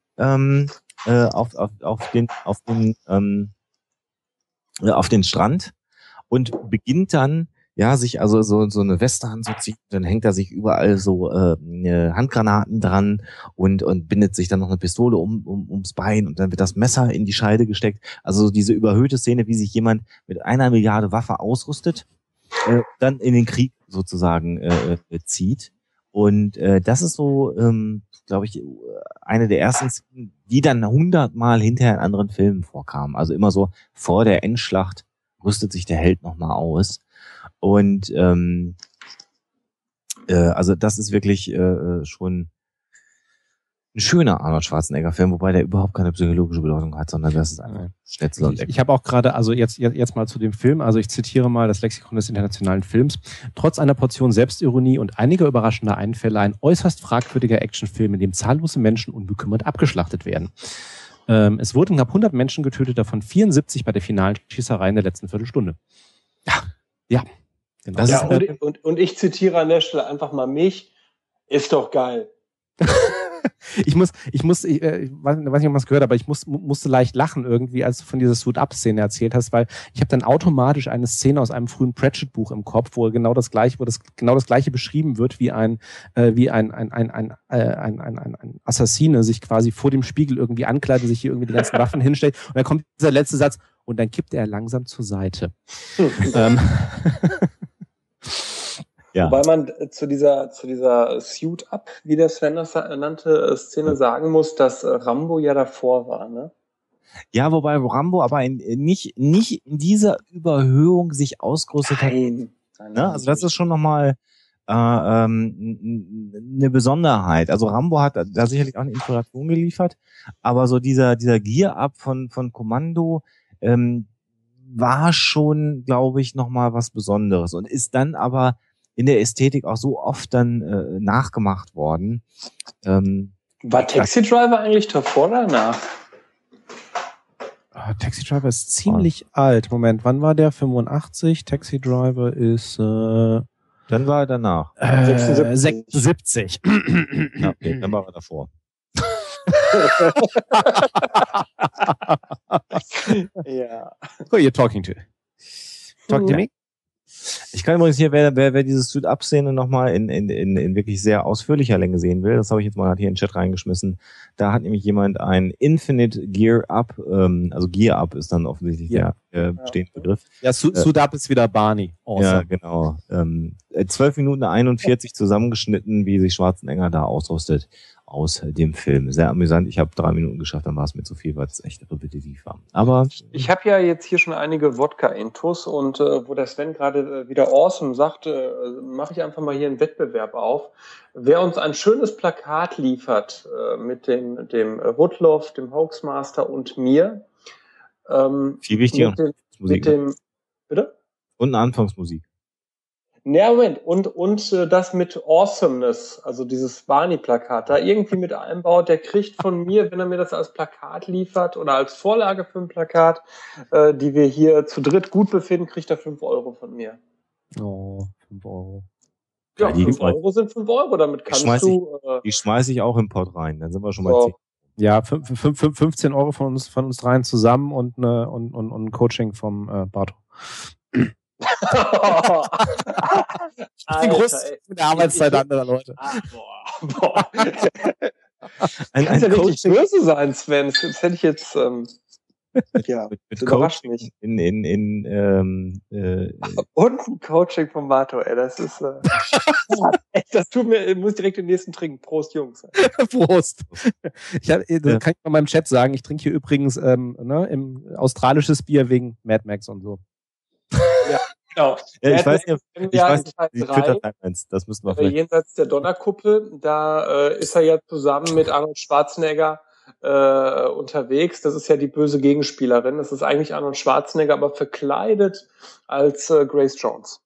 auf den Strand und beginnt dann sich also so eine Weste anzuziehen, dann hängt er sich überall so Handgranaten dran und bindet sich dann noch eine Pistole ums Bein und dann wird das Messer in die Scheide gesteckt. Also diese überhöhte Szene, wie sich jemand mit 1 Milliarde Waffe ausrüstet, dann in den Krieg sozusagen zieht. Und das ist so, glaube ich, eine der ersten Szenen, die dann 100-mal hinterher in anderen Filmen vorkamen. Also immer so vor der Endschlacht rüstet sich der Held nochmal aus. Und also das ist wirklich schon ein schöner Arnold Schwarzenegger-Film, wobei der überhaupt keine psychologische Bedeutung hat, sondern das ist einfach Schnetzel und Ich habe auch gerade, also jetzt mal zu dem Film, also ich zitiere mal das Lexikon des internationalen Films. Trotz einer Portion Selbstironie und einiger überraschender Einfälle ein äußerst fragwürdiger Actionfilm, in dem zahllose Menschen unbekümmert abgeschlachtet werden. Es wurden knapp 100 Menschen getötet, davon 74 bei der finalen Schießerei in der letzten Viertelstunde. Ja. Genau. Das ist und ich zitiere an der Stelle einfach mal mich. Ist doch geil. Ich weiß nicht, ob man es gehört, aber ich musste leicht lachen irgendwie, als du von dieser Suit-Up-Szene erzählt hast, weil ich habe dann automatisch eine Szene aus einem frühen Pratchett-Buch im Kopf, wo genau das Gleiche beschrieben wird, wie ein Assassine sich quasi vor dem Spiegel irgendwie ankleidet, sich hier irgendwie die ganzen Waffen hinstellt und dann kommt dieser letzte Satz und dann kippt er langsam zur Seite. Ja. Wobei man zu dieser Suit-Up, wie der Sven das nannte, Szene sagen muss, dass Rambo ja davor war, ne? Ja, wobei Rambo aber nicht in dieser Überhöhung sich ausgerüstet hat, Ne? Also das ist schon nochmal eine Besonderheit. Also Rambo hat da sicherlich auch eine Inspiration geliefert, aber so dieser Gear-Up von Kommando war schon, glaube ich, nochmal was Besonderes und ist dann aber in der Ästhetik auch so oft dann nachgemacht worden. War Taxi Driver eigentlich davor oder danach? Taxi Driver ist ziemlich alt. Moment, wann war der? 85. Taxi Driver ist dann war er danach. 76. Ja, okay, dann war er davor. Ja. Who are you talking to? Talk to me? Ich kann übrigens hier, wer dieses Suit-Up-Szene nochmal in wirklich sehr ausführlicher Länge sehen will, das habe ich jetzt mal hier in den Chat reingeschmissen. Da hat nämlich jemand ein Infinite Gear Up, also Gear Up ist dann offensichtlich der bestehende Begriff. Ja, Suit-Up ist wieder Barney. Awesome. Ja, genau. 12 Minuten 41 zusammengeschnitten, wie sich Schwarzenegger da ausrüstet aus dem Film. Sehr amüsant. Ich habe 3 Minuten geschafft, dann war es mir zu viel, weil es echt repetitiv war. Aber ich habe ja jetzt hier schon einige Wodka-Intus und wo der Sven gerade wieder awesome sagt, mache ich einfach mal hier einen Wettbewerb auf. Wer uns ein schönes Plakat liefert mit dem Woodlove, dem Hoaxmaster und mir. Viel wichtiger mit dem bitte? Und eine Anfangsmusik. Ja, Moment. Und das mit Awesomeness, also dieses Barney-Plakat, da irgendwie mit einbaut, der kriegt von mir, wenn er mir das als Plakat liefert oder als Vorlage für ein Plakat, die wir hier zu dritt gut befinden, kriegt er 5 Euro von mir. Oh, 5 Euro. Ja, 5 Euro sind 5 Euro, damit kannst du... Die schmeiße ich auch im Pot rein, dann sind wir schon bei 10. Ja, 15 Euro von uns dreien zusammen und ein Coaching vom Barto. Ich bin groß mit der Arbeitszeit anderer Leute. Boah. Ein ja nicht böse sein, Sven. Das hätte ich jetzt ja, mit überrascht mich. Und ein Coaching vom Mato, ey, das ist das tut mir, ich muss direkt den nächsten trinken. Prost, Jungs. Prost. Kann ich mal meinem Chat sagen, ich trinke hier übrigens im australisches Bier wegen Mad Max und so. Ja, genau. Ja, ich weiß nicht, die Twitter-Timelines, das müssen wir vielleicht. Jenseits der Donnerkuppel, da ist er ja zusammen mit Arnold Schwarzenegger unterwegs. Das ist ja die böse Gegenspielerin. Das ist eigentlich Arnold Schwarzenegger, aber verkleidet als Grace Jones.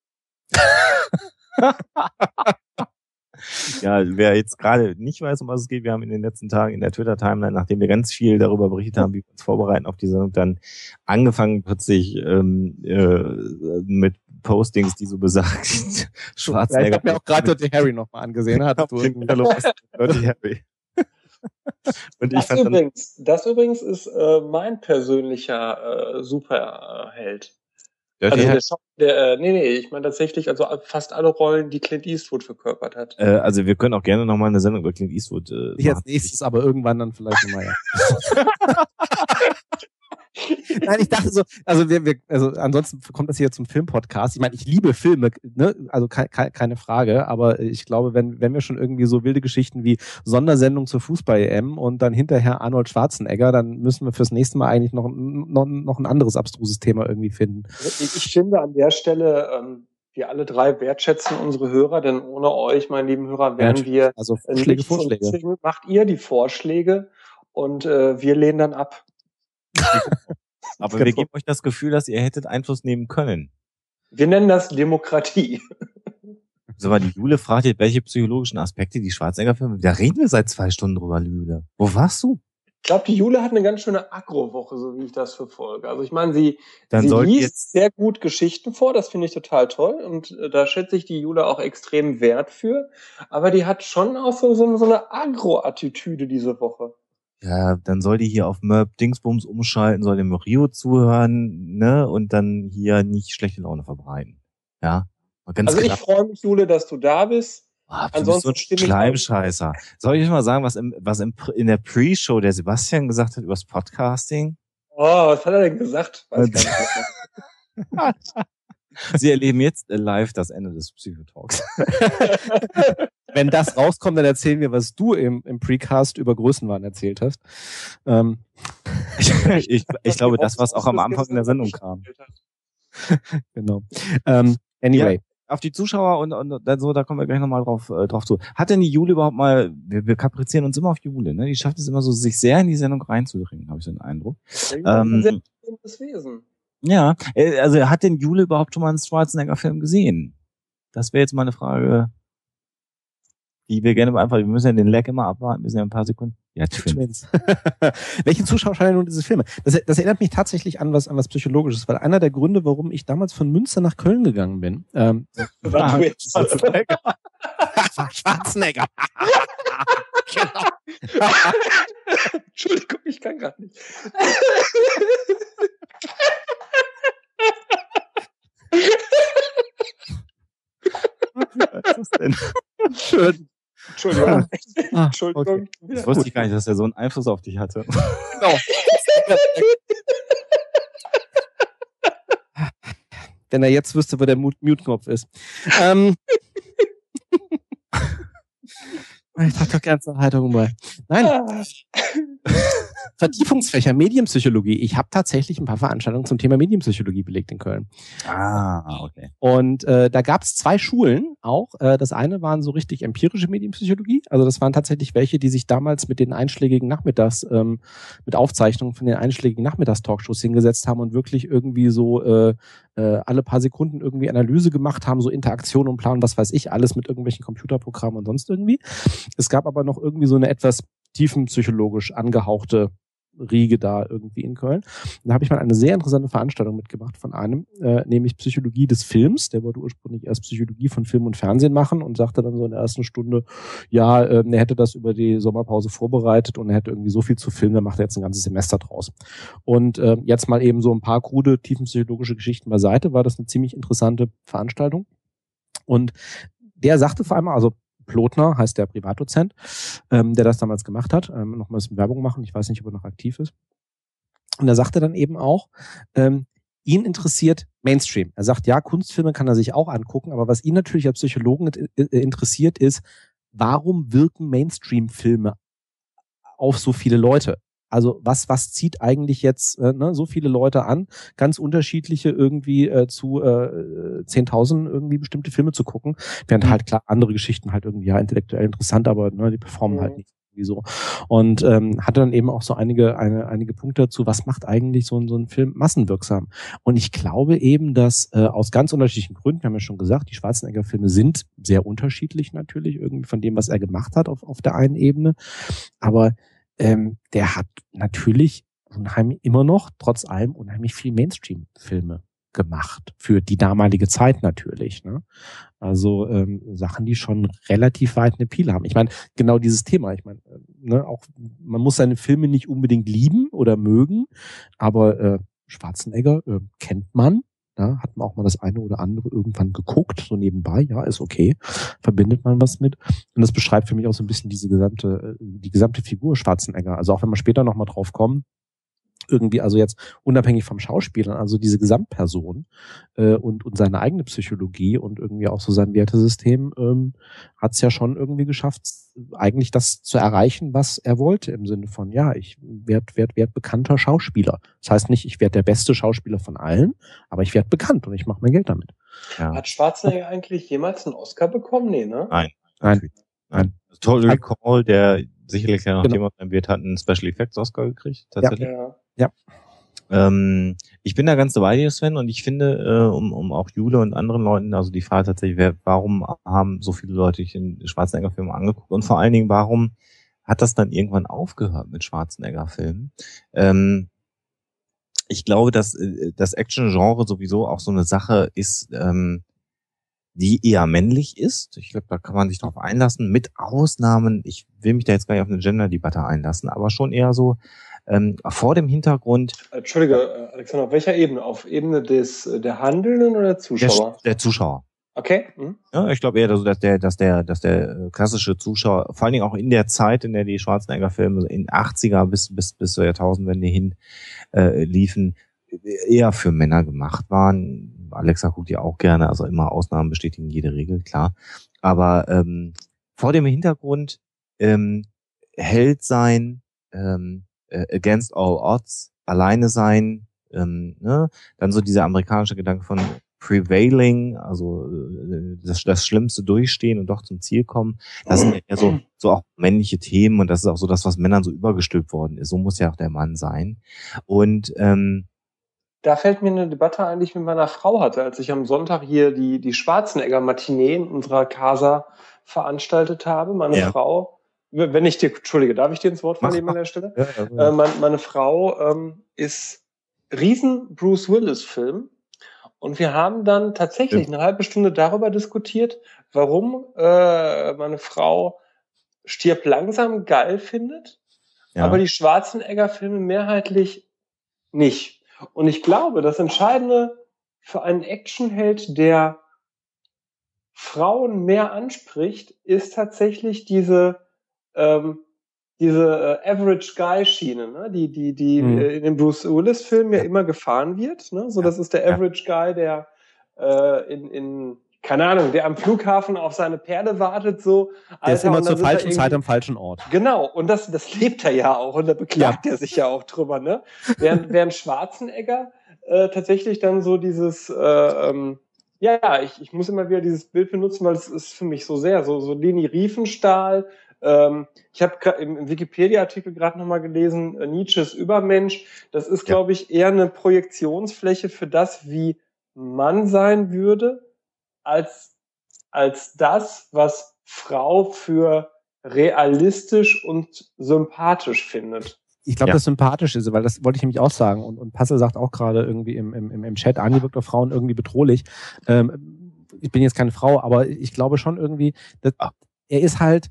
Ja, wer jetzt gerade nicht weiß, um was es geht, wir haben in den letzten Tagen in der Twitter-Timeline, nachdem wir ganz viel darüber berichtet haben, wie wir uns vorbereiten auf die Sendung, dann angefangen plötzlich mit Postings, die so besagt, Schwarzenegger. Ja, ich habe mir auch gerade Dirty Harry nochmal angesehen. Dirty Harry. Und das übrigens ist mein persönlicher Superheld. Also ich meine tatsächlich, also fast alle Rollen, die Clint Eastwood verkörpert hat. Also wir können auch gerne nochmal eine Sendung über Clint Eastwood nicht als nächstes, aber irgendwann dann vielleicht nochmal, ja. Nein, ich dachte so, also also ansonsten kommt das hier zum Filmpodcast. Ich meine, ich liebe Filme, ne? Also keine Frage, aber ich glaube, wenn wir schon irgendwie so wilde Geschichten wie Sondersendung zur Fußball-EM und dann hinterher Arnold Schwarzenegger, dann müssen wir fürs nächste Mal eigentlich noch ein anderes abstruses Thema irgendwie finden. Ich finde an der Stelle, wir alle drei wertschätzen unsere Hörer, denn ohne euch, meine lieben Hörer, wären wir also Vorschläge. Macht ihr die Vorschläge und wir lehnen dann ab. Aber wir geben euch das Gefühl, dass ihr hättet Einfluss nehmen können. Wir nennen das Demokratie. So, weil die Jule fragt jetzt, welche psychologischen Aspekte die Schwarzenegger-Filme, da reden wir seit 2 Stunden drüber, Jule. Wo warst du? Ich glaube, die Jule hat eine ganz schöne Agro-Woche, so wie ich das verfolge. Also ich meine, sie liest sehr gut Geschichten vor, das finde ich total toll und da schätze ich die Jule auch extrem Wert für. Aber die hat schon auch so eine Agro-Attitüde diese Woche. Ja, dann soll die hier auf Merp Dingsbums umschalten, soll dem Rio zuhören, ne, und dann hier nicht schlechte Laune verbreiten. Ja. Ganz also klar. Ich freue mich, Jule, dass du da bist. Ansonsten bist so ein Schleimscheißer. Soll ich mal sagen, was in der Pre-Show der Sebastian gesagt hat über das Podcasting? Oh, was hat er denn gesagt? Weiß gar nicht. Sie erleben jetzt live das Ende des Psychotalks. Wenn das rauskommt, dann erzählen wir, was du im Precast über Größenwahn erzählt hast. Ich glaube, das, was auch am Anfang in der Sendung kam. Genau. Anyway. auf die Zuschauer und dann so, da kommen wir gleich nochmal drauf zu. Hat denn die Jule überhaupt mal, wir kaprizieren uns immer auf Jule, ne? Die schafft es immer so, sich sehr in die Sendung reinzudringen, habe ich so den Eindruck. Ein sehr bestimmtes Wesen. Ja, also hat denn Jule überhaupt schon mal einen Schwarzenegger-Film gesehen? Das wäre jetzt mal eine Frage, die wir gerne beantworten. Wir müssen ja den Lag immer abwarten, wir sind ja ein paar Sekunden. Ja, Twins. Welche Zuschauer schauen nun diese Filme? Das erinnert mich tatsächlich an was Psychologisches, weil einer der Gründe, warum ich damals von Münster nach Köln gegangen bin, war Schwarzenegger. Schwarzenegger. Genau. Entschuldigung, ich kann gar nicht. Was ist das denn? Schön. Entschuldigung. Entschuldigung. Okay. Das wusste ich gar nicht, dass er so einen Einfluss auf dich hatte. Genau. Wenn er jetzt wüsste, wo der Mute-Knopf ist. Ich dachte doch ganz nach Haltung bei. Nein. Vertiefungsfächer, Medienpsychologie. Ich habe tatsächlich ein paar Veranstaltungen zum Thema Medienpsychologie belegt in Köln. Okay. Und da gab es 2 Schulen auch. Das eine waren so richtig empirische Medienpsychologie. Also das waren tatsächlich welche, die sich damals mit den einschlägigen mit Aufzeichnungen von den einschlägigen Nachmittagstalkshows hingesetzt haben und wirklich irgendwie so alle paar Sekunden irgendwie Analyse gemacht haben, so Interaktion und Plan, was weiß ich, alles mit irgendwelchen Computerprogrammen und sonst irgendwie. Es gab aber noch irgendwie so eine etwas tiefenpsychologisch angehauchte Riege da irgendwie in Köln. Da habe ich mal eine sehr interessante Veranstaltung mitgemacht von einem, nämlich Psychologie des Films. Der wollte ursprünglich erst Psychologie von Film und Fernsehen machen und sagte dann so in der ersten Stunde, ja, er hätte das über die Sommerpause vorbereitet und er hätte irgendwie so viel zu filmen, da macht er jetzt ein ganzes Semester draus. Und jetzt mal eben so ein paar krude, tiefenpsychologische Geschichten beiseite, war das eine ziemlich interessante Veranstaltung. Und der sagte vor allem, also Plotner heißt der Privatdozent, der das damals gemacht hat, noch mal ein bisschen Werbung machen, ich weiß nicht, ob er noch aktiv ist. Und er sagte dann eben auch, ihn interessiert Mainstream. Er sagt, ja, Kunstfilme kann er sich auch angucken, aber was ihn natürlich als Psychologen interessiert ist, warum wirken Mainstream-Filme auf so viele Leute? Also was zieht eigentlich jetzt so viele Leute an, ganz unterschiedliche irgendwie zu 10.000 irgendwie bestimmte Filme zu gucken, während halt klar andere Geschichten halt irgendwie ja intellektuell interessant, aber die performen halt nicht irgendwie so. Und hatte dann eben auch so einige Punkte dazu, was macht eigentlich so ein Film massenwirksam? Und ich glaube eben, dass aus ganz unterschiedlichen Gründen, wir haben ja schon gesagt, die Schwarzenegger-Filme sind sehr unterschiedlich natürlich irgendwie von dem, was er gemacht hat auf der einen Ebene, aber der hat natürlich immer noch, trotz allem, unheimlich viel Mainstream-Filme gemacht. Für die damalige Zeit natürlich. Ne? Also Sachen, die schon relativ weit eine Appeal haben. Ich meine, genau dieses Thema. Ich meine, auch man muss seine Filme nicht unbedingt lieben oder mögen, aber Schwarzenegger kennt man. Ja, hat man auch mal das eine oder andere irgendwann geguckt, so nebenbei, ja, ist okay, verbindet man was mit. Und das beschreibt für mich auch so ein bisschen die gesamte Figur Schwarzenegger. Also auch wenn wir später nochmal drauf kommen, irgendwie, also jetzt unabhängig vom Schauspielern, also diese Gesamtperson und seine eigene Psychologie und irgendwie auch so sein Wertesystem hat es ja schon irgendwie geschafft, eigentlich das zu erreichen, was er wollte, im Sinne von, ja, ich werd bekannter Schauspieler. Das heißt nicht, ich werde der beste Schauspieler von allen, aber ich werde bekannt und ich mache mein Geld damit. Ja. Hat Schwarzenegger eigentlich jemals einen Oscar bekommen? Nee, ne? Nein. Total Recall, der sicherlich ja noch Thema sein wird, hat einen Special Effects Oscar gekriegt, tatsächlich. Ja. Ich bin da ganz dabei dir, Sven, und ich finde, um auch Jule und anderen Leuten, also die Frage tatsächlich, warum haben so viele Leute sich den Schwarzenegger-Film angeguckt und vor allen Dingen, warum hat das dann irgendwann aufgehört mit Schwarzenegger-Filmen? Ich glaube, dass das Action-Genre sowieso auch so eine Sache ist, die eher männlich ist. Ich glaube, da kann man sich drauf einlassen, mit Ausnahmen, ich will mich da jetzt gar nicht auf eine Gender-Debatte einlassen, aber schon eher so vor dem Hintergrund. Entschuldige, Alexander, auf welcher Ebene? Auf Ebene der Handelnden oder der Zuschauer? Der Zuschauer. Okay. Ja, ich glaube eher, dass der klassische Zuschauer, vor allen Dingen auch in der Zeit, in der die Schwarzenegger-Filme in 80er bis zur Jahrtausendwende hin liefen, eher für Männer gemacht waren. Alexa guckt ja auch gerne, also immer Ausnahmen bestätigen jede Regel, klar. Aber vor dem Hintergrund Held sein, against all odds, alleine sein, dann so dieser amerikanische Gedanke von prevailing, also das Schlimmste durchstehen und doch zum Ziel kommen. Das sind ja so auch männliche Themen und das ist auch so das, was Männern so übergestülpt worden ist. So muss ja auch der Mann sein. Und da fällt mir eine Debatte ein, die ich mit meiner Frau hatte, als ich am Sonntag hier die Schwarzenegger-Matinee in unserer Casa veranstaltet habe. Meine Frau, Entschuldige, darf ich dir ins Wort fallen an der Stelle? Ja. Meine Frau ist riesen Bruce Willis-Film und wir haben dann tatsächlich eine halbe Stunde darüber diskutiert, warum meine Frau Stirb langsam geil findet, aber die Schwarzenegger-Filme mehrheitlich nicht. Und ich glaube, das Entscheidende für einen Actionheld, der Frauen mehr anspricht, ist tatsächlich diese Average Guy Schiene, ne? die in den Bruce Willis Filmen ja immer gefahren wird, ne? So, das ist der Average Guy, der keine Ahnung, der am Flughafen auf seine Perle wartet, so. Der ist immer zur falschen Zeit am falschen Ort. Genau, und das lebt er ja auch, und da beklagt er sich ja auch drüber, ne? Während Schwarzenegger tatsächlich dann so dieses, ich muss immer wieder dieses Bild benutzen, weil es ist für mich so sehr, so Leni Riefenstahl. Ich habe im Wikipedia-Artikel gerade nochmal gelesen, Nietzsches Übermensch. Das ist, glaube ich, eher eine Projektionsfläche für das, wie Mann sein würde, als das, was Frau für realistisch und sympathisch findet. Ich glaube, das sympathisch ist, weil das wollte ich nämlich auch sagen. Und Passe sagt auch gerade irgendwie im Chat, Andi wirkt auf Frauen irgendwie bedrohlich. Ich bin jetzt keine Frau, aber ich glaube schon irgendwie, dass er ist halt,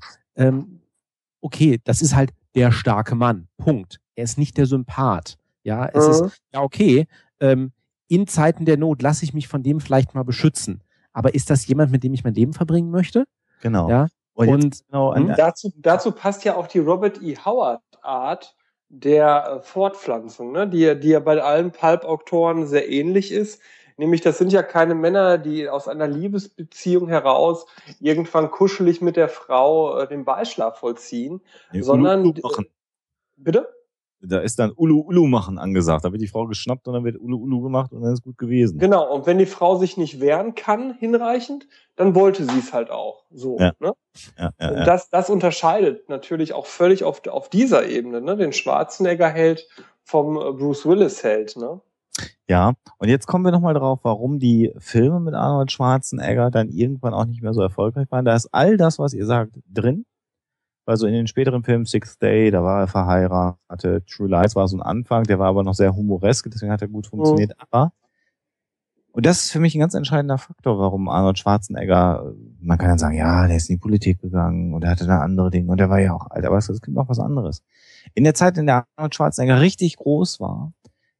okay, das ist halt der starke Mann. Punkt. Er ist nicht der Sympath. Ja, es ist, okay, in Zeiten der Not lasse ich mich von dem vielleicht mal beschützen. Aber ist das jemand, mit dem ich mein Leben verbringen möchte? Genau. Ja. Und dazu passt ja auch die Robert E. Howard Art der Fortpflanzung, ne? Die ja bei allen Pulp-Autoren sehr ähnlich ist. Nämlich, das sind ja keine Männer, die aus einer Liebesbeziehung heraus irgendwann kuschelig mit der Frau den Beischlaf vollziehen, sondern... Bitte? Da ist dann Ulu machen angesagt. Da wird die Frau geschnappt und dann wird Ulu gemacht und dann ist gut gewesen. Genau, und wenn die Frau sich nicht wehren kann hinreichend, dann wollte sie es halt auch. So, ne? Und das unterscheidet natürlich auch völlig auf dieser Ebene, ne? Den Schwarzenegger-Held vom Bruce Willis-Held, ne? Ja, und jetzt kommen wir nochmal drauf, warum die Filme mit Arnold Schwarzenegger dann irgendwann auch nicht mehr so erfolgreich waren. Da ist all das, was ihr sagt, drin. Also in den späteren Filmen, Sixth Day, da war er verheiratet, True Lies war so ein Anfang, der war aber noch sehr humoresk, deswegen hat er gut funktioniert. Aber, und das ist für mich ein ganz entscheidender Faktor, warum Arnold Schwarzenegger, man kann dann sagen, ja, der ist in die Politik gegangen und er hatte da andere Dinge und er war ja auch alt, aber es gibt noch was anderes. In der Zeit, in der Arnold Schwarzenegger richtig groß war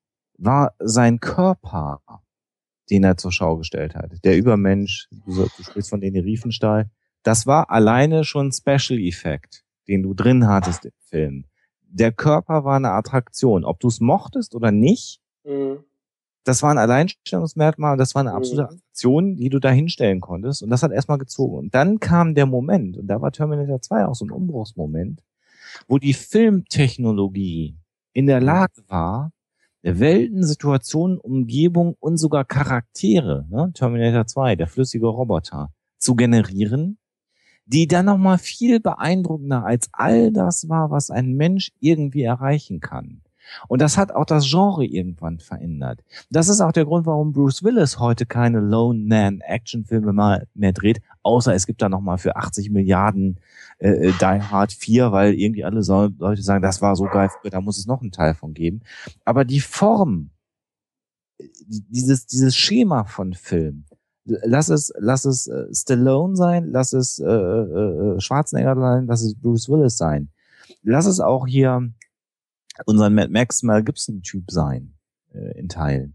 sein Körper, den er zur Schau gestellt hat, der Übermensch, du sprichst von Leni Riefenstahl, das war alleine schon Special Effekt, den du drin hattest im Film. Der Körper war eine Attraktion. Ob du es mochtest oder nicht, das war ein Alleinstellungsmerkmal, das war eine absolute Attraktion, die du da hinstellen konntest. Und das hat erstmal gezogen. Und dann kam der Moment, und da war Terminator 2 auch so ein Umbruchsmoment, wo die Filmtechnologie in der Lage war, Welten, Situationen, Umgebung und sogar Charaktere, ne? Terminator 2, der flüssige Roboter, zu generieren, die dann nochmal viel beeindruckender als all das war, was ein Mensch irgendwie erreichen kann. Und das hat auch das Genre irgendwann verändert. Das ist auch der Grund, warum Bruce Willis heute keine Lone Man Actionfilme mehr dreht, außer es gibt da nochmal für 80 Milliarden Die Hard 4, weil irgendwie alle Leute sagen, das war so geil, da muss es noch einen Teil von geben. Aber die Form, dieses Schema von Film, lass es Stallone sein, lass es Schwarzenegger sein, lass es Bruce Willis sein. Lass es auch hier unseren Mad Max Mel Gibson Typ sein, in Teilen.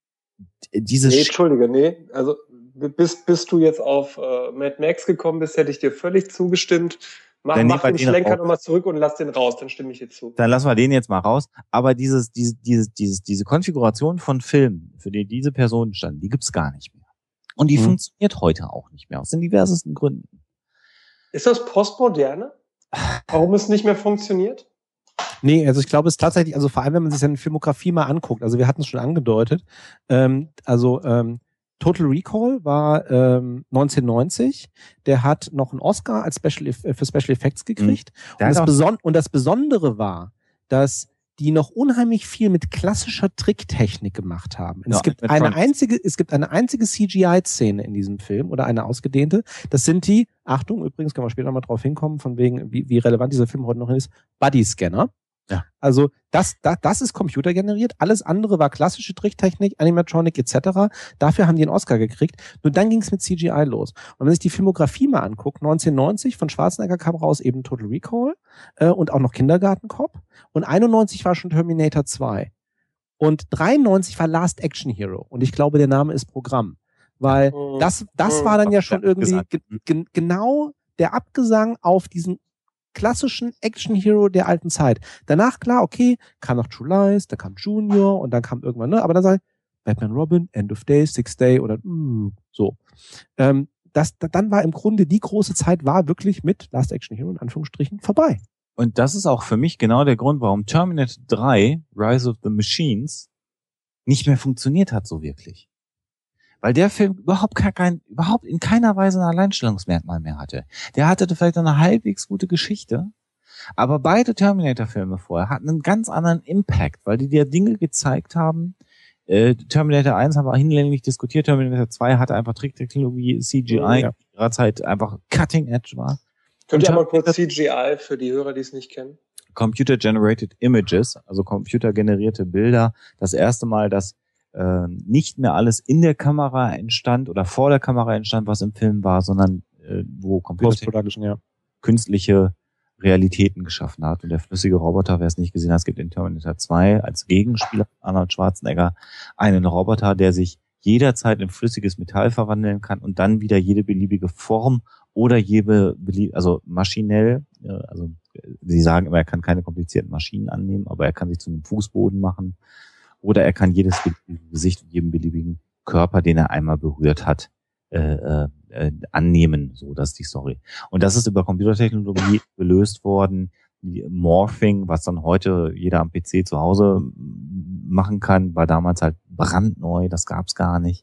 Also bis du jetzt auf Mad Max gekommen bist, hätte ich dir völlig zugestimmt. Mach den Schlenker nochmal zurück und lass den raus, dann stimme ich dir zu. Dann lassen wir den jetzt mal raus. Aber diese Konfiguration von Filmen, für die diese Personen standen, die gibt's gar nicht mehr. Und die funktioniert heute auch nicht mehr, aus den diversesten Gründen. Ist das Postmoderne? Warum es nicht mehr funktioniert? Nee, also ich glaube, es ist tatsächlich, also vor allem, wenn man sich seine Filmografie mal anguckt, also wir hatten es schon angedeutet, Total Recall war 1990. Der hat noch einen Oscar als für Special Effects gekriegt. Und das Besondere war, dass die noch unheimlich viel mit klassischer Tricktechnik gemacht haben. Ja, es gibt eine einzige CGI-Szene in diesem Film oder eine ausgedehnte. Das sind die, Achtung, übrigens können wir später mal drauf hinkommen, von wegen, wie relevant dieser Film heute noch ist, Buddy-Scanner. Ja. Also das ist computergeneriert, alles andere war klassische Tricktechnik, Animatronic etc. Dafür haben die einen Oscar gekriegt. Nur dann ging es mit CGI los. Und wenn man sich die Filmografie mal anguckt, 1990 von Schwarzenegger kam raus eben Total Recall und auch noch Kindergarten Cop. Und 91 war schon Terminator 2. Und 93 war Last Action Hero. Und ich glaube, der Name ist Programm. Weil das war dann ja schon irgendwie genau der Abgesang auf diesen klassischen Action-Hero der alten Zeit. Danach, klar, okay, kam noch True Lies, da kam Junior und dann kam irgendwann, aber dann sag ich, Batman Robin, End of Day, Sixth Day oder so. Dann war im Grunde die große Zeit war wirklich mit Last Action Hero in Anführungsstrichen vorbei. Und das ist auch für mich genau der Grund, warum Terminator 3, Rise of the Machines, nicht mehr funktioniert hat so wirklich. Weil der Film überhaupt in keiner Weise ein Alleinstellungsmerkmal mehr hatte. Der hatte vielleicht eine halbwegs gute Geschichte, aber beide Terminator-Filme vorher hatten einen ganz anderen Impact, weil die dir Dinge gezeigt haben. Terminator 1 haben wir hinlänglich diskutiert, Terminator 2 hatte einfach Tricktechnologie, CGI, in ihrer Zeit einfach Cutting Edge war. Könnt ihr mal kurz CGI für die Hörer, die es nicht kennen? Computer Generated Images, also computergenerierte Bilder. Das erste Mal, dass nicht mehr alles in der Kamera entstand oder vor der Kamera entstand, was im Film war, sondern wo Computer künstliche Realitäten geschaffen hat. Und der flüssige Roboter, wer es nicht gesehen hat, es gibt in Terminator 2 als Gegenspieler von Arnold Schwarzenegger einen Roboter, der sich jederzeit in flüssiges Metall verwandeln kann und dann wieder jede beliebige Form oder also maschinell, also sie sagen immer, er kann keine komplizierten Maschinen annehmen, aber er kann sich zu einem Fußboden machen. Oder er kann jedes beliebige Gesicht und jeden beliebigen Körper, den er einmal berührt hat, annehmen. So, das ist die Story. Und das ist über Computertechnologie gelöst worden. Die Morphing, was dann heute jeder am PC zu Hause machen kann, war damals halt brandneu. Das gab's gar nicht.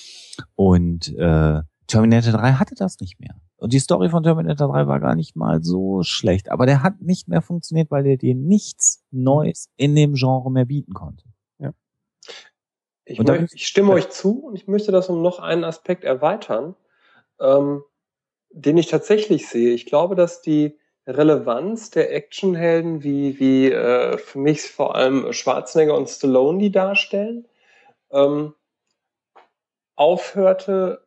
Und Terminator 3 hatte das nicht mehr. Und die Story von Terminator 3 war gar nicht mal so schlecht. Aber der hat nicht mehr funktioniert, weil der dir nichts Neues in dem Genre mehr bieten konnte. Ich stimme euch zu und ich möchte das um noch einen Aspekt erweitern, den ich tatsächlich sehe. Ich glaube, dass die Relevanz der Actionhelden, wie für mich vor allem Schwarzenegger und Stallone die darstellen, aufhörte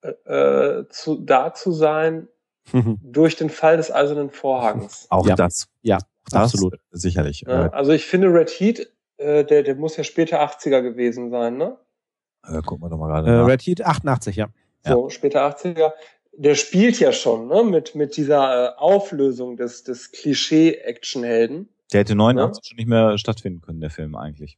da zu sein durch den Fall des Eisernen Vorhangs. Auch das. Ja, absolut. Sicherlich. Also ich finde Red Heat, der muss ja später 80er gewesen sein, ne? Gucken wir doch mal gerade Red Heat 88, ja. So, später 80er. Der spielt ja schon, ne? Mit dieser Auflösung des Klischee-Actionhelden. Der hätte 89 schon nicht mehr stattfinden können, der Film eigentlich.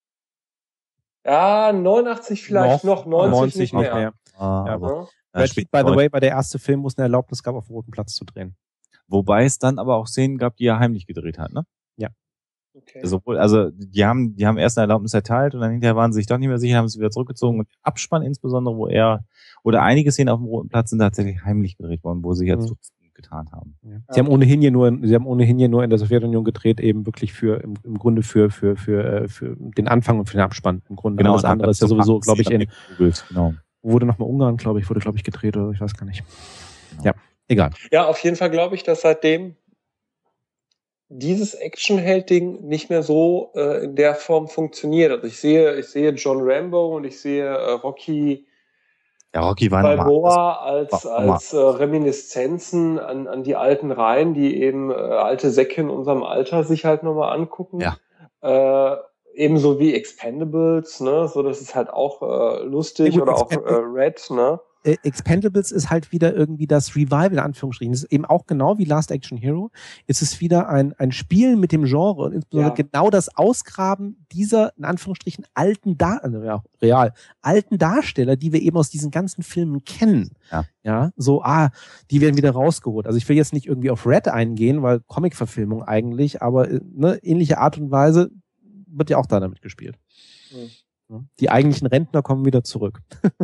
Ja, 89 vielleicht noch 90 nicht mehr. Red Heat, by the way, war der erste Film, wo es eine Erlaubnis gab, auf dem Roten Platz zu drehen. Wobei es dann aber auch Szenen gab, die er heimlich gedreht hat, ne? Ja. Okay. Also die haben erst eine Erlaubnis erteilt und dann hinterher waren sie sich doch nicht mehr sicher, haben sie wieder zurückgezogen. Und Abspann insbesondere, wo einige Szenen auf dem Roten Platz sind tatsächlich heimlich gedreht worden, wo sie jetzt getan haben. Ja. Sie haben ohnehin hier nur in der Sowjetunion gedreht, eben wirklich im Grunde für den Anfang und für den Abspann. Im Grunde. Genau, das andere ist ja sowieso, glaube ich, genau. Wurde nochmal Ungarn, wurde gedreht oder ich weiß gar nicht. Genau. Ja, egal. Ja, auf jeden Fall glaube ich, dass seitdem dieses Action-Held-Ding nicht mehr so in der Form funktioniert. Also ich sehe John Rambo und ich sehe Rocky. Ja, Rocky war Balboa als Reminiszenzen an die alten Reihen, die eben alte Säcke in unserem Alter sich halt nochmal angucken. Ja. Ebenso wie Expendables, ne, so das ist halt auch lustig, ja, gut, oder auch Red, ne. Expendables ist halt wieder irgendwie das Revival, in Anführungsstrichen. Das ist eben auch genau wie Last Action Hero. Es ist wieder ein Spielen mit dem Genre und insbesondere genau das Ausgraben dieser, in Anführungsstrichen, alten Darsteller, die wir eben aus diesen ganzen Filmen kennen. Ja, so, die werden wieder rausgeholt. Also ich will jetzt nicht irgendwie auf Red eingehen, weil Comic-Verfilmung eigentlich, aber ne, ähnliche Art und Weise wird ja auch da damit gespielt. Die eigentlichen Rentner kommen wieder zurück. Ja.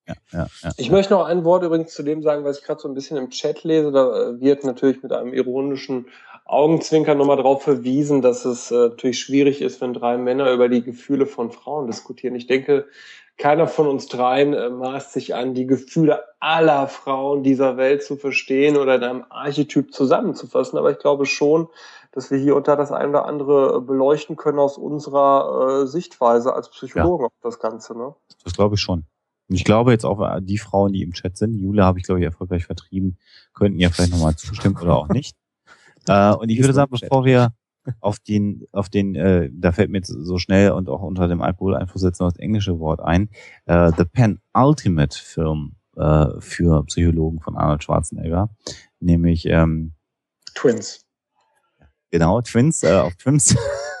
Ja. Ich möchte noch ein Wort übrigens zu dem sagen, was ich gerade so ein bisschen im Chat lese. Da wird natürlich mit einem ironischen Augenzwinkern nochmal darauf verwiesen, dass es natürlich schwierig ist, wenn 3 Männer über die Gefühle von Frauen diskutieren. Ich denke, keiner von uns dreien maßt sich an, die Gefühle aller Frauen dieser Welt zu verstehen oder in einem Archetyp zusammenzufassen. Aber ich glaube schon, dass wir hier unter das eine oder andere beleuchten können aus unserer Sichtweise als Psychologen auf das Ganze. Ne? Das glaube ich schon. Und ich glaube jetzt auch, die Frauen, die im Chat sind, Jule habe ich, glaube ich, erfolgreich vertrieben, könnten ja vielleicht nochmal zustimmen oder auch nicht. Und ich würde sagen, bevor wir auf den, da fällt mir jetzt so schnell und auch unter dem Alkoholeinfluss jetzt noch das englische Wort ein, The Penultimate Film für Psychologen von Arnold Schwarzenegger, nämlich Twins. Genau, Twins, auf Twins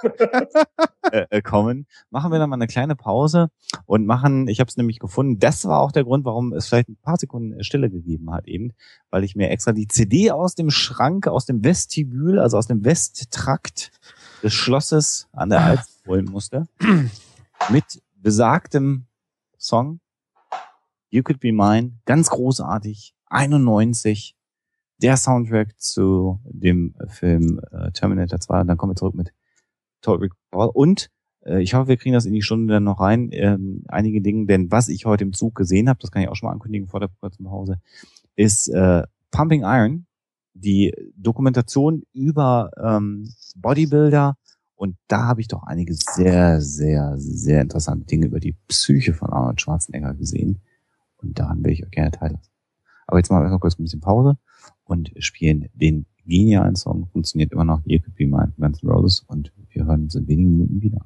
kommen. Machen wir dann mal eine kleine Pause und ich habe es nämlich gefunden, das war auch der Grund, warum es vielleicht ein paar Sekunden Stille gegeben hat eben, weil ich mir extra die CD aus dem Schrank, aus dem Vestibül, also aus dem Westtrakt des Schlosses an der Alz holen musste, mit besagtem Song You Could Be Mine, ganz großartig, 91, der Soundtrack zu dem Film Terminator 2. Und dann kommen wir zurück mit Total Recall. Und ich hoffe, wir kriegen das in die Stunde dann noch rein. Einige Dinge, denn was ich heute im Zug gesehen habe, das kann ich auch schon mal ankündigen vor der kurzen Pause, ist Pumping Iron, die Dokumentation über Bodybuilder. Und da habe ich doch einige sehr, sehr, sehr interessante Dinge über die Psyche von Arnold Schwarzenegger gesehen. Und daran will ich euch gerne teilassen. Aber jetzt machen wir erstmal kurz ein bisschen Pause und spielen den genialen Song. Funktioniert immer noch. You Could Be Mine, Guns N' Roses. Und wir hören uns in wenigen Minuten wieder.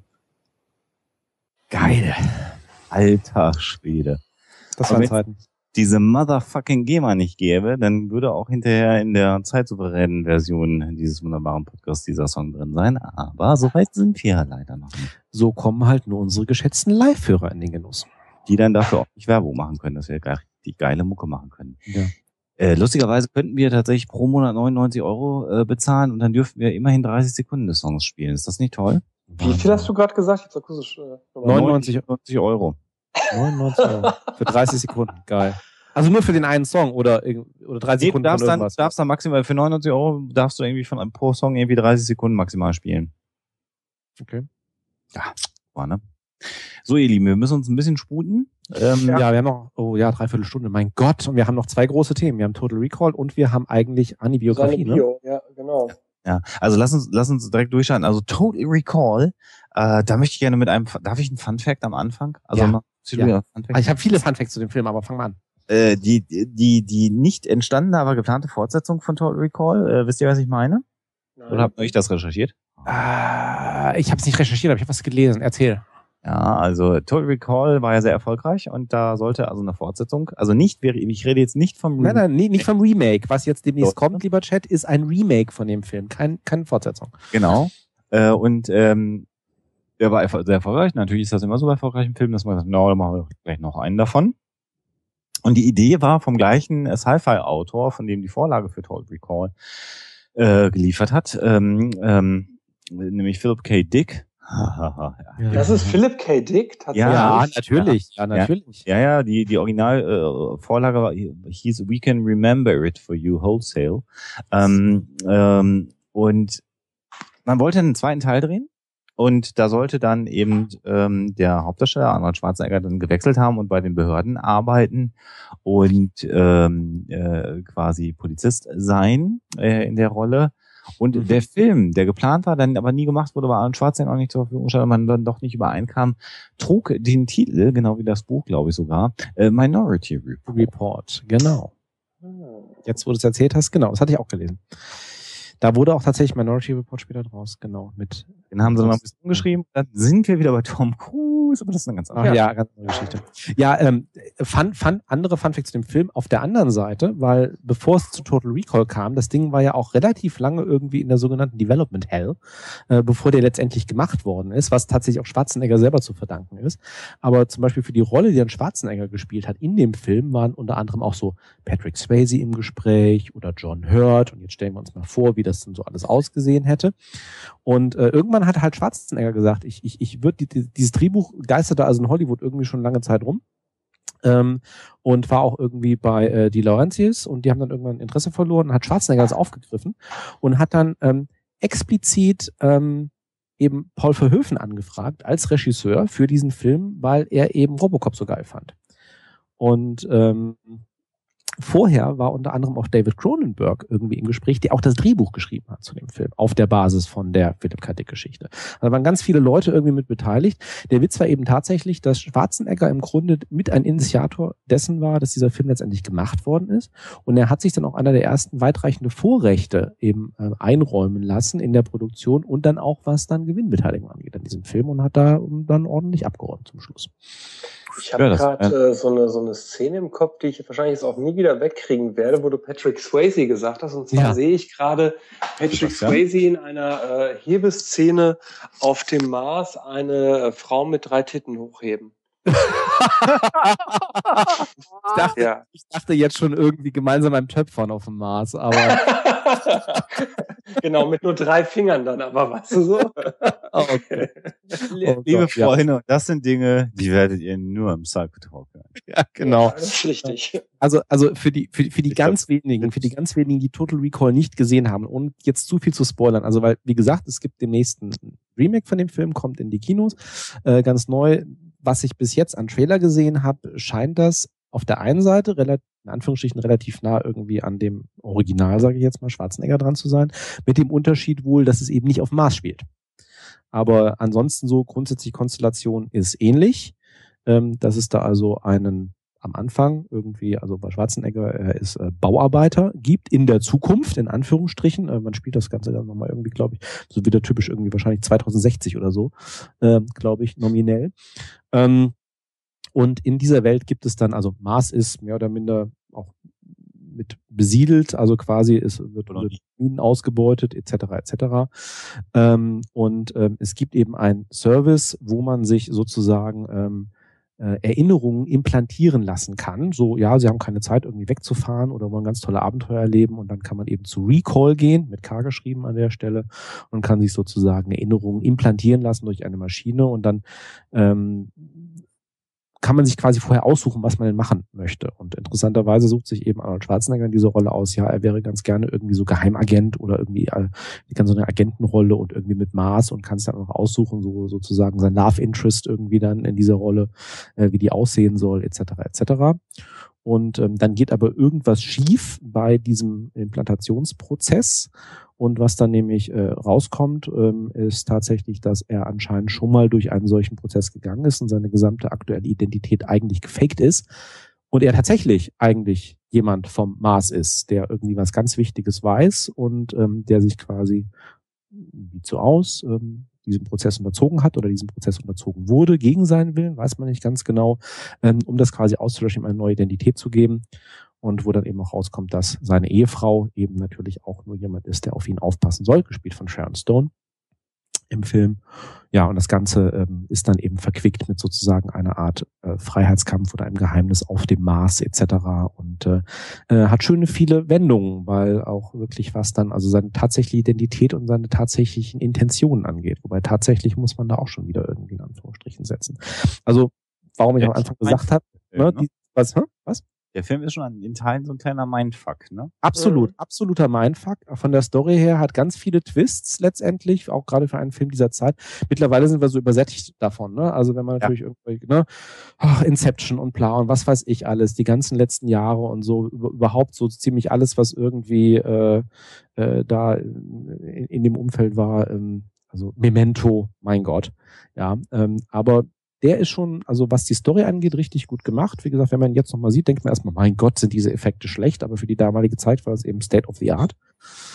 Geil. Alter Schwede. Das waren Zeiten. Diese motherfucking GEMA nicht gäbe, dann würde auch hinterher in der zeitsouveränen Version dieses wunderbaren Podcasts dieser Song drin sein. Aber so weit sind wir leider noch nicht. So kommen halt nur unsere geschätzten Live-Hörer in den Genuss. Die dann dafür auch nicht Werbung machen können, dass wir die geile Mucke machen können. Ja. Lustigerweise könnten wir tatsächlich pro Monat 99 € bezahlen und dann dürften wir immerhin 30 Sekunden des Songs spielen. Ist das nicht toll? Wie viel hast du gerade gesagt? Jetzt akustisch, 99 €. 99 € für 30 Sekunden. Geil. Also nur für den einen Song oder 30 Sekunden von irgendwas? Du darfst dann maximal für 99 € darfst du irgendwie von einem pro Song irgendwie 30 Sekunden maximal spielen. Okay. Ja, war, ne? So, ihr Lieben, wir müssen uns ein bisschen sputen. Ja, wir haben noch, 3/4 Stunde, mein Gott. Und wir haben noch 2 große Themen. Wir haben Total Recall und wir haben eigentlich Anni-Biografie, ne? Ja, genau. Ja, also lass uns direkt durchschauen. Also Total Recall, da möchte ich gerne darf ich einen Funfact am Anfang? Also ja. Funfact? Ich habe viele Funfacts zu dem Film, aber fang mal an. Die nicht entstandene, aber geplante Fortsetzung von Total Recall, wisst ihr, was ich meine? Nein. Oder habt ihr euch das recherchiert? Ich habe es nicht recherchiert, aber ich habe was gelesen. Erzähl. Ja, also Total Recall war ja sehr erfolgreich und da sollte also eine Fortsetzung, also ich rede jetzt nicht vom Remake. Nein, nicht vom Remake. Was jetzt demnächst kommt, lieber Chat, ist ein Remake von dem Film, keine Fortsetzung. Genau. Der war sehr erfolgreich. Natürlich ist das immer so bei erfolgreichen Filmen, dass man sagt, da machen wir gleich noch einen davon. Und die Idee war vom gleichen Sci-Fi-Autor, von dem die Vorlage für Total Recall geliefert hat, nämlich Philip K. Dick. Das ist Philip K. Dick? Tatsächlich? Ja, natürlich. Ja, natürlich. Ja, die Original Vorlage war, hieß We Can Remember It For You Wholesale. Und man wollte einen zweiten Teil drehen. Und da sollte dann eben der Hauptdarsteller Arnold Schwarzenegger dann gewechselt haben und bei den Behörden arbeiten und quasi Polizist sein in der Rolle. Und der Film, der geplant war, dann aber nie gemacht wurde, weil Arnold Schwarzenegger auch nicht zur Verfügung stand, man dann doch nicht übereinkam, trug den Titel, genau wie das Buch, glaube ich sogar, Minority Report. Genau. Jetzt, wo du es erzählt hast, genau, das hatte ich auch gelesen. Da wurde auch tatsächlich Minority Report später draus, genau. Den haben sie noch ein bisschen umgeschrieben. Dann sind wir wieder bei Tom Cruise, aber das ist eine ganz andere ganz andere Geschichte. Ja, andere Funfacts zu dem Film auf der anderen Seite, weil bevor es zu Total Recall kam, das Ding war ja auch relativ lange irgendwie in der sogenannten Development Hell, bevor der letztendlich gemacht worden ist, was tatsächlich auch Schwarzenegger selber zu verdanken ist. Aber zum Beispiel für die Rolle, die dann Schwarzenegger gespielt hat in dem Film, waren unter anderem auch so Patrick Swayze im Gespräch oder John Hurt. Und jetzt stellen wir uns mal vor, wie das denn so alles ausgesehen hätte. Und irgendwann hat halt Schwarzenegger gesagt, ich würde dieses Drehbuch geisterte also in Hollywood irgendwie schon lange Zeit rum. Und war auch irgendwie bei die Laurentiis und die haben dann irgendwann Interesse verloren und hat Schwarzenegger das aufgegriffen und hat dann explizit eben Paul Verhoeven angefragt als Regisseur für diesen Film, weil er eben Robocop so geil fand. Und vorher war unter anderem auch David Cronenberg irgendwie im Gespräch, der auch das Drehbuch geschrieben hat zu dem Film, auf der Basis von der Philipp K. Dick-Geschichte. Da waren ganz viele Leute irgendwie mit beteiligt. Der Witz war eben tatsächlich, dass Schwarzenegger im Grunde mit ein Initiator dessen war, dass dieser Film letztendlich gemacht worden ist. Und er hat sich dann auch einer der ersten weitreichende Vorrechte eben einräumen lassen in der Produktion und dann auch, was dann Gewinnbeteiligung angeht an diesem Film und hat da dann ordentlich abgeräumt zum Schluss. Ich habe gerade so eine Szene im Kopf, die ich wahrscheinlich jetzt auch nie wieder wegkriegen werde, wo du Patrick Swayze gesagt hast. Und zwar sehe ich gerade Patrick Swayze in einer Hebeszene auf dem Mars eine Frau mit 3 Titten hochheben. Ich dachte jetzt schon irgendwie gemeinsam beim Töpfern auf dem Mars, aber genau, mit nur 3 Fingern dann, aber weißt du so? Oh, okay. Liebe Freunde, das sind Dinge, die werdet ihr nur im Psychotalk hören. Ja, genau. Ja, das ist richtig. Also für die ganz wenigen, die Total Recall nicht gesehen haben und jetzt zu viel zu spoilern. Also weil, wie gesagt, es gibt demnächst ein Remake von dem Film, kommt in die Kinos, ganz neu. Was ich bis jetzt an Trailer gesehen habe, scheint das auf der einen Seite in Anführungsstrichen relativ nah irgendwie an dem Original, sage ich jetzt mal, Schwarzenegger dran zu sein, mit dem Unterschied wohl, dass es eben nicht auf dem Mars spielt. Aber ansonsten so grundsätzlich Konstellation ist ähnlich, dass es da also einen am Anfang irgendwie, also bei Schwarzenegger, er ist Bauarbeiter, gibt in der Zukunft, in Anführungsstrichen, man spielt das Ganze dann nochmal irgendwie, glaube ich, so wieder typisch irgendwie wahrscheinlich 2060 oder so, glaube ich, nominell. Und in dieser Welt gibt es dann, also Mars ist mehr oder minder auch mit besiedelt, also quasi wird Minen ausgebeutet, etc. Es gibt eben einen Service, wo man sich sozusagen Erinnerungen implantieren lassen kann. So, ja, sie haben keine Zeit, irgendwie wegzufahren oder wollen ganz tolle Abenteuer erleben und dann kann man eben zu Recall gehen, mit K geschrieben an der Stelle, und kann sich sozusagen Erinnerungen implantieren lassen durch eine Maschine und dann kann man sich quasi vorher aussuchen, was man denn machen möchte. Und interessanterweise sucht sich eben Arnold Schwarzenegger in dieser Rolle aus, ja, er wäre ganz gerne irgendwie so Geheimagent oder irgendwie ganz so eine Agentenrolle und irgendwie mit Mars und kann es dann auch aussuchen, so sozusagen sein Love Interest irgendwie dann in dieser Rolle, wie die aussehen soll, etc. Und dann geht aber irgendwas schief bei diesem Implantationsprozess. Und was dann nämlich rauskommt, ist tatsächlich, dass er anscheinend schon mal durch einen solchen Prozess gegangen ist und seine gesamte aktuelle Identität eigentlich gefaked ist. Und er tatsächlich eigentlich jemand vom Mars ist, der irgendwie was ganz Wichtiges weiß und der sich quasi, sieht so aus, diesem Prozess unterzogen hat oder diesem Prozess unterzogen wurde, gegen seinen Willen, weiß man nicht ganz genau, um das quasi auszulöschen, ihm eine neue Identität zu geben. Und wo dann eben auch rauskommt, dass seine Ehefrau eben natürlich auch nur jemand ist, der auf ihn aufpassen soll, gespielt von Sharon Stone im Film. Ja, und das Ganze ist dann eben verquickt mit sozusagen einer Art Freiheitskampf oder einem Geheimnis auf dem Mars etc. Und hat schöne viele Wendungen, weil auch wirklich was dann, also seine tatsächliche Identität und seine tatsächlichen Intentionen angeht. Wobei tatsächlich muss man da auch schon wieder irgendwie in Anführungsstrichen setzen. Also, warum ich am Anfang gesagt habe, was? Der Film ist schon in Teilen so ein kleiner Mindfuck, ne? Absoluter Mindfuck. Von der Story her hat ganz viele Twists letztendlich, auch gerade für einen Film dieser Zeit. Mittlerweile sind wir so übersättigt davon, ne? Also wenn man natürlich irgendwie, ne, Inception und bla und was weiß ich alles, die ganzen letzten Jahre und so, überhaupt so ziemlich alles, was irgendwie da in dem Umfeld war, also Memento, mein Gott. Ja, aber der ist schon, also was die Story angeht, richtig gut gemacht. Wie gesagt, wenn man ihn jetzt nochmal sieht, denkt man erstmal, mein Gott, sind diese Effekte schlecht, aber für die damalige Zeit war es eben State of the Art.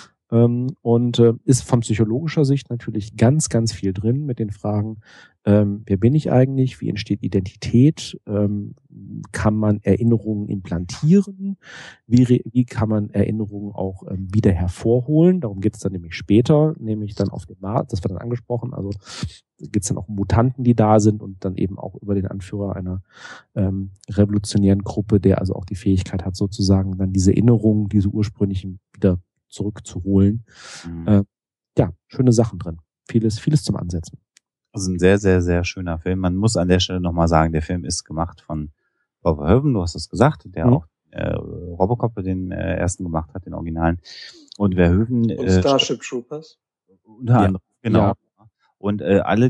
Und ist von psychologischer Sicht natürlich ganz, ganz viel drin mit den Fragen, wer bin ich eigentlich, wie entsteht Identität, kann man Erinnerungen implantieren, wie kann man Erinnerungen auch wieder hervorholen, darum geht es dann nämlich später, nämlich dann auf dem Mars, das wird dann angesprochen, also geht es dann auch um Mutanten, die da sind und dann eben auch über den Anführer einer revolutionären Gruppe, der also auch die Fähigkeit hat, sozusagen dann diese Erinnerungen, diese ursprünglichen wieder zurückzuholen. Ja, schöne Sachen drin. Vieles zum Ansetzen. Also ein sehr, sehr, sehr schöner Film. Man muss an der Stelle nochmal sagen, der Film ist gemacht von Christopher Verhoeven, du hast es gesagt, der Mhm. auch Robocop den ersten gemacht hat, den Originalen. Und Verhoeven Und Starship Troopers. unter Ja. anderem, genau. Ja. Und alle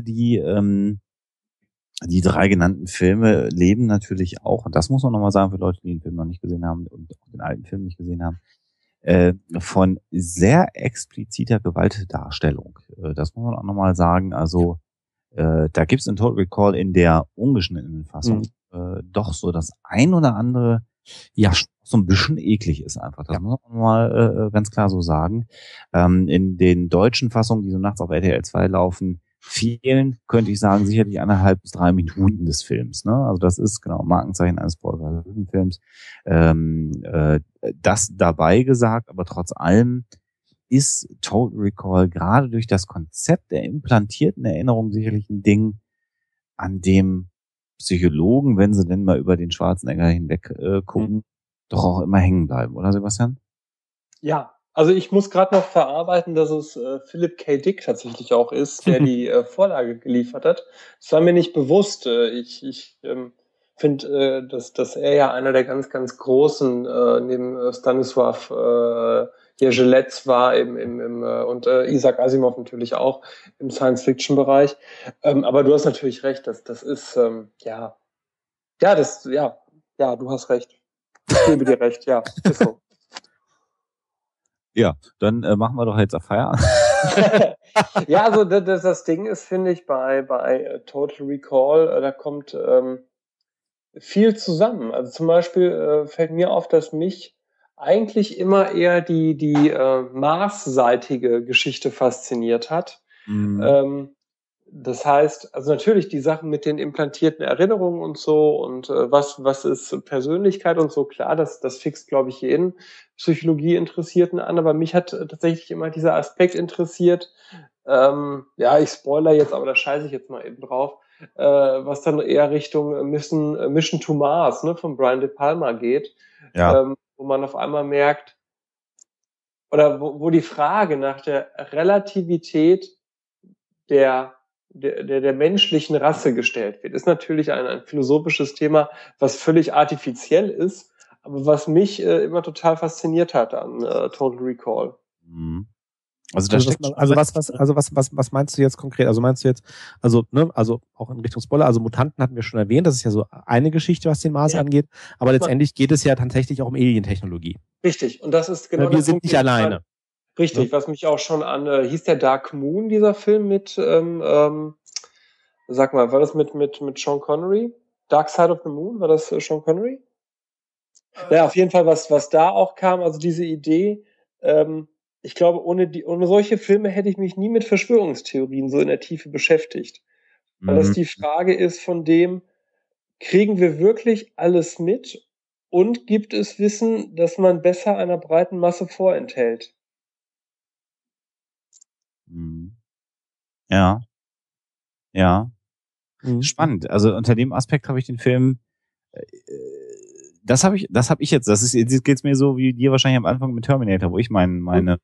die drei genannten Filme leben natürlich auch, und das muss man nochmal sagen für Leute, die den Film noch nicht gesehen haben und auch den alten Film nicht gesehen haben, von sehr expliziter Gewaltdarstellung. Das muss man auch nochmal sagen. Also da gibt's in Total Recall in der ungeschnittenen Fassung doch so das ein oder andere, Ja. was so ein bisschen eklig ist einfach. Das Ja. muss man mal ganz klar so sagen. In den deutschen Fassungen, die so nachts auf RTL 2 laufen, fehlen, könnte ich sagen, sicherlich 1,5 bis 3 Minuten des Films. Ne? Also das ist genau Markenzeichen eines Paul Verhoeven-Films. Das dabei gesagt, aber trotz allem ist Total Recall gerade durch das Konzept der implantierten Erinnerung sicherlich ein Ding, an dem Psychologen, wenn sie denn mal über den Schwarzenegger hinweg gucken, doch auch immer hängen bleiben, oder Sebastian? Ja, also ich muss gerade noch verarbeiten, dass es Philip K. Dick tatsächlich auch ist, der die Vorlage geliefert hat. Das war mir nicht bewusst. Ich finde, dass er ja einer der ganz, ganz großen neben Stanisław Ježelec war und Isaac Asimov natürlich auch im Science-Fiction-Bereich. Aber du hast natürlich recht, das ist du hast recht. Ich gebe dir recht, ja, ist so. Ja, dann machen wir doch jetzt auf Feierabend. Ja, also das Ding ist, finde ich, bei Total Recall, da kommt viel zusammen. Also zum Beispiel fällt mir auf, dass mich eigentlich immer eher die Mars-seitige Geschichte fasziniert hat. Mhm. Das heißt, also natürlich die Sachen mit den implantierten Erinnerungen und so und was ist Persönlichkeit und so, klar, das fixt, glaube ich, jeden Psychologie-Interessierten an, aber mich hat tatsächlich immer dieser Aspekt interessiert, ich spoiler jetzt, aber da scheiße ich jetzt mal eben drauf, was dann eher Richtung Mission to Mars, ne, von Brian De Palma geht, Ja. wo man auf einmal merkt, oder wo die Frage nach der Relativität der menschlichen Rasse gestellt wird. Ist natürlich ein philosophisches Thema, was völlig artifiziell ist, aber was mich immer total fasziniert hat an Total Recall. Mhm. Also da steckt was meinst du jetzt konkret? Also meinst du jetzt, also auch in Richtung Spoiler, also Mutanten hatten wir schon erwähnt, das ist ja so eine Geschichte, was den Mars angeht, aber letztendlich geht es ja tatsächlich auch um Alientechnologie. Richtig, und das ist genau wir sind nicht alleine. Richtig, was mich auch schon hieß der Dark Moon, dieser Film mit, sag mal, war das mit Sean Connery? Dark Side of the Moon, war das Sean Connery? Ja, auf jeden Fall, was da auch kam, also diese Idee, ich glaube, ohne solche Filme hätte ich mich nie mit Verschwörungstheorien so in der Tiefe beschäftigt. Weil das die Frage ist von dem, kriegen wir wirklich alles mit und gibt es Wissen, das man besser einer breiten Masse vorenthält? Ja. Ja. Spannend. Also unter dem Aspekt habe ich den Film, jetzt geht's mir so wie dir wahrscheinlich am Anfang mit Terminator, wo ich meine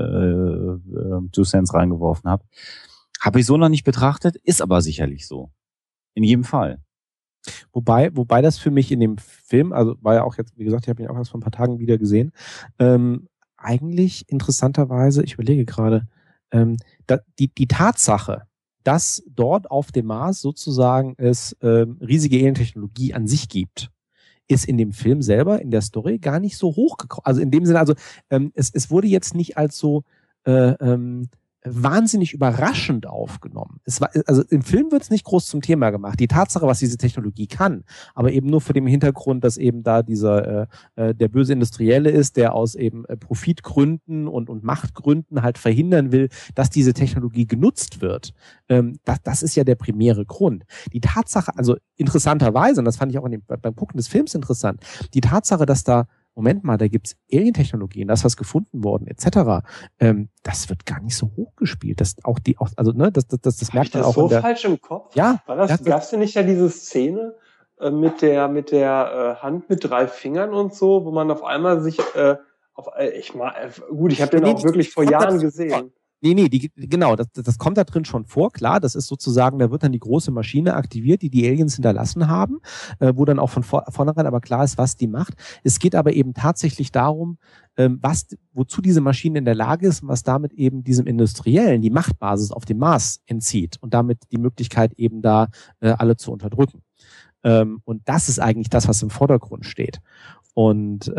2 Cents reingeworfen habe. Habe ich so noch nicht betrachtet, ist aber sicherlich so. In jedem Fall. Wobei das für mich in dem Film, also war ja auch jetzt, wie gesagt, ich habe ihn auch erst vor ein paar Tagen wieder gesehen, eigentlich interessanterweise, ich überlege gerade, die Tatsache, dass dort auf dem Mars sozusagen es riesige Alientechnologie an sich gibt, ist in dem Film selber, in der Story, gar nicht so hochgekommen. Also in dem Sinne, also es wurde jetzt nicht als so wahnsinnig überraschend aufgenommen. Also im Film wird es nicht groß zum Thema gemacht. Die Tatsache, was diese Technologie kann, aber eben nur vor dem Hintergrund, dass eben da dieser der böse Industrielle ist, der aus eben Profitgründen und Machtgründen halt verhindern will, dass diese Technologie genutzt wird. Das ist ja der primäre Grund. Die Tatsache, also interessanterweise, und das fand ich auch beim Gucken des Films interessant, die Tatsache, dass da Moment mal, da gibt's Alien-Technologien, da ist was gefunden worden, etc. Das wird gar nicht so hochgespielt. Das merkt man auch. So falsch im Kopf? Ja. Gab's denn nicht ja diese Szene mit der Hand mit 3 Fingern und so, wo man auf einmal sich ich habe den auch wirklich vor Jahren gesehen. Nee, genau, das kommt da drin schon vor, klar, das ist sozusagen, da wird dann die große Maschine aktiviert, die Aliens hinterlassen haben, wo dann auch von vornherein aber klar ist, was die macht. Es geht aber eben tatsächlich darum, wozu diese Maschine in der Lage ist und was damit eben diesem Industriellen die Machtbasis auf dem Mars entzieht und damit die Möglichkeit eben da alle zu unterdrücken. Und das ist eigentlich das, was im Vordergrund steht. Und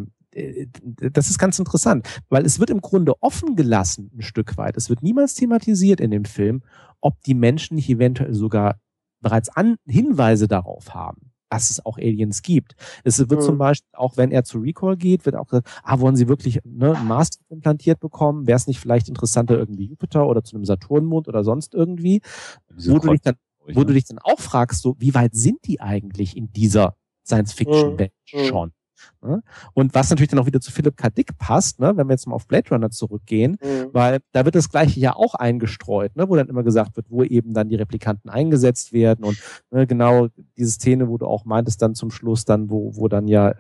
das ist ganz interessant, weil es wird im Grunde offen gelassen, ein Stück weit. Es wird niemals thematisiert in dem Film, ob die Menschen nicht eventuell sogar bereits Hinweise darauf haben, dass es auch Aliens gibt. Es wird zum Beispiel, auch wenn er zu Recall geht, wird auch gesagt, wollen sie wirklich einen Mars implantiert bekommen? Wäre es nicht vielleicht interessanter irgendwie Jupiter oder zu einem Saturnmond oder sonst irgendwie? Wo du dich dann auch fragst, so, wie weit sind die eigentlich in dieser Science-Fiction-Welt schon? Und was natürlich dann auch wieder zu Philip K. Dick passt, ne, wenn wir jetzt mal auf Blade Runner zurückgehen, weil da wird das Gleiche ja auch eingestreut, ne, wo dann immer gesagt wird, wo eben dann die Replikanten eingesetzt werden und genau diese Szene, wo du auch meintest dann zum Schluss dann, wo dann ja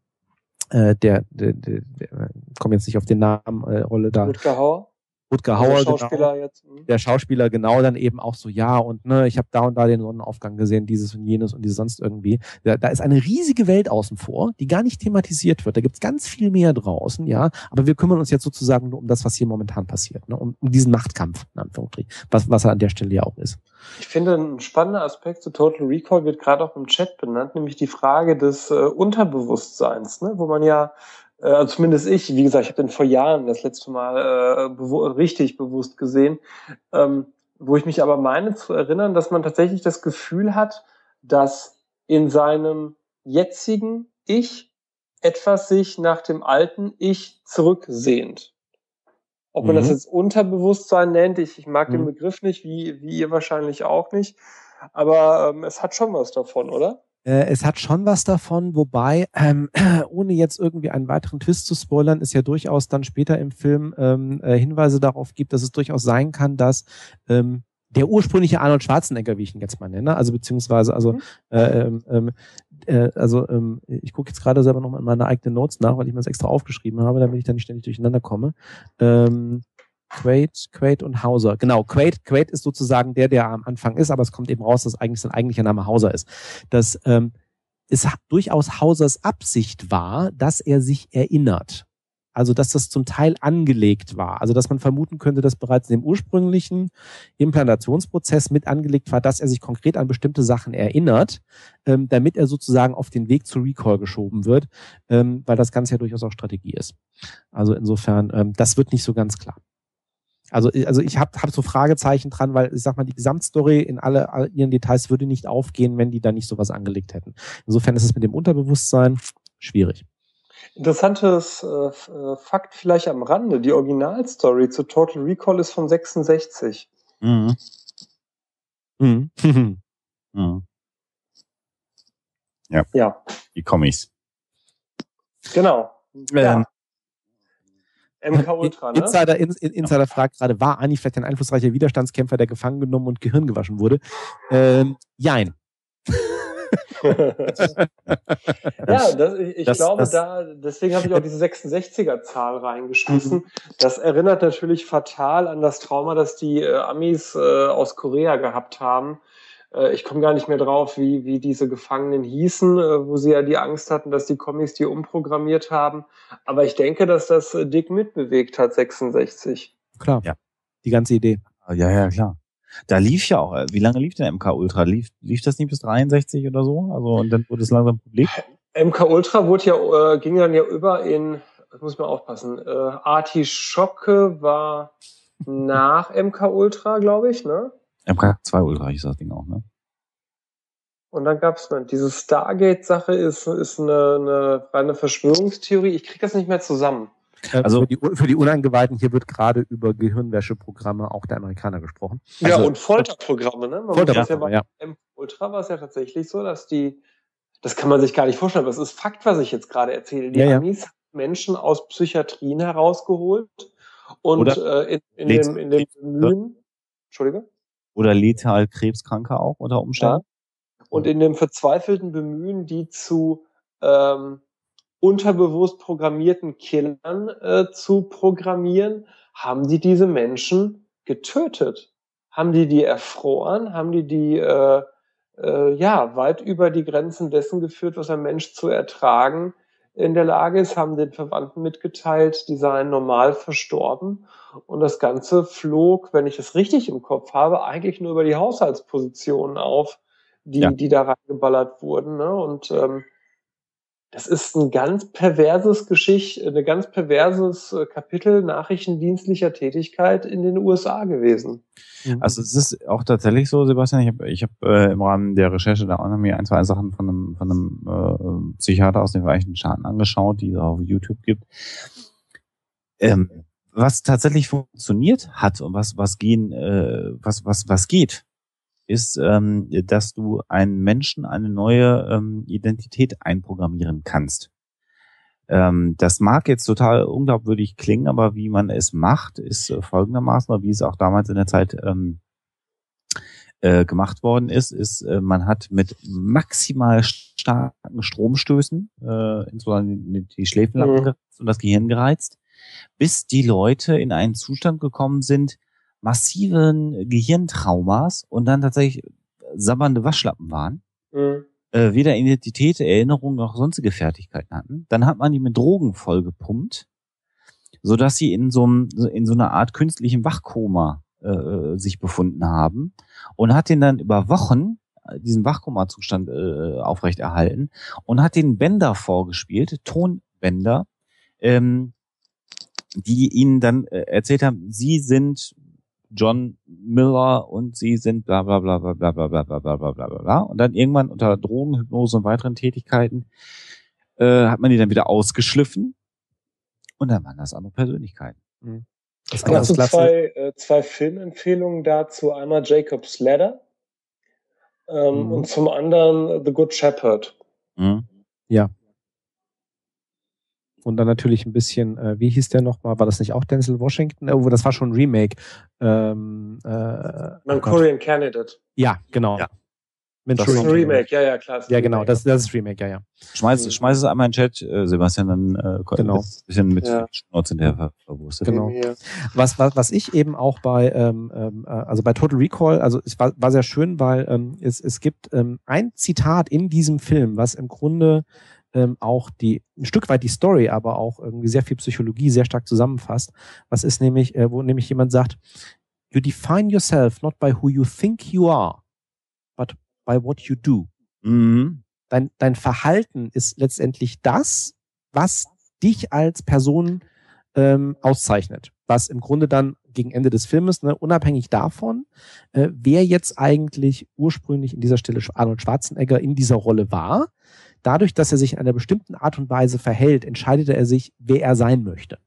der komm jetzt nicht auf den Namen, Rolle da. Rutger Hauer, Schauspieler genau, jetzt. Der Schauspieler genau dann eben auch so, ja, und ne, ich habe da und da den Sonnenaufgang gesehen, dieses und jenes und dieses sonst irgendwie. Da ist eine riesige Welt außen vor, die gar nicht thematisiert wird. Da gibt's ganz viel mehr draußen, ja, aber wir kümmern uns jetzt sozusagen nur um das, was hier momentan passiert, ne, um diesen Machtkampf, in Anführungsstrichen, was er an der Stelle ja auch ist. Ich finde, ein spannender Aspekt zu Total Recall wird gerade auch im Chat benannt, nämlich die Frage des Unterbewusstseins, ne, wo man ja also zumindest ich, wie gesagt, ich habe den vor Jahren das letzte Mal richtig bewusst gesehen, wo ich mich aber meine zu erinnern, dass man tatsächlich das Gefühl hat, dass in seinem jetzigen Ich etwas sich nach dem alten Ich zurücksehnt. Ob man das jetzt Unterbewusstsein nennt, ich mag den Begriff nicht, wie ihr wahrscheinlich auch nicht, aber es hat schon was davon, oder? Es hat schon was davon, wobei, ohne jetzt irgendwie einen weiteren Twist zu spoilern, es ja durchaus dann später im Film Hinweise darauf gibt, dass es durchaus sein kann, dass der ursprüngliche Arnold Schwarzenegger, wie ich ihn jetzt mal nenne, also beziehungsweise, ich gucke jetzt gerade selber nochmal in meine eigenen Notes nach, weil ich mir das extra aufgeschrieben habe, damit ich da nicht ständig durcheinander komme. Quaid und Hauser. Genau, Quaid ist sozusagen der am Anfang ist, aber es kommt eben raus, dass eigentlich sein eigentlicher Name Hauser ist. Dass es durchaus Hausers Absicht war, dass er sich erinnert. Also, dass das zum Teil angelegt war. Also, dass man vermuten könnte, dass bereits in dem ursprünglichen Implantationsprozess mit angelegt war, dass er sich konkret an bestimmte Sachen erinnert, damit er sozusagen auf den Weg zu Recall geschoben wird, weil das Ganze ja durchaus auch Strategie ist. Also insofern, das wird nicht so ganz klar. Also ich hab so Fragezeichen dran, weil ich sag mal, die Gesamtstory in all ihren Details würde nicht aufgehen, wenn die da nicht sowas angelegt hätten. Insofern ist es mit dem Unterbewusstsein schwierig. Interessantes Fakt vielleicht am Rande. Die Originalstory zu Total Recall ist von 66. Ja. Die Comics. Genau. Ja. MK Ultra, ne? Insider fragt gerade, war Ani vielleicht ein einflussreicher Widerstandskämpfer, der gefangen genommen und Gehirn gewaschen wurde? Jein. Ich glaube, deswegen habe ich auch diese 66er-Zahl reingeschmissen. Das erinnert natürlich fatal an das Trauma, das die Amis aus Korea gehabt haben. Ich komme gar nicht mehr drauf, wie diese Gefangenen hießen, wo sie ja die Angst hatten, dass die Comics die umprogrammiert haben. Aber ich denke, dass das Dick mitbewegt hat, 66. Klar, ja. Die ganze Idee. Ja, klar. Da lief ja auch, wie lange lief denn MK Ultra? Lief das nicht bis 63 oder so? Also, und dann wurde es langsam publik? MK Ultra ging dann ja über in, das muss man aufpassen, Artischocke war nach MK Ultra, glaube ich, ne? MK2 Ultra hieß das Ding auch, ne? Und dann gab's diese Stargate-Sache ist eine reine Verschwörungstheorie. Ich krieg das nicht mehr zusammen. Also für die Uneingeweihten, hier wird gerade über Gehirnwäscheprogramme auch der Amerikaner gesprochen. Ja, also, und Folterprogramme, ne? Folterprogramme, MK Ultra war es ja tatsächlich so, dass das kann man sich gar nicht vorstellen, aber es ist Fakt, was ich jetzt gerade erzähle. Die Amis haben Menschen aus Psychiatrien herausgeholt und in dem Bemühen, Entschuldige? Oder letal Krebskranke auch unter Umständen. Ja. Und in dem verzweifelten Bemühen, die zu unterbewusst programmierten Killern zu programmieren, haben die diese Menschen getötet? Haben die erfroren? Haben die weit über die Grenzen dessen geführt, was ein Mensch zu ertragen in der Lage ist, haben den Verwandten mitgeteilt, die seien normal verstorben. Und das Ganze flog, wenn ich es richtig im Kopf habe, eigentlich nur über die Haushaltspositionen auf, die da reingeballert wurden. Ne? Und das ist ein ganz perverses Kapitel nachrichtendienstlicher Tätigkeit in den USA gewesen. Also es ist auch tatsächlich so, Sebastian, ich hab im Rahmen der Recherche da auch noch mir ein, zwei Sachen von einem Psychiater aus den Vereinigten Staaten angeschaut, die es auf YouTube gibt. Was tatsächlich funktioniert hat und was geht, ist, dass du einen Menschen eine neue Identität einprogrammieren kannst. Das mag jetzt total unglaubwürdig klingen, aber wie man es macht, ist folgendermaßen, oder wie es auch damals in der Zeit gemacht worden ist, man hat mit maximal starken Stromstößen insbesondere die Schläfenlampen gereizt und das Gehirn gereizt, bis die Leute in einen Zustand gekommen sind, massiven Gehirntraumas und dann tatsächlich sabbernde Waschlappen waren, weder Identität, Erinnerung noch sonstige Fertigkeiten hatten. Dann hat man die mit Drogen vollgepumpt, sodass sie in so einer Art künstlichen Wachkoma sich befunden haben und hat den dann über Wochen diesen Wachkoma-Zustand aufrechterhalten und hat den Bänder vorgespielt, Tonbänder, die ihnen dann erzählt haben, sie sind John Miller und sie sind bla bla bla bla bla bla bla bla bla bla bla bla. Und dann irgendwann unter Drogen, Hypnose und weiteren Tätigkeiten hat man die dann wieder ausgeschliffen und dann waren das andere Persönlichkeiten. Es gab so zwei Filmempfehlungen dazu. Einmal Jacob's Ladder und zum anderen The Good Shepherd. Ja. Und dann natürlich ein bisschen, wie hieß der nochmal? War das nicht auch Denzel Washington? Das war schon ein Remake. Manchurian Candidate. Ja, genau. Ja. Das ist ein Remake, ja, klar. Ja, genau, das ist Remake, ja. Schmeiß es einmal in den Chat, Sebastian, dann genau. Ein bisschen mit Schnauze hinterher verwurstet. Genau. Was ich eben auch bei Total Recall, also es war sehr schön, weil es gibt ein Zitat in diesem Film, was im Grunde auch ein Stück weit die Story, aber auch irgendwie sehr viel Psychologie sehr stark zusammenfasst. Was ist nämlich, wo nämlich jemand sagt, you define yourself not by who you think you are, but by what you do. Dein Verhalten ist letztendlich das, was dich als Person auszeichnet. Was im Grunde dann gegen Ende des Filmes, unabhängig davon, wer jetzt eigentlich ursprünglich in dieser Stelle Arnold Schwarzenegger in dieser Rolle war, dadurch, dass er sich in einer bestimmten Art und Weise verhält, entscheidet er sich, wer er sein möchte.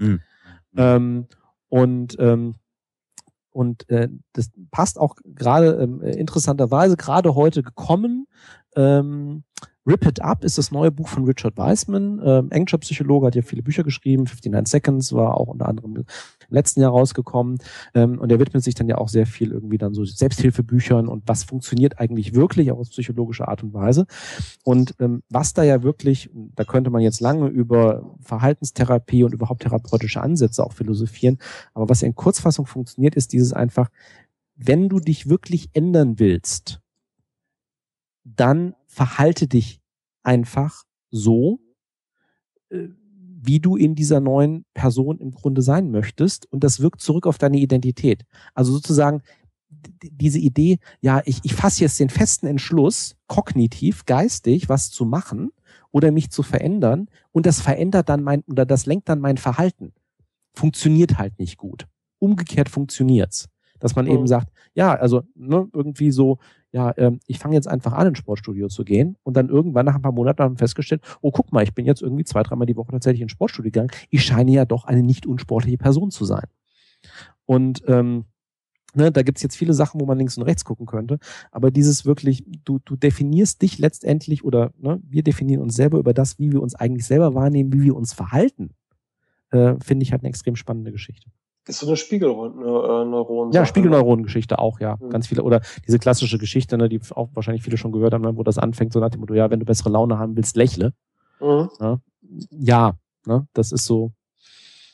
Das passt auch gerade interessanterweise gerade heute gekommen. Rip It Up ist das neue Buch von Richard Wiseman, englischer Psychologe, hat ja viele Bücher geschrieben. 59 Seconds war auch unter anderem im letzten Jahr rausgekommen. Und er widmet sich dann ja auch sehr viel irgendwie dann so Selbsthilfebüchern und was funktioniert eigentlich wirklich, auch aus psychologischer Art und Weise. Und was da ja wirklich, da könnte man jetzt lange über Verhaltenstherapie und überhaupt therapeutische Ansätze auch philosophieren, aber was in Kurzfassung funktioniert, ist dieses einfach, wenn du dich wirklich ändern willst, dann verhalte dich einfach so, wie du in dieser neuen Person im Grunde sein möchtest, und das wirkt zurück auf deine Identität. Also sozusagen diese Idee, ja, ich fasse jetzt den festen Entschluss, kognitiv, geistig, was zu machen oder mich zu verändern, und das verändert dann das lenkt dann mein Verhalten. Funktioniert halt nicht gut. Umgekehrt funktioniert's. Dass man eben sagt, ja, also irgendwie so, ja, ich fange jetzt einfach an, ins Sportstudio zu gehen, und dann irgendwann nach ein paar Monaten haben wir festgestellt, oh, guck mal, ich bin jetzt irgendwie 2-3 Mal die Woche tatsächlich ins Sportstudio gegangen. Ich scheine ja doch eine nicht unsportliche Person zu sein. Und da gibt's jetzt viele Sachen, wo man links und rechts gucken könnte, aber dieses wirklich, du definierst dich letztendlich, oder wir definieren uns selber über das, wie wir uns eigentlich selber wahrnehmen, wie wir uns verhalten, finde ich halt eine extrem spannende Geschichte. Ist so eine Spiegelneuron. Ja, Spiegelneuronengeschichte auch, ja. Ganz viele, oder diese klassische Geschichte, die auch wahrscheinlich viele schon gehört haben, wo das anfängt, so nach dem Motto, ja, wenn du bessere Laune haben willst, lächle. Das ist so,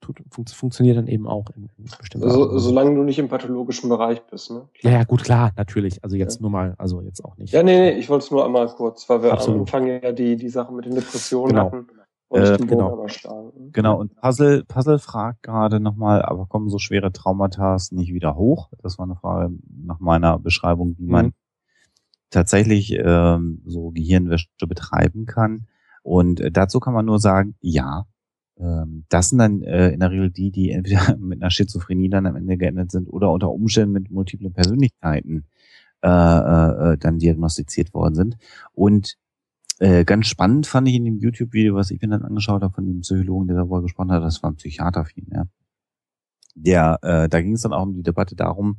funktioniert dann eben auch in bestimmten solange du nicht im pathologischen Bereich bist, ne? Ja, gut, klar, natürlich. Also jetzt nur mal, also jetzt auch nicht. Ja, nee, ich wollte es nur einmal kurz, weil wir Absolut. am Anfang ja die Sache mit den Depressionen hatten. Genau, und Puzzle fragt gerade nochmal, aber kommen so schwere Traumata nicht wieder hoch? Das war eine Frage nach meiner Beschreibung, wie man tatsächlich so Gehirnwäsche betreiben kann. Und dazu kann man nur sagen, ja, das sind dann in der Regel die entweder mit einer Schizophrenie dann am Ende geendet sind oder unter Umständen mit multiplen Persönlichkeiten dann diagnostiziert worden sind. Und ganz spannend fand ich in dem YouTube-Video, was ich mir dann angeschaut habe von dem Psychologen, der darüber gesprochen hat, das war ein Psychiater viel mehr. Da ging es dann auch um die Debatte darum,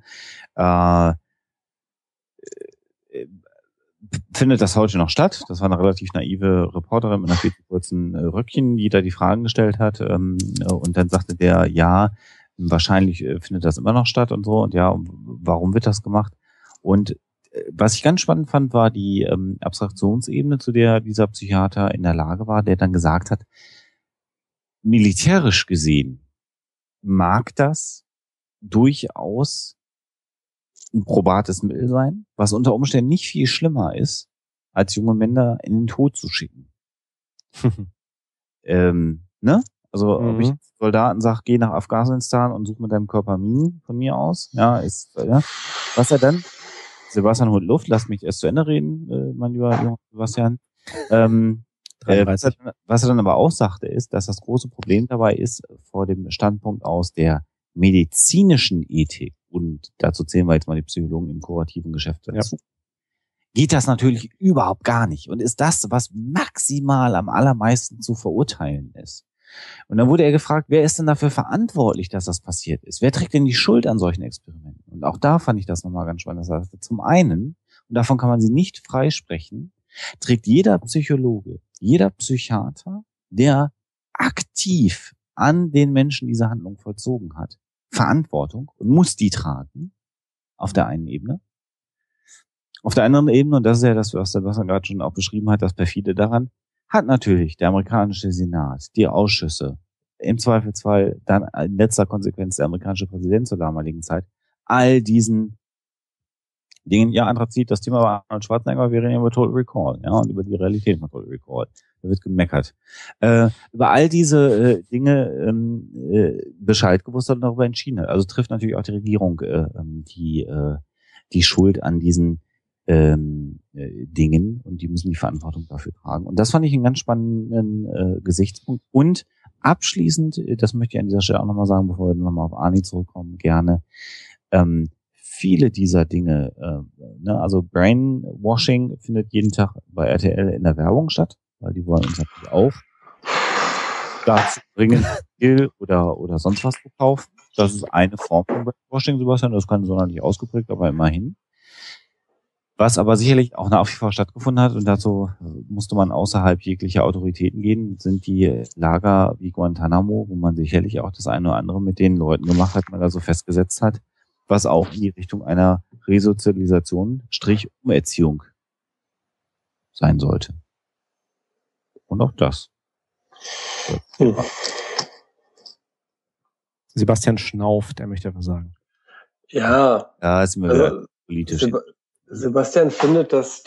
findet das heute noch statt? Das war eine relativ naive Reporterin mit einer viel zu kurzen Röckchen, die da die Fragen gestellt hat. Und dann sagte der, ja, wahrscheinlich findet das immer noch statt und so. Und ja, warum wird das gemacht? Und was ich ganz spannend fand, war die Abstraktionsebene, zu der dieser Psychiater in der Lage war, der dann gesagt hat, militärisch gesehen mag das durchaus ein probates Mittel sein, was unter Umständen nicht viel schlimmer ist, als junge Männer in den Tod zu schicken. Ne? Also ob ich Soldaten sage, geh nach Afghanistan und such mit deinem Körper Minen von mir aus, ja, was er dann? Sebastian holt Luft, lasst mich erst zu Ende reden, mein lieber Sebastian. Was er dann aber auch sagte, ist, dass das große Problem dabei ist, vor dem Standpunkt aus der medizinischen Ethik, und dazu zählen wir jetzt mal die Psychologen im kurativen Geschäft dazu, geht das natürlich überhaupt gar nicht und ist das, was maximal am allermeisten zu verurteilen ist. Und dann wurde er gefragt, wer ist denn dafür verantwortlich, dass das passiert ist? Wer trägt denn die Schuld an solchen Experimenten? Und auch da fand ich das nochmal ganz spannend. Das heißt, zum einen, und davon kann man sie nicht freisprechen, trägt jeder Psychologe, jeder Psychiater, der aktiv an den Menschen diese Handlung vollzogen hat, Verantwortung und muss die tragen, auf der einen Ebene. Auf der anderen Ebene, und das ist ja das, was Sebastian gerade schon auch beschrieben hat, das perfide daran, hat natürlich der amerikanische Senat, die Ausschüsse, im Zweifelsfall dann in letzter Konsequenz der amerikanische Präsident zur damaligen Zeit, all diesen Dingen, ja, Anthrazit, das Thema war Arnold Schwarzenegger, wir reden über Total Recall, ja, und über die Realität von Total Recall. Da wird gemeckert. Über all diese Dinge Bescheid gewusst hat und darüber entschieden hat. Also trifft natürlich auch die Regierung die Schuld an diesen Dingen, und die müssen die Verantwortung dafür tragen. Und das fand ich einen ganz spannenden Gesichtspunkt. Und abschließend, das möchte ich an dieser Stelle auch nochmal sagen, bevor wir nochmal auf Arnie zurückkommen, gerne, viele dieser Dinge, also Brainwashing findet jeden Tag bei RTL in der Werbung statt, weil die wollen uns natürlich auch dazu bringen, oder sonst was zu kaufen. Das ist eine Form von Brainwashing, Sebastian, das ist keine sonderlich ausgeprägt, aber immerhin. Was aber sicherlich auch nach wie vor stattgefunden hat, und dazu musste man außerhalb jeglicher Autoritäten gehen, sind die Lager wie Guantanamo, wo man sicherlich auch das eine oder andere mit den Leuten gemacht hat, man da so festgesetzt hat, was auch in die Richtung einer Resozialisation, Umerziehung sein sollte. Und auch das. Sebastian schnauft, er möchte was sagen. Ja. Da ist mir wieder politisch. Sebastian findet, dass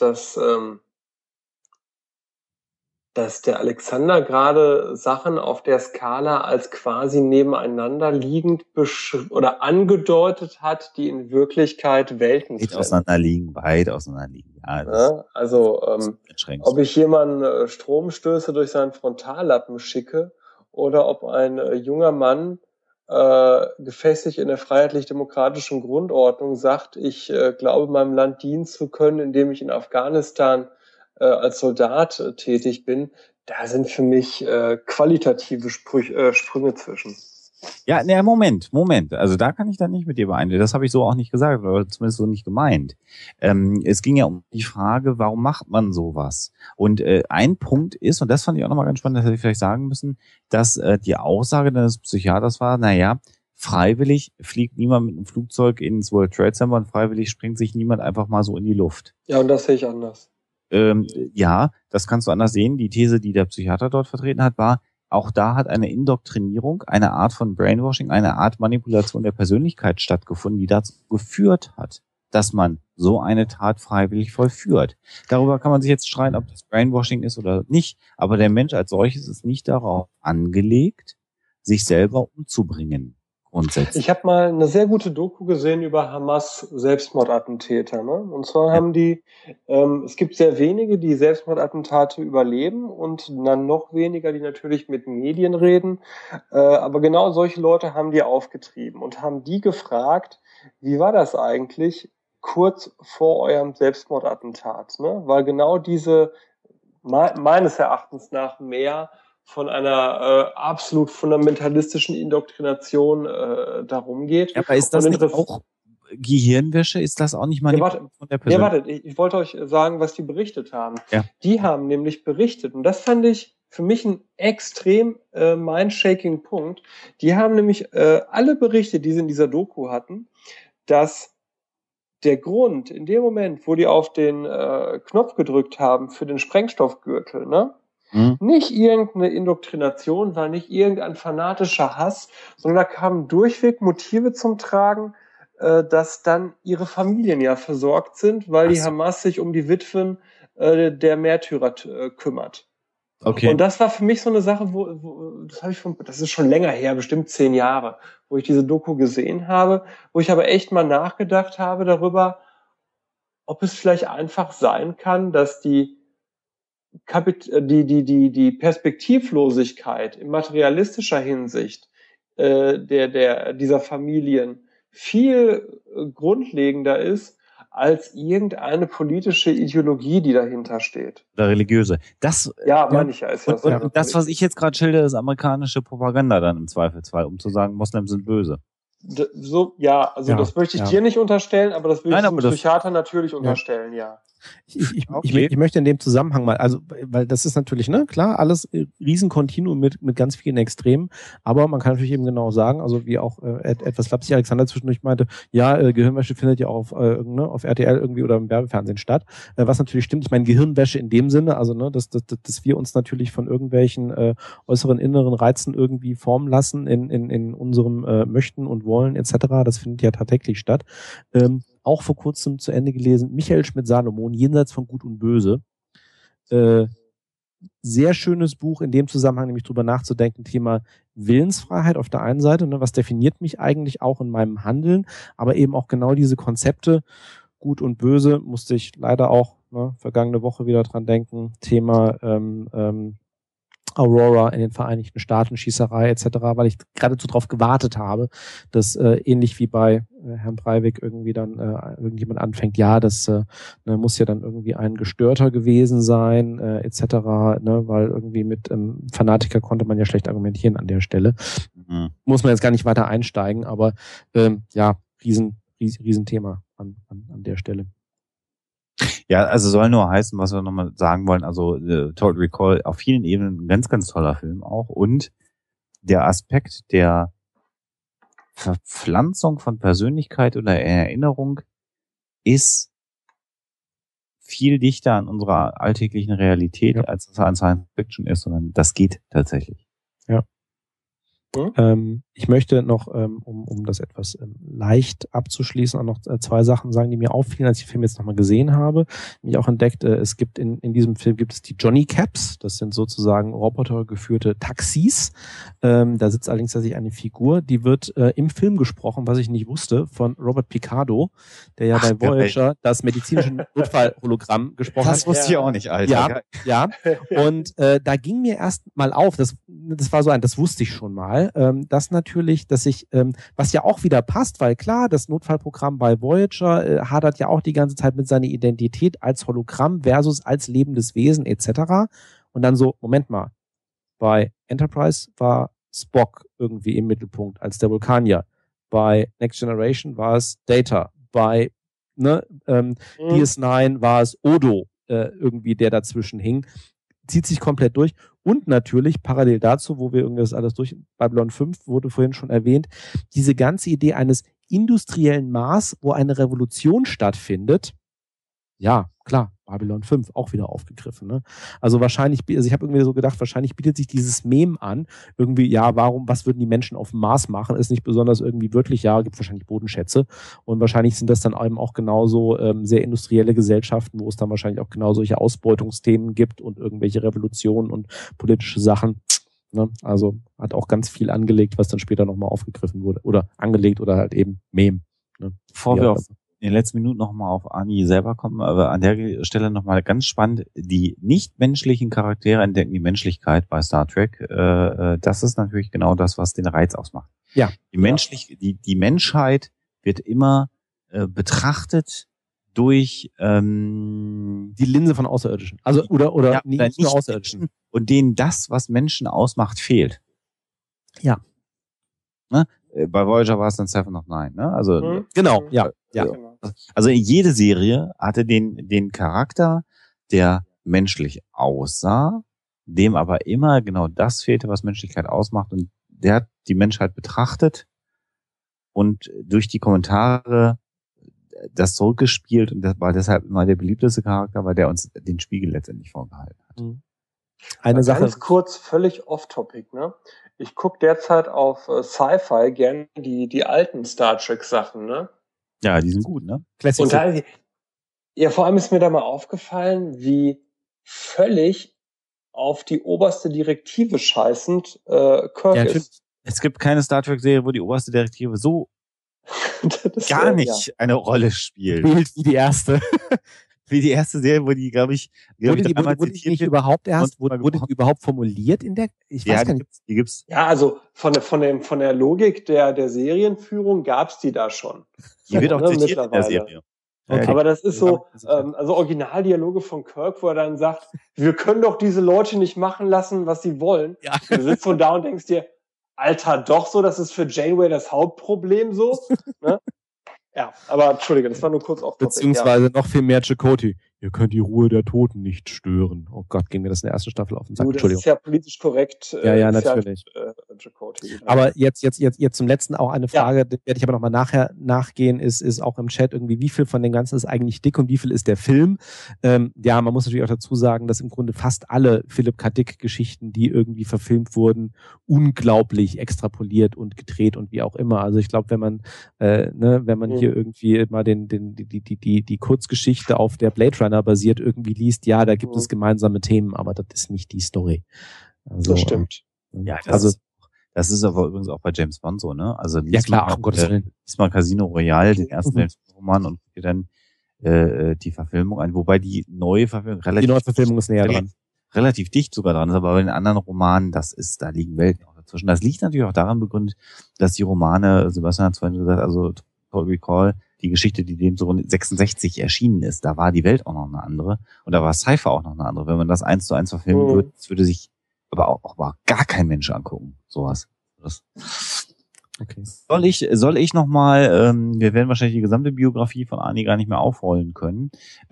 der Alexander gerade Sachen auf der Skala als quasi nebeneinander liegend oder angedeutet hat, die in Wirklichkeit Welten weit auseinanderliegen. Ja, also ob ich jemanden Stromstöße durch seinen Frontallappen schicke oder ob ein junger Mann gefestigt in der freiheitlich-demokratischen Grundordnung sagt, ich glaube, meinem Land dienen zu können, indem ich in Afghanistan als Soldat tätig bin, da sind für mich qualitative Sprünge zwischen. Ja, ne, Moment. Also da kann ich dann nicht mit dir übereinstimmen. Das habe ich so auch nicht gesagt, oder zumindest so nicht gemeint. Es ging ja um die Frage, warum macht man sowas? Und ein Punkt ist, und das fand ich auch nochmal ganz spannend, das hätte ich vielleicht sagen müssen, dass die Aussage des Psychiaters war, freiwillig fliegt niemand mit einem Flugzeug ins World Trade Center und freiwillig springt sich niemand einfach mal so in die Luft. Ja, und das sehe ich anders. Ja, das kannst du anders sehen. Die These, die der Psychiater dort vertreten hat, war, auch da hat eine Indoktrinierung, eine Art von Brainwashing, eine Art Manipulation der Persönlichkeit stattgefunden, die dazu geführt hat, dass man so eine Tat freiwillig vollführt. Darüber kann man sich jetzt streiten, ob das Brainwashing ist oder nicht, aber der Mensch als solches ist nicht darauf angelegt, sich selber umzubringen. Grundsätzlich. Ich habe mal eine sehr gute Doku gesehen über Hamas Selbstmordattentäter. Ne? Und zwar haben die, es gibt sehr wenige, die Selbstmordattentate überleben und dann noch weniger, die natürlich mit Medien reden. Aber genau solche Leute haben die aufgetrieben und haben die gefragt, wie war das eigentlich kurz vor eurem Selbstmordattentat? Ne? Weil genau diese, meines Erachtens nach mehr von einer absolut fundamentalistischen Indoktrination darum geht. Ja, aber ist das nicht auch Gehirnwäsche? Ist das auch nicht mal von der Persönlichkeit? Ja, ich wollte euch sagen, was die berichtet haben. Ja. Die haben nämlich berichtet, und das fand ich für mich ein extrem mind-shaking Punkt. Die haben nämlich alle Berichte, die sie in dieser Doku hatten, dass der Grund, in dem Moment, wo die auf den Knopf gedrückt haben für den Sprengstoffgürtel, ne? Nicht irgendeine Indoktrination, war nicht irgendein fanatischer Hass, sondern da kamen durchweg Motive zum Tragen, dass dann ihre Familien ja versorgt sind, weil die Hamas sich um die Witwen der Märtyrer kümmert. Okay. Und das war für mich so eine Sache, das ist schon länger her, bestimmt 10 Jahre, wo ich diese Doku gesehen habe, wo ich aber echt mal nachgedacht habe darüber, ob es vielleicht einfach sein kann, dass die Perspektivlosigkeit in materialistischer Hinsicht dieser Familien viel grundlegender ist als irgendeine politische Ideologie, die dahinter steht. Oder religiöse. Das, meine ich ja. Ist ja so. Und das, was ich jetzt gerade schilder, ist amerikanische Propaganda dann im Zweifelsfall, um zu sagen, Moslems sind böse. Das möchte ich dir nicht unterstellen, aber das würde ich dem Psychiater natürlich unterstellen, ja. Ich möchte in dem Zusammenhang mal, also, weil das ist natürlich, ne, klar, alles Riesenkontinuum mit ganz vielen Extremen, aber man kann natürlich eben genau sagen, also wie auch etwas flapsig Alexander zwischendurch meinte, Gehirnwäsche findet ja auch auf RTL irgendwie oder im Werbefernsehen statt, was natürlich stimmt. Ich meine, Gehirnwäsche in dem Sinne, also ne, dass wir uns natürlich von irgendwelchen äußeren, inneren Reizen irgendwie formen lassen in unserem Möchten und Wollen etc., das findet ja tatsächlich statt. Auch vor kurzem zu Ende gelesen, Michael Schmidt-Salomon, Jenseits von Gut und Böse. Sehr schönes Buch in dem Zusammenhang, nämlich drüber nachzudenken, Thema Willensfreiheit auf der einen Seite, ne, was definiert mich eigentlich auch in meinem Handeln, aber eben auch genau diese Konzepte, Gut und Böse, musste ich leider auch vergangene Woche wieder dran denken, Thema Aurora in den Vereinigten Staaten, Schießerei etc., weil ich geradezu darauf gewartet habe, dass ähnlich wie bei Herrn Breivik irgendwie dann irgendjemand anfängt, das muss ja dann irgendwie ein Gestörter gewesen sein etc., weil irgendwie mit Fanatiker konnte man ja schlecht argumentieren an der Stelle. Mhm. Muss man jetzt gar nicht weiter einsteigen, aber Riesenthema an der Stelle. Ja, also soll nur heißen, was wir nochmal sagen wollen, also Total Recall auf vielen Ebenen ein ganz, ganz toller Film auch, und der Aspekt der Verpflanzung von Persönlichkeit oder Erinnerung ist viel dichter an unserer alltäglichen Realität, als es an Science Fiction ist, sondern das geht tatsächlich. Ja. Ich möchte noch, um das etwas leicht abzuschließen, auch noch 2 Sachen sagen, die mir auffielen, als ich den Film jetzt nochmal gesehen habe. Mich auch entdeckt, es gibt in diesem Film gibt es die Johnny Cabs, das sind sozusagen robotergeführte Taxis. Da sitzt allerdings tatsächlich eine Figur, die wird im Film gesprochen, was ich nicht wusste, von Robert Picardo, der ja bei Voyager das medizinische Notfallhologramm gesprochen hat. Das wusste ich auch nicht, Alter. Ja. Und da ging mir erst mal auf, das war das wusste ich schon mal, dass ich, was ja auch wieder passt, weil klar, das Notfallprogramm bei Voyager hadert ja auch die ganze Zeit mit seiner Identität als Hologramm versus als lebendes Wesen etc. Und dann so, Moment mal, bei Enterprise war Spock irgendwie im Mittelpunkt als der Vulkanier. Bei Next Generation war es Data. Bei DS9 war es Odo irgendwie, der dazwischen hing. Zieht sich komplett durch. Und natürlich parallel dazu, wo wir irgendwas alles durch, Babylon 5 wurde vorhin schon erwähnt, diese ganze Idee eines industriellen Mars, wo eine Revolution stattfindet. Ja, klar, Babylon 5 auch wieder aufgegriffen. Ne? Also wahrscheinlich, also ich habe irgendwie so gedacht, wahrscheinlich bietet sich dieses Meme an, irgendwie, ja, was würden die Menschen auf dem Mars machen, ist nicht besonders irgendwie wirklich, ja, gibt wahrscheinlich Bodenschätze und wahrscheinlich sind das dann eben auch genauso sehr industrielle Gesellschaften, wo es dann wahrscheinlich auch genau solche Ausbeutungsthemen gibt und irgendwelche Revolutionen und politische Sachen. Ne? Also hat auch ganz viel angelegt, was dann später nochmal aufgegriffen wurde oder angelegt oder halt eben Meme. Ne? Bevor wir in den letzten Minuten nochmal auf Ani selber kommen, aber an der Stelle nochmal ganz spannend, die nichtmenschlichen Charaktere entdecken die Menschlichkeit bei Star Trek. Das ist natürlich genau das, was den Reiz ausmacht. Ja. Die Menschheit wird immer betrachtet durch die Linse von Außerirdischen. Also oder ja, nicht nur Außerirdischen. Und denen das, was Menschen ausmacht, fehlt. Ja. Ne? Bei Voyager war es dann Seven of Nine, ne? Also genau, ja. Also jede Serie hatte den Charakter, der menschlich aussah, dem aber immer genau das fehlte, was Menschlichkeit ausmacht, und der hat die Menschheit betrachtet und durch die Kommentare das zurückgespielt, und das war deshalb immer der beliebteste Charakter, weil der uns den Spiegel letztendlich vorgehalten hat. Eine Sache. Ganz kurz, völlig off-topic, ne? Ich gucke derzeit auf Sci-Fi gerne die alten Star Trek Sachen, ne? Ja, die sind gut, ne? Classic. Und da, ja, vor allem ist mir da mal aufgefallen, wie völlig auf die oberste Direktive scheißend Kirk ist. Es gibt keine Star Trek-Serie, wo die oberste Direktive so gar nicht eine Rolle spielt. Wie die erste. Wie die erste Serie, wo die, glaube ich, wurde die nicht überhaupt erst, wurde die überhaupt formuliert in der, ich weiß gar nicht. Die gibt's. Ja, also von der Logik der Serienführung gab's die da schon. Die wird auch zitiert in der Serie. Okay. Aber das ist so, also Originaldialoge von Kirk, wo er dann sagt, wir können doch diese Leute nicht machen lassen, was sie wollen. Ja. Du sitzt so da und denkst dir, Alter, doch so, das ist für Janeway das Hauptproblem so. Ne? Ja, aber Entschuldige, das war nur kurz auf Beziehungsweise noch viel mehr Chakotay. Ihr könnt die Ruhe der Toten nicht stören. Oh Gott, ging mir das in der ersten Staffel auf den Sack. Das ist ja politisch korrekt. Ja, natürlich. Aber jetzt zum letzten auch eine Frage, die werde ich aber nochmal nachher nachgehen, ist auch im Chat irgendwie, wie viel von dem Ganzen ist eigentlich dick und wie viel ist der Film? Ja, man muss natürlich auch dazu sagen, dass im Grunde fast alle Philipp K. Dick-Geschichten, die irgendwie verfilmt wurden, unglaublich extrapoliert und gedreht und wie auch immer. Also ich glaube, wenn man hier irgendwie mal die Kurzgeschichte auf der Blade Runner basiert irgendwie liest, ja, da gibt es gemeinsame Themen, aber das ist nicht die Story. Also, das stimmt. Ja, das ist aber übrigens auch bei James Bond so, ne? Also ja klar, um Gottes Willen. Lies mal Casino Royale, den ersten Roman, und guck dir dann die Verfilmung an, wobei die neue Verfilmung ist näher dran. Relativ dicht sogar dran ist, aber bei den anderen Romanen, da liegen Welten auch dazwischen. Das liegt natürlich auch daran begründet, dass die Romane, Sebastian hat es vorhin gesagt, also Total Recall, die Geschichte, die dem so 66 erschienen ist, da war die Welt auch noch eine andere und da war Cypher auch noch eine andere. Wenn man das 1:1 verfilmen würde, das würde sich aber auch gar kein Mensch angucken, sowas. Okay. Soll ich nochmal, wir werden wahrscheinlich die gesamte Biografie von Ani gar nicht mehr aufrollen können,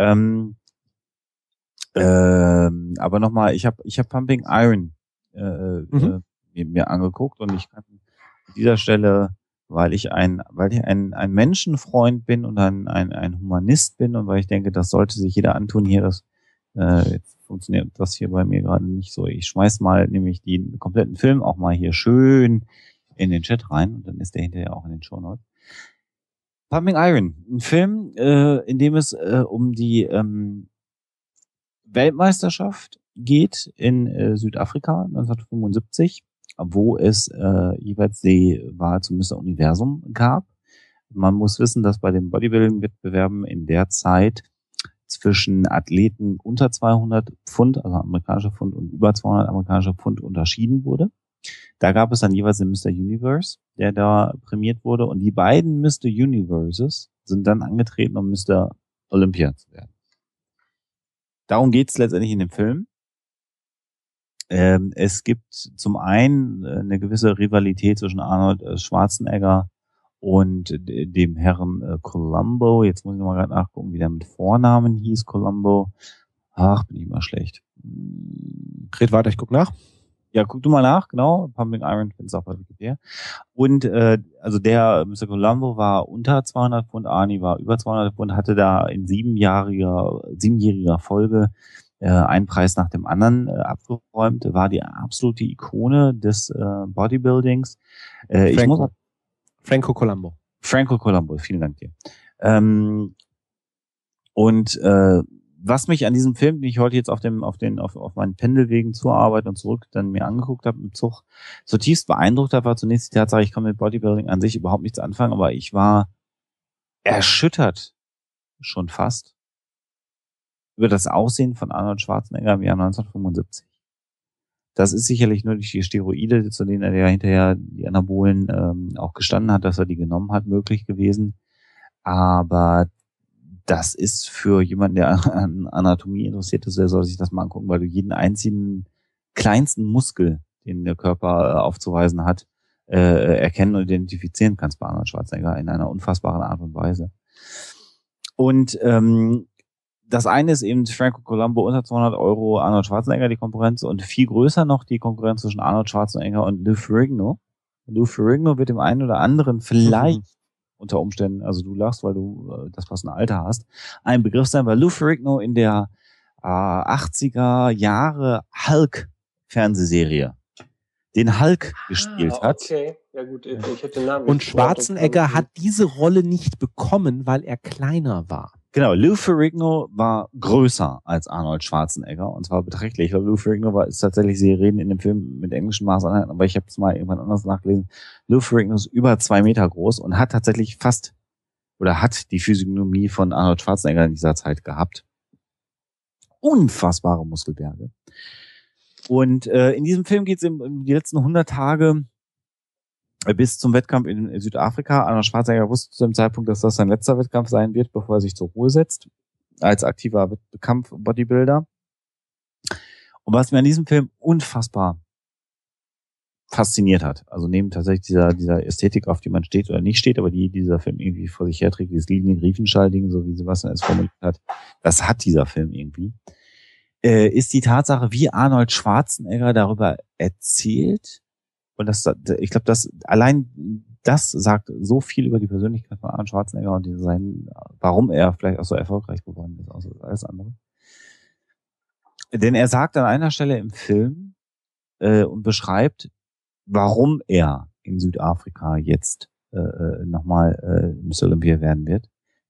aber nochmal, ich hab Pumping Iron mir angeguckt, und ich kann an dieser Stelle, weil ich ein Menschenfreund bin und ein Humanist bin, und weil ich denke, das sollte sich jeder antun hier, jetzt funktioniert das hier bei mir gerade nicht so. Ich schmeiß mal nämlich den kompletten Film auch mal hier schön in den Chat rein, und dann ist der hinterher auch in den Shownotes. Pumping Iron, ein Film, in dem es um die Weltmeisterschaft geht in Südafrika 1975, wo es jeweils die Wahl zum Mr. Universum gab. Man muss wissen, dass bei den Bodybuilding-Wettbewerben in der Zeit zwischen Athleten unter 200 Pfund, also amerikanische Pfund, und über 200 amerikanische Pfund unterschieden wurde. Da gab es dann jeweils den Mr. Universe, der da prämiert wurde, und die beiden Mr. Universes sind dann angetreten, um Mr. Olympia zu werden. Darum geht's letztendlich in dem Film. Es gibt zum einen eine gewisse Rivalität zwischen Arnold Schwarzenegger und dem Herrn Columbo. Jetzt muss ich noch mal gerade nachgucken, wie der mit Vornamen hieß, Columbo. Ach, bin ich mal schlecht. Red weiter, ich guck nach. Ja, guck du mal nach, genau. Pumping Iron findest du auch bei Wikipedia. Und also der Mr. Columbo war unter 200 Pfund, Arnie war über 200 Pfund, hatte da in siebenjähriger Folge einen Preis nach dem anderen abgeräumt, war die absolute Ikone des Bodybuildings. Franco Columbo. Franco Columbo, vielen Dank dir. Was mich an diesem Film, den ich heute jetzt auf meinen Pendelwegen zur Arbeit und zurück dann mir angeguckt habe im Zug, zutiefst beeindruckt hat, war zunächst die Tatsache, ich kann mit Bodybuilding an sich überhaupt nichts anfangen, aber ich war erschüttert schon fast über das Aussehen von Arnold Schwarzenegger im Jahr 1975. Das ist sicherlich nur durch die Steroide, zu denen er ja hinterher die Anabolen auch gestanden hat, dass er die genommen hat, möglich gewesen. Aber das ist für jemanden, der an Anatomie interessiert ist, der soll sich das mal angucken, weil du jeden einzigen kleinsten Muskel, den der Körper aufzuweisen hat, erkennen und identifizieren kannst bei Arnold Schwarzenegger in einer unfassbaren Art und Weise. Und das eine ist eben Franco Columbo unter 200 €, Arnold Schwarzenegger die Konkurrenz und viel größer noch die Konkurrenz zwischen Arnold Schwarzenegger und Lou Ferrigno. Lou Ferrigno wird dem einen oder anderen vielleicht unter Umständen, also du lachst, weil du das passende Alter hast, ein Begriff sein, weil Lou Ferrigno in der 80er Jahre Hulk-Fernsehserie den Hulk gespielt hat. Okay, ja gut, ich hätte den Namen. Und Schwarzenegger hat diese Rolle nicht bekommen, weil er kleiner war. Genau, Lou Ferrigno war größer als Arnold Schwarzenegger und zwar beträchtlich, weil Lou Ferrigno ist tatsächlich, sie reden in dem Film mit englischen Maßeinheiten, aber ich habe es mal irgendwann anders nachgelesen. Lou Ferrigno ist über 2 Meter groß und hat tatsächlich hat die Physiognomie von Arnold Schwarzenegger in dieser Zeit gehabt. Unfassbare Muskelberge. Und in diesem Film geht es um die letzten 100 Tage bis zum Wettkampf in Südafrika. Arnold Schwarzenegger wusste zu dem Zeitpunkt, dass das sein letzter Wettkampf sein wird, bevor er sich zur Ruhe setzt, als aktiver Kampf-Bodybuilder. Und was mir an diesem Film unfassbar fasziniert hat, also neben tatsächlich dieser Ästhetik, auf die man steht oder nicht steht, aber die dieser Film irgendwie vor sich herträgt, dieses Linie-Griefenschall-Ding, so wie Sebastian es formuliert hat, das hat dieser Film irgendwie, ist die Tatsache, wie Arnold Schwarzenegger darüber erzählt. Und ich glaube, allein das sagt so viel über die Persönlichkeit von Arnold Schwarzenegger und warum er vielleicht auch so erfolgreich geworden ist, außer alles andere. Denn er sagt an einer Stelle im Film und beschreibt, warum er in Südafrika jetzt nochmal Miss Olympia werden wird.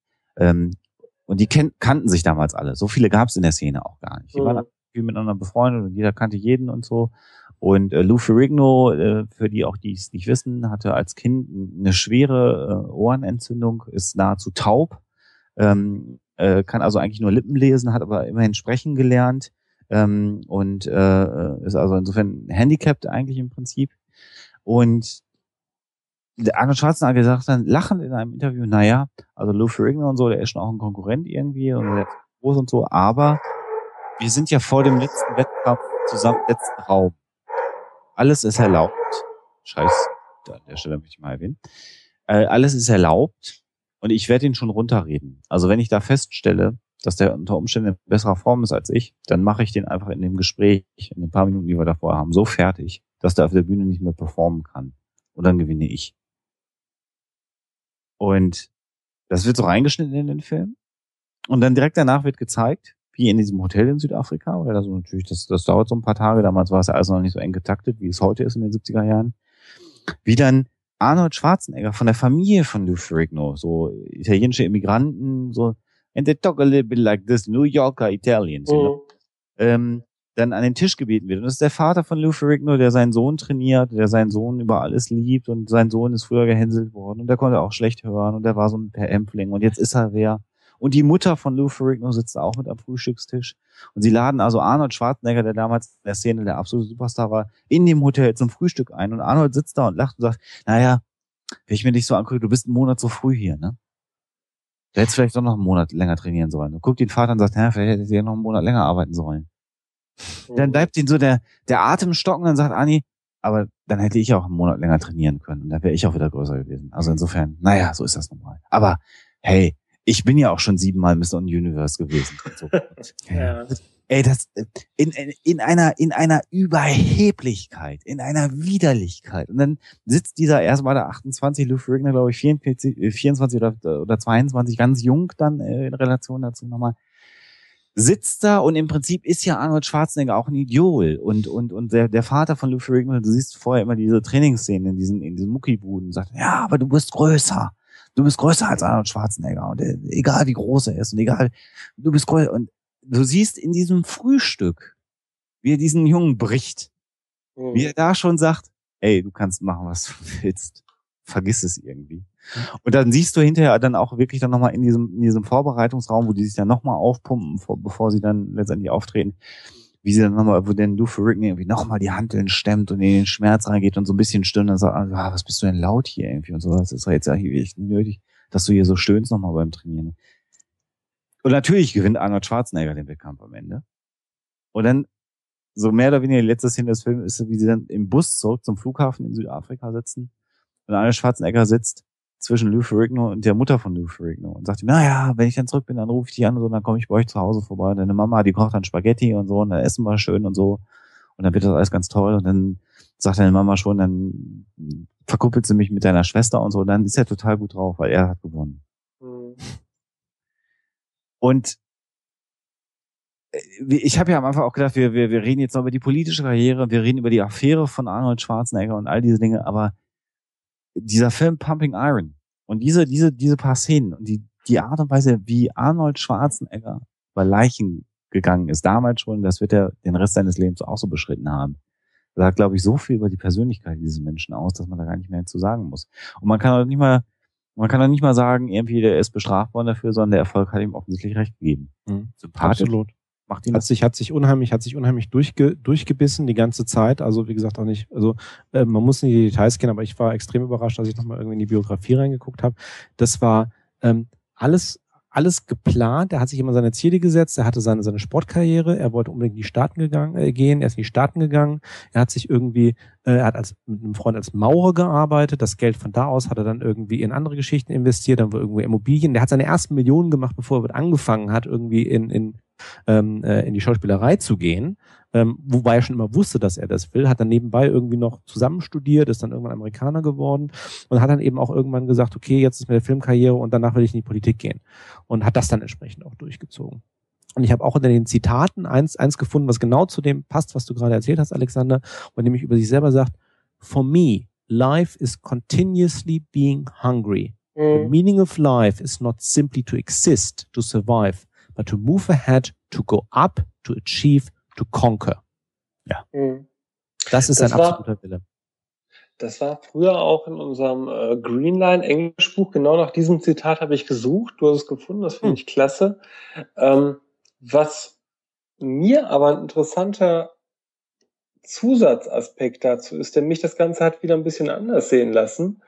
Und die kannten sich damals alle. So viele gab es in der Szene auch gar nicht. Die waren viel miteinander befreundet und jeder kannte jeden und so. Und Lou Ferrigno, für die auch, die es nicht wissen, hatte als Kind eine schwere Ohrenentzündung, ist nahezu taub, kann also eigentlich nur Lippen lesen, hat aber immerhin sprechen gelernt und ist also insofern handicapped eigentlich im Prinzip. Und der Arnold Schwarzenegger gesagt dann lachend in einem Interview, naja, also Lou Ferrigno und so, der ist schon auch ein Konkurrent irgendwie und der ist groß und so, aber wir sind ja vor dem letzten Wettkampf zusammen im letzten Raum. Alles ist erlaubt. Scheiß, an der Stelle möchte ich mal erwähnen. Alles ist erlaubt und ich werde ihn schon runterreden. Also wenn ich da feststelle, dass der unter Umständen in besserer Form ist als ich, dann mache ich den einfach in dem Gespräch, in den paar Minuten, die wir davor haben, so fertig, dass der auf der Bühne nicht mehr performen kann. Und dann gewinne ich. Und das wird so reingeschnitten in den Film. Und dann direkt danach wird gezeigt, wie in diesem Hotel in Südafrika, weil also natürlich, das dauert so ein paar Tage, damals war es ja alles noch nicht so eng getaktet, wie es heute ist in den 70er Jahren, wie dann Arnold Schwarzenegger von der Familie von Lou Ferrigno, so italienische Immigranten, so, and they talk a little bit like this, New Yorker Italians, you know, dann an den Tisch gebeten wird. Und das ist der Vater von Lou Ferrigno, der seinen Sohn trainiert, der seinen Sohn über alles liebt und sein Sohn ist früher gehänselt worden und der konnte auch schlecht hören und der war so ein Hämpfling und jetzt ist er wer. Und die Mutter von Lou Ferrigno sitzt auch mit am Frühstückstisch. Und sie laden also Arnold Schwarzenegger, der damals in der Szene der absolute Superstar war, in dem Hotel zum Frühstück ein. Und Arnold sitzt da und lacht und sagt, naja, wenn ich mir dich so angucke, du bist einen Monat so früh hier, ne? Du hättest vielleicht doch noch einen Monat länger trainieren sollen. Und guckt den Vater und sagt, ja, vielleicht hättest du ja noch einen Monat länger arbeiten sollen. Dann bleibt ihm so der Atem stocken und dann sagt Anni, aber dann hätte ich auch einen Monat länger trainieren können. Und dann wäre ich auch wieder größer gewesen. Also insofern, naja, so ist das normal. Aber hey, ich bin ja auch schon 7-mal Mr. Universe gewesen. So. Ja. Ey, das in einer Überheblichkeit, in einer Widerlichkeit. Und dann sitzt dieser erstmal der 28, Lou Ferrigno, glaube ich, 24 oder 22, ganz jung dann in Relation dazu nochmal, sitzt da und im Prinzip ist ja Arnold Schwarzenegger auch ein Idol und der Vater von Lou Ferrigno, du siehst vorher immer diese Trainingsszenen in diesen Muckibuden, sagt, ja, aber du bist größer als Arnold Schwarzenegger und egal wie groß er ist und egal, du bist größer. Und du siehst in diesem Frühstück, wie er diesen Jungen bricht, wie er da schon sagt, ey, du kannst machen, was du willst. Vergiss es irgendwie. Und dann siehst du hinterher dann auch wirklich dann nochmal in diesem Vorbereitungsraum, wo die sich dann nochmal aufpumpen, bevor sie dann letztendlich auftreten, wie sie dann nochmal, wo denn Lou Ferrigno irgendwie nochmal die Hanteln stemmt und in den Schmerz reingeht und so ein bisschen stöhnt und sagt, ah, was bist du denn laut hier irgendwie und so, das ist doch jetzt eigentlich echt nötig, dass du hier so stöhnst nochmal beim Trainieren. Und natürlich gewinnt Arnold Schwarzenegger den Wettkampf am Ende. Und dann, so mehr oder weniger die letzte Szene des Films ist, wie sie dann im Bus zurück zum Flughafen in Südafrika sitzen. Und Arnold Schwarzenegger sitzt zwischen Lou Ferrigno und der Mutter von Lou Ferrigno und sagt ihm, naja, wenn ich dann zurück bin, dann rufe ich dich an und so, dann komme ich bei euch zu Hause vorbei. Deine Mama, die kocht dann Spaghetti und so, und dann essen wir schön und so. Und dann wird das alles ganz toll. Und dann sagt deine Mama schon, dann verkuppelt sie mich mit deiner Schwester und so. Und dann ist er total gut drauf, weil er hat gewonnen. Und ich habe ja am Anfang auch gedacht, wir reden jetzt noch über die politische Karriere, wir reden über die Affäre von Arnold Schwarzenegger und all diese Dinge, aber dieser Film Pumping Iron und diese paar Szenen und die Art und Weise, wie Arnold Schwarzenegger bei Leichen gegangen ist, damals schon, das wird er den Rest seines Lebens auch so beschritten haben. Das sagt, glaube ich, so viel über die Persönlichkeit dieses Menschen aus, dass man da gar nicht mehr zu sagen muss. Und man kann auch nicht mal sagen, irgendwie, der ist bestraft worden dafür, sondern der Erfolg hat ihm offensichtlich recht gegeben. Sympathisch. Absolut. Macht ihn hat sich unheimlich durchgebissen die ganze Zeit. Also wie gesagt auch nicht, also man muss nicht die Details kennen, aber ich war extrem überrascht, als ich nochmal irgendwie in die Biografie reingeguckt habe. Das war alles geplant. Er hat sich immer seine Ziele gesetzt. Er hatte seine Sportkarriere. Er wollte unbedingt in die Staaten gehen. Er ist in die Staaten gegangen. Er hat sich irgendwie, er hat mit einem Freund als Maurer gearbeitet. Das Geld von da aus hat er dann irgendwie in andere Geschichten investiert. Dann war irgendwo Immobilien. Der hat seine ersten Millionen gemacht, bevor er angefangen hat, irgendwie in die Schauspielerei zu gehen, wobei er schon immer wusste, dass er das will, hat dann nebenbei irgendwie noch zusammen studiert, ist dann irgendwann Amerikaner geworden und hat dann eben auch irgendwann gesagt, okay, jetzt ist mir der Filmkarriere und danach will ich in die Politik gehen und hat das dann entsprechend auch durchgezogen. Und ich habe auch unter den Zitaten eins gefunden, was genau zu dem passt, was du gerade erzählt hast, Alexander, und nämlich über sich selber sagt, for me, life is continuously being hungry. The meaning of life is not simply to exist, to survive, but to move ahead, to go up, to achieve, to conquer. Ja. Das ist ein absoluter Wille. Das war früher auch in unserem Greenline Englischbuch. Genau nach diesem Zitat habe ich gesucht. Du hast es gefunden, das finde ich klasse. Was mir aber ein interessanter Zusatzaspekt dazu ist, der mich das Ganze hat wieder ein bisschen anders sehen lassen,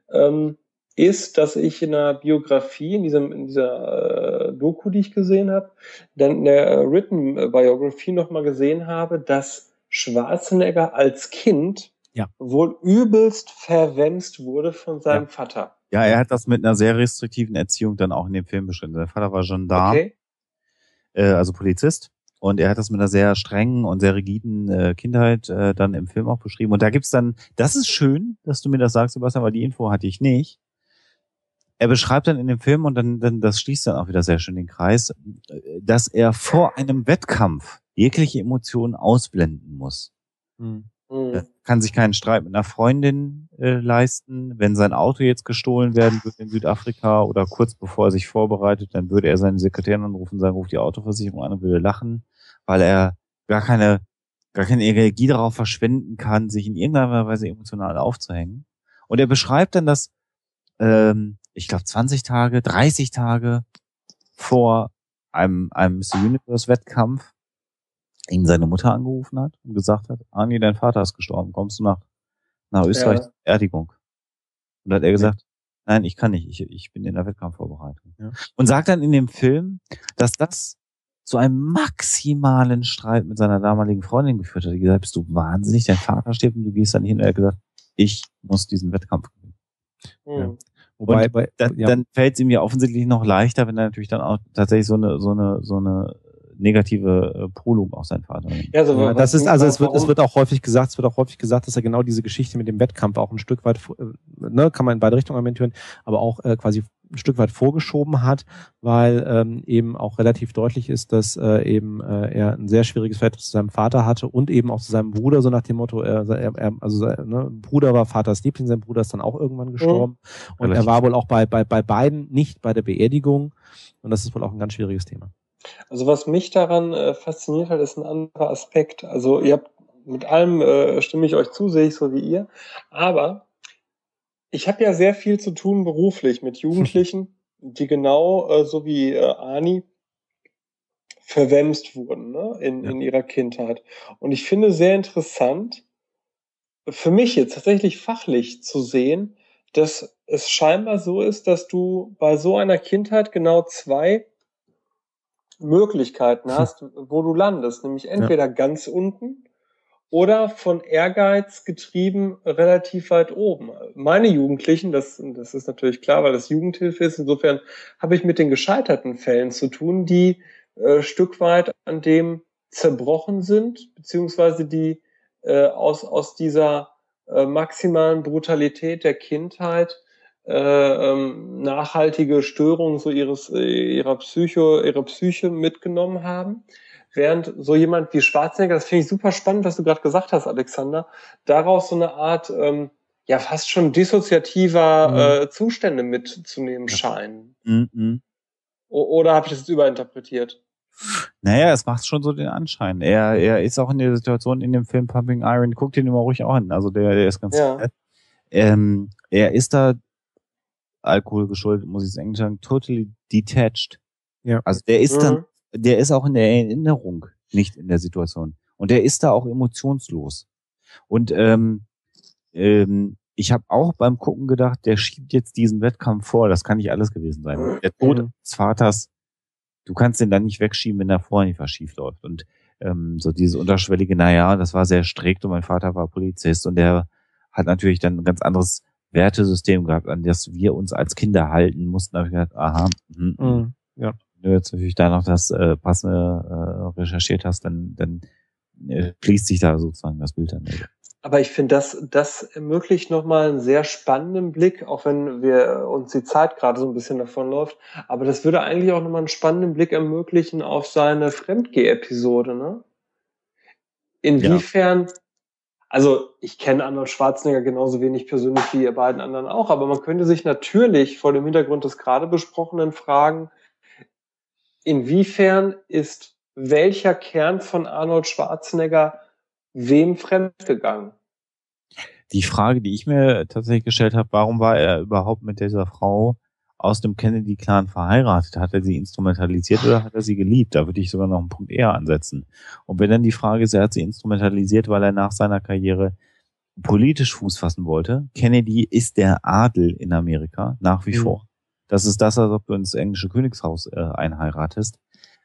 ist, dass ich in der Biografie, in dieser Doku, die ich gesehen habe, dann in der Written Biography nochmal gesehen habe, dass Schwarzenegger als Kind wohl übelst verwämst wurde von seinem Vater. Ja, er hat das mit einer sehr restriktiven Erziehung dann auch in dem Film beschrieben. Sein Vater war Gendarm, also Polizist. Und er hat das mit einer sehr strengen und sehr rigiden Kindheit dann im Film auch beschrieben. Und da gibt's dann, das ist schön, dass du mir das sagst, Sebastian, aber die Info hatte ich nicht. Er beschreibt dann in dem Film, und dann das schließt dann auch wieder sehr schön den Kreis, dass er vor einem Wettkampf jegliche Emotionen ausblenden muss. Er kann sich keinen Streit mit einer Freundin leisten. Wenn sein Auto jetzt gestohlen werden würde in Südafrika oder kurz bevor er sich vorbereitet, dann würde er seine Sekretärin anrufen und sagen, ruft die Autoversicherung an und würde lachen, weil er gar keine Energie darauf verschwenden kann, sich in irgendeiner Weise emotional aufzuhängen. Und er beschreibt dann, dass ich glaube 20 Tage, 30 Tage vor einem Mr. Universe Wettkampf ihn seine Mutter angerufen hat und gesagt hat, Arnie, dein Vater ist gestorben, kommst du nach Österreich zur Beerdigung? Und da hat er gesagt, nein, ich kann nicht, ich bin in der Wettkampfvorbereitung. Ja. Und sagt dann in dem Film, dass das zu einem maximalen Streit mit seiner damaligen Freundin geführt hat. Die gesagt, bist du wahnsinnig, dein Vater stirbt und du gehst dann hin. Und er hat gesagt, ich muss diesen Wettkampf gewinnen. Ja. Wobei, dann fällt es ihm ja offensichtlich noch leichter, wenn er natürlich dann auch tatsächlich so eine negative Polung auf seinen Vater. Ja, das ist, also es wird auch häufig gesagt, dass er genau diese Geschichte mit dem Wettkampf auch ein Stück weit, kann man in beide Richtungen argumentieren, aber auch quasi ein Stück weit vorgeschoben hat, weil eben auch relativ deutlich ist, dass er ein sehr schwieriges Verhältnis zu seinem Vater hatte und eben auch zu seinem Bruder, so nach dem Motto, Bruder war Vaters Liebling, sein Bruder ist dann auch irgendwann gestorben und er war wohl auch bei beiden nicht bei der Beerdigung und das ist wohl auch ein ganz schwieriges Thema. Also was mich daran fasziniert hat, ist ein anderer Aspekt. Also ihr habt mit allem stimme ich euch zu, sehe ich so wie ihr, aber ich habe ja sehr viel zu tun beruflich mit Jugendlichen, die genau so wie Ani verwemst wurden, ne, in ihrer Kindheit. Und ich finde sehr interessant, für mich jetzt tatsächlich fachlich zu sehen, dass es scheinbar so ist, dass du bei so einer Kindheit genau zwei Möglichkeiten hast, wo du landest, nämlich entweder ganz unten oder von Ehrgeiz getrieben relativ weit oben. Meine Jugendlichen, das ist natürlich klar, weil das Jugendhilfe ist, insofern habe ich mit den gescheiterten Fällen zu tun, die Stück weit an dem zerbrochen sind, beziehungsweise die aus dieser maximalen Brutalität der Kindheit nachhaltige Störungen so ihrer Psyche mitgenommen haben. Während so jemand wie Schwarzenegger, das finde ich super spannend, was du gerade gesagt hast, Alexander, daraus so eine Art, fast schon dissoziativer Zustände mitzunehmen scheinen. Mhm. Oder habe ich das jetzt überinterpretiert? Naja, es macht schon so den Anschein. Er ist auch in der Situation in dem Film Pumping Iron, guckt ihn immer ruhig auch an. Also der ist ganz nett. Er ist da Alkohol geschuldet, muss ich sagen, totally detached. Ja. Also der ist auch in der Erinnerung nicht in der Situation. Und der ist da auch emotionslos. Und ich habe auch beim Gucken gedacht, der schiebt jetzt diesen Wettkampf vor. Das kann nicht alles gewesen sein. Der Tod des Vaters, du kannst den dann nicht wegschieben, wenn da vorher nicht was schief läuft. Und so dieses unterschwellige, das war sehr strikt und mein Vater war Polizist und der hat natürlich dann ein ganz anderes Wertesystem gehabt, an das wir uns als Kinder halten mussten. Da habe ich gedacht, wenn du jetzt natürlich da noch das passende recherchiert hast, dann schließt sich da sozusagen das Bild dann. Aber ich finde, das ermöglicht nochmal einen sehr spannenden Blick, auch wenn wir uns die Zeit gerade so ein bisschen davonläuft. Aber das würde eigentlich auch nochmal einen spannenden Blick ermöglichen auf seine Fremdgeh-Episode, ne? Inwiefern, also ich kenne Arnold Schwarzenegger genauso wenig persönlich wie ihr beiden anderen auch, aber man könnte sich natürlich vor dem Hintergrund des gerade besprochenen fragen, inwiefern ist welcher Kern von Arnold Schwarzenegger wem fremdgegangen? Die Frage, die ich mir tatsächlich gestellt habe, warum war er überhaupt mit dieser Frau aus dem Kennedy-Clan verheiratet? Hat er sie instrumentalisiert oder hat er sie geliebt? Da würde ich sogar noch einen Punkt eher ansetzen. Und wenn dann die Frage ist, er hat sie instrumentalisiert, weil er nach seiner Karriere politisch Fuß fassen wollte. Kennedy ist der Adel in Amerika, nach wie vor. Das ist das, als ob du ins englische Königshaus einheiratest.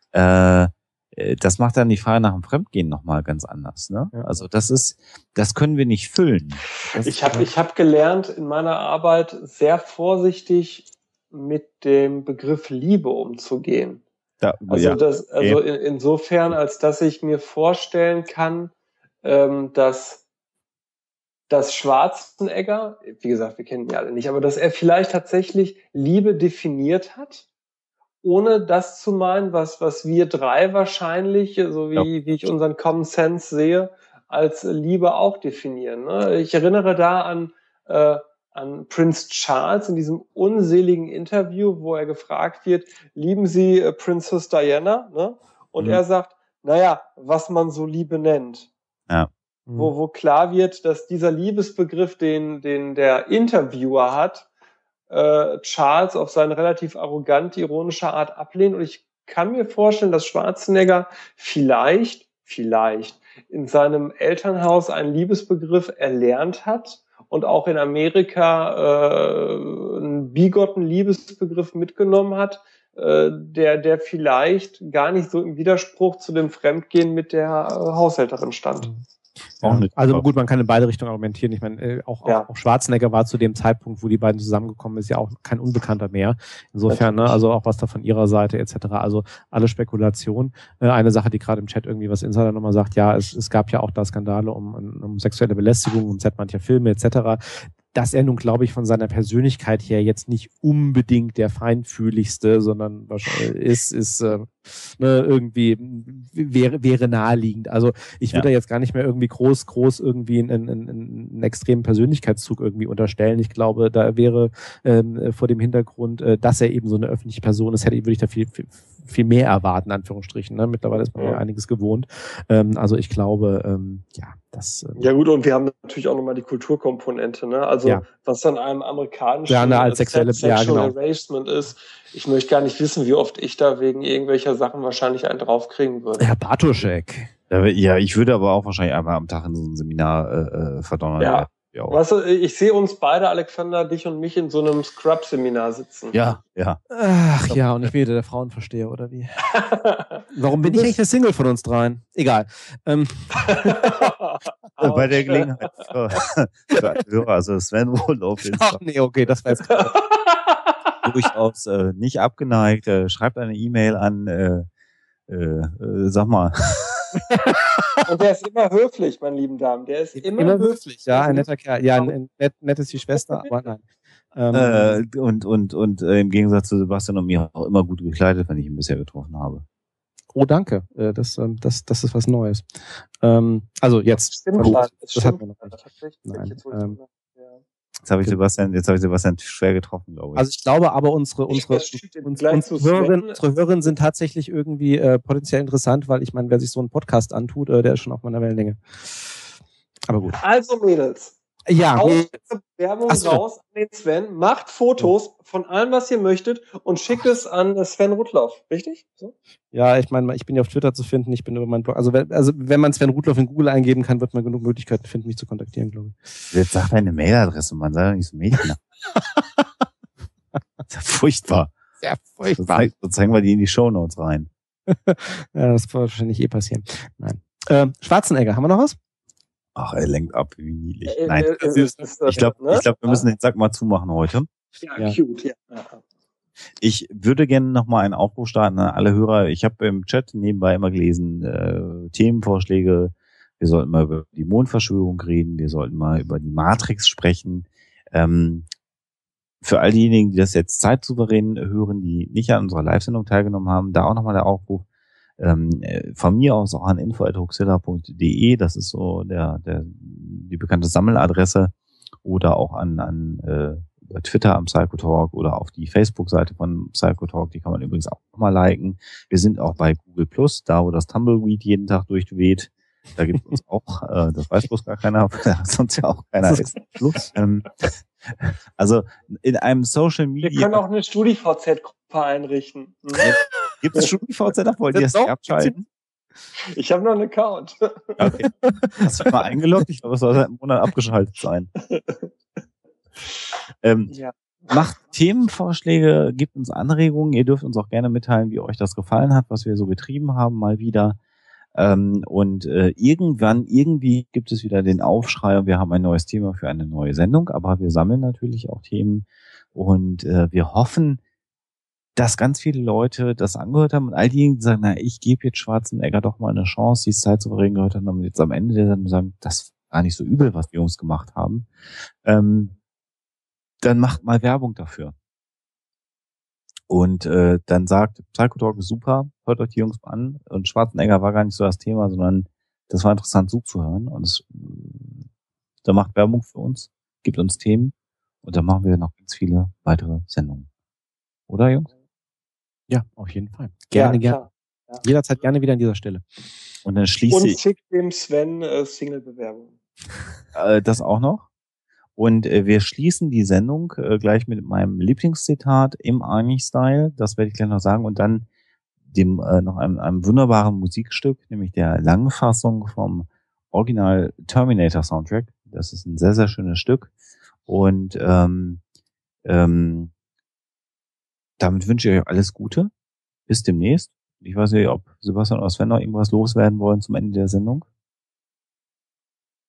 Das macht dann die Frage nach dem Fremdgehen nochmal ganz anders, ne? Ja. Also das können wir nicht füllen. Ich hab gelernt, in meiner Arbeit sehr vorsichtig mit dem Begriff Liebe umzugehen. Insofern, als dass ich mir vorstellen kann, dass Schwarzenegger, wie gesagt, wir kennen ihn ja alle nicht, aber dass er vielleicht tatsächlich Liebe definiert hat, ohne das zu meinen, was wir drei wahrscheinlich, so wie ich unseren Common Sense sehe, als Liebe auch definieren. Ne? Ich erinnere da an Prince Charles in diesem unseligen Interview, wo er gefragt wird, lieben Sie Princess Diana? Ne? Und er sagt, was man so Liebe nennt. Ja. Wo klar wird, dass dieser Liebesbegriff, den der Interviewer hat, Charles auf seine relativ arrogant ironische Art ablehnt. Und ich kann mir vorstellen, dass Schwarzenegger vielleicht in seinem Elternhaus einen Liebesbegriff erlernt hat und auch in Amerika einen bigotten Liebesbegriff mitgenommen hat, der vielleicht gar nicht so im Widerspruch zu dem Fremdgehen mit der Haushälterin stand. Also gut, man kann in beide Richtungen argumentieren. Ich meine, auch Schwarzenegger war zu dem Zeitpunkt, wo die beiden zusammengekommen ist, ja auch kein Unbekannter mehr. Insofern, ne, also auch was da von ihrer Seite etc. Also alle Spekulation. Eine Sache, die gerade im Chat irgendwie was Insider nochmal sagt, ja, es gab ja auch da Skandale um sexuelle Belästigung, um Set mancher Filme etc., dass er nun, glaube ich, von seiner Persönlichkeit her jetzt nicht unbedingt der feinfühligste, sondern wahrscheinlich ist irgendwie wäre naheliegend. Also ich würde da jetzt gar nicht mehr irgendwie groß irgendwie einen extremen Persönlichkeitszug irgendwie unterstellen. Ich glaube, da wäre vor dem Hintergrund, dass er eben so eine öffentliche Person ist, würde ich da viel mehr erwarten, in Anführungsstrichen. Ne? Mittlerweile ist man ja einiges gewohnt. Also ich glaube, ja gut, und wir haben natürlich auch nochmal die Kulturkomponente, ne? Also was dann einem amerikanischen als Sexual Harassment ist, ich möchte gar nicht wissen, wie oft ich da wegen irgendwelcher Sachen wahrscheinlich einen draufkriegen würde. Herr Bartoschek. Ja, ich würde aber auch wahrscheinlich einmal am Tag in so ein Seminar verdonnern. Ja. Weißt du, ich sehe uns beide, Alexander, dich und mich in so einem Scrub-Seminar sitzen. Ja. Ach ja, und ich bin wieder der Frauenversteher, oder wie? Warum bin ich eigentlich der Single von uns dreien? Egal. Bei der Gelegenheit für einen Hörer, also Sven Rudloff ist okay, das war jetzt durchaus nicht abgeneigt. Schreibt eine E-Mail an, sag mal. Und der ist immer höflich, meine lieben Damen. Der ist immer höflich. Ja, ein netter Kerl. Ja, nett ist die Schwester, aber nein. Und im Gegensatz zu Sebastian und mir auch immer gut gekleidet, wenn ich ihn bisher getroffen habe. Oh, danke. Das ist was Neues. Also jetzt. Stimmt, das hat man noch nicht. Nein. Jetzt habe ich Sebastian schwer getroffen, glaube ich. Also ich glaube aber unsere Hörerinnen sind tatsächlich irgendwie potenziell interessant, weil ich meine, wer sich so einen Podcast antut, der ist schon auf meiner Wellenlänge. Aber gut. Also Mädels. Ja. Werbung raus an den Sven. Macht Fotos von allem, was ihr möchtet und schickt es an Sven Rudloff. Richtig? So? Ja, ich meine, ich bin ja auf Twitter zu finden, ich bin über meinen Blog. Also wenn man Sven Rudloff in Google eingeben kann, wird man genug Möglichkeiten finden, mich zu kontaktieren, glaube ich. Jetzt sag deine Mailadresse, man, sei doch nicht so Mädchen. Das ist ja furchtbar. Sehr furchtbar. So zeigen wir die in die Shownotes rein. Ja, das wird wahrscheinlich passieren. Nein. Schwarzenegger, haben wir noch was? Ach, er lenkt ab, wie niedlich. Nein, ich glaube, wir müssen den Sack mal zumachen heute. Ja, cute, ja. Ich würde gerne nochmal einen Aufruf starten an alle Hörer. Ich habe im Chat nebenbei immer gelesen, Themenvorschläge. Wir sollten mal über die Mondverschwörung reden. Wir sollten mal über die Matrix sprechen. Für all diejenigen, die das jetzt zeitsouverän hören, die nicht an unserer Live-Sendung teilgenommen haben, da auch nochmal der Aufruf. Von mir aus auch an info@huxilla.de, das ist so die bekannte Sammeladresse, oder auch an über Twitter am Psychotalk oder auf die Facebook-Seite von Psychotalk, die kann man übrigens auch mal liken. Wir sind auch bei Google Plus, da wo das Tumbleweed jeden Tag durchweht. Da gibt es uns auch, das weiß bloß gar keiner, sonst ja auch keiner ist. Plus. Also in einem Social Media. Wir können auch eine StudiVZ-Gruppe einrichten. Gibt es StudiVZ? Wollt ihr das abschalten? Ich habe noch einen Account. Okay. Hast du mal eingeloggt? Ich glaube, es soll seit einem Monat abgeschaltet sein. Macht Themenvorschläge, gebt uns Anregungen. Ihr dürft uns auch gerne mitteilen, wie euch das gefallen hat, was wir so getrieben haben, mal wieder. Irgendwie gibt es wieder den Aufschrei, wir haben ein neues Thema für eine neue Sendung, aber wir sammeln natürlich auch Themen und wir hoffen, dass ganz viele Leute das angehört haben und all diejenigen, die sagen, na, ich gebe jetzt Schwarzenegger doch mal eine Chance, die es zeitsouverän gehört haben, und jetzt am Ende der Sendung sagen, das war nicht so übel, was die Jungs gemacht haben, dann macht mal Werbung dafür. Und dann sagt, Psychotalk ist super, hört euch die Jungs mal an. Und Schwarzenegger war gar nicht so das Thema, sondern das war interessant zuzuhören. Und da macht Werbung für uns, gibt uns Themen und dann machen wir noch ganz viele weitere Sendungen. Oder, Jungs? Ja, auf jeden Fall. Gerne. Ja. Jederzeit gerne wieder an dieser Stelle. Und dann schließe ich. Und schickt dem Sven Single-Bewerbung. Das auch noch. Und wir schließen die Sendung gleich mit meinem Lieblingszitat im Arnie-Style. Das werde ich gleich noch sagen. Und dann noch einem wunderbaren Musikstück, nämlich der Langfassung vom Original Terminator Soundtrack. Das ist ein sehr, sehr schönes Stück. Und damit wünsche ich euch alles Gute. Bis demnächst. Ich weiß nicht, ob Sebastian oder Sven noch irgendwas loswerden wollen zum Ende der Sendung.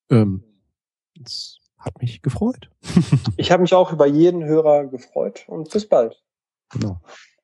Es hat mich gefreut. Ich habe mich auch über jeden Hörer gefreut und bis bald. Genau.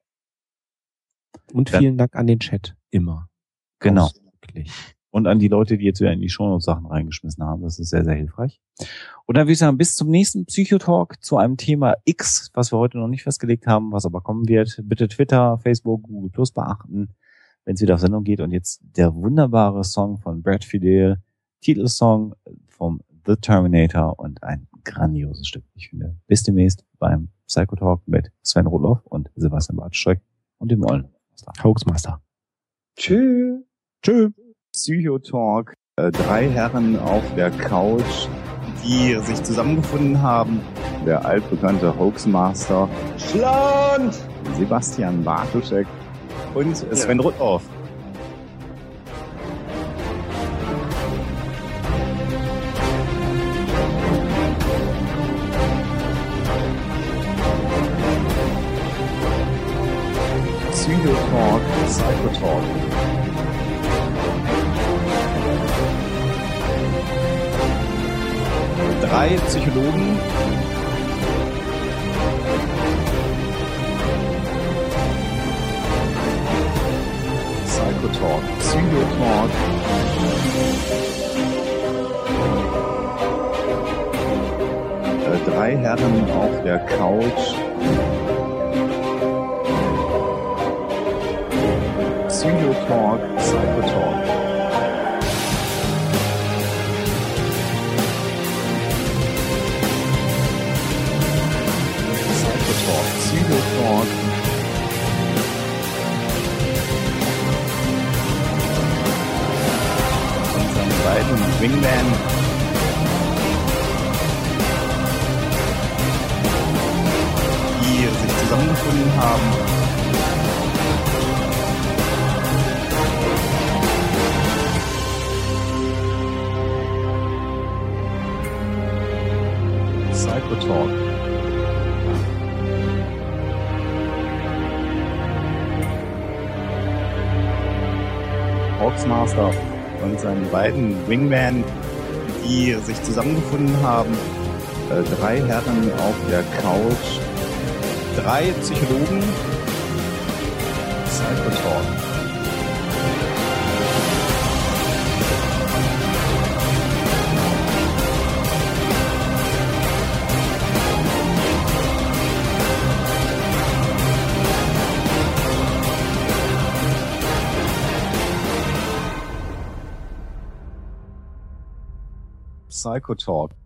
Und vielen Dank an den Chat. Immer. Genau. Ausdrücklich. Und an die Leute, die jetzt wieder in die Shownotes-Sachen reingeschmissen haben. Das ist sehr, sehr hilfreich. Und dann würde ich sagen, bis zum nächsten Psychotalk zu einem Thema X, was wir heute noch nicht festgelegt haben, was aber kommen wird. Bitte Twitter, Facebook, Google Plus beachten, wenn es wieder auf Sendung geht. Und jetzt der wunderbare Song von Brad Fidel, Titelsong vom The Terminator und ein grandioses Stück. Ich finde, bis demnächst beim Psychotalk mit Sven Rudloff und Sebastian Bartschek und dem Ollen. Hoaxmaster. Tschüss. Tschüss. Psychotalk. 3 Herren auf der Couch, die sich zusammengefunden haben. Der altbekannte Hoaxmaster Schland! Sebastian Bartuschek und Sven Rudloff. Psychotalk, Psychotalk. Drei Psychologen. Psychotalk, Psychotalk. Drei Herren auf der Couch. Psychotalk, Psychotalk. Psychotalk. Und seine beiden Wingman. Die sich zusammengefunden haben. Psychotalk. Hoaxmaster und seinen beiden Wingman, die sich zusammengefunden haben. 3 Herren auf der Couch. 3 Psychologen. Psychotalk. Psychotalk.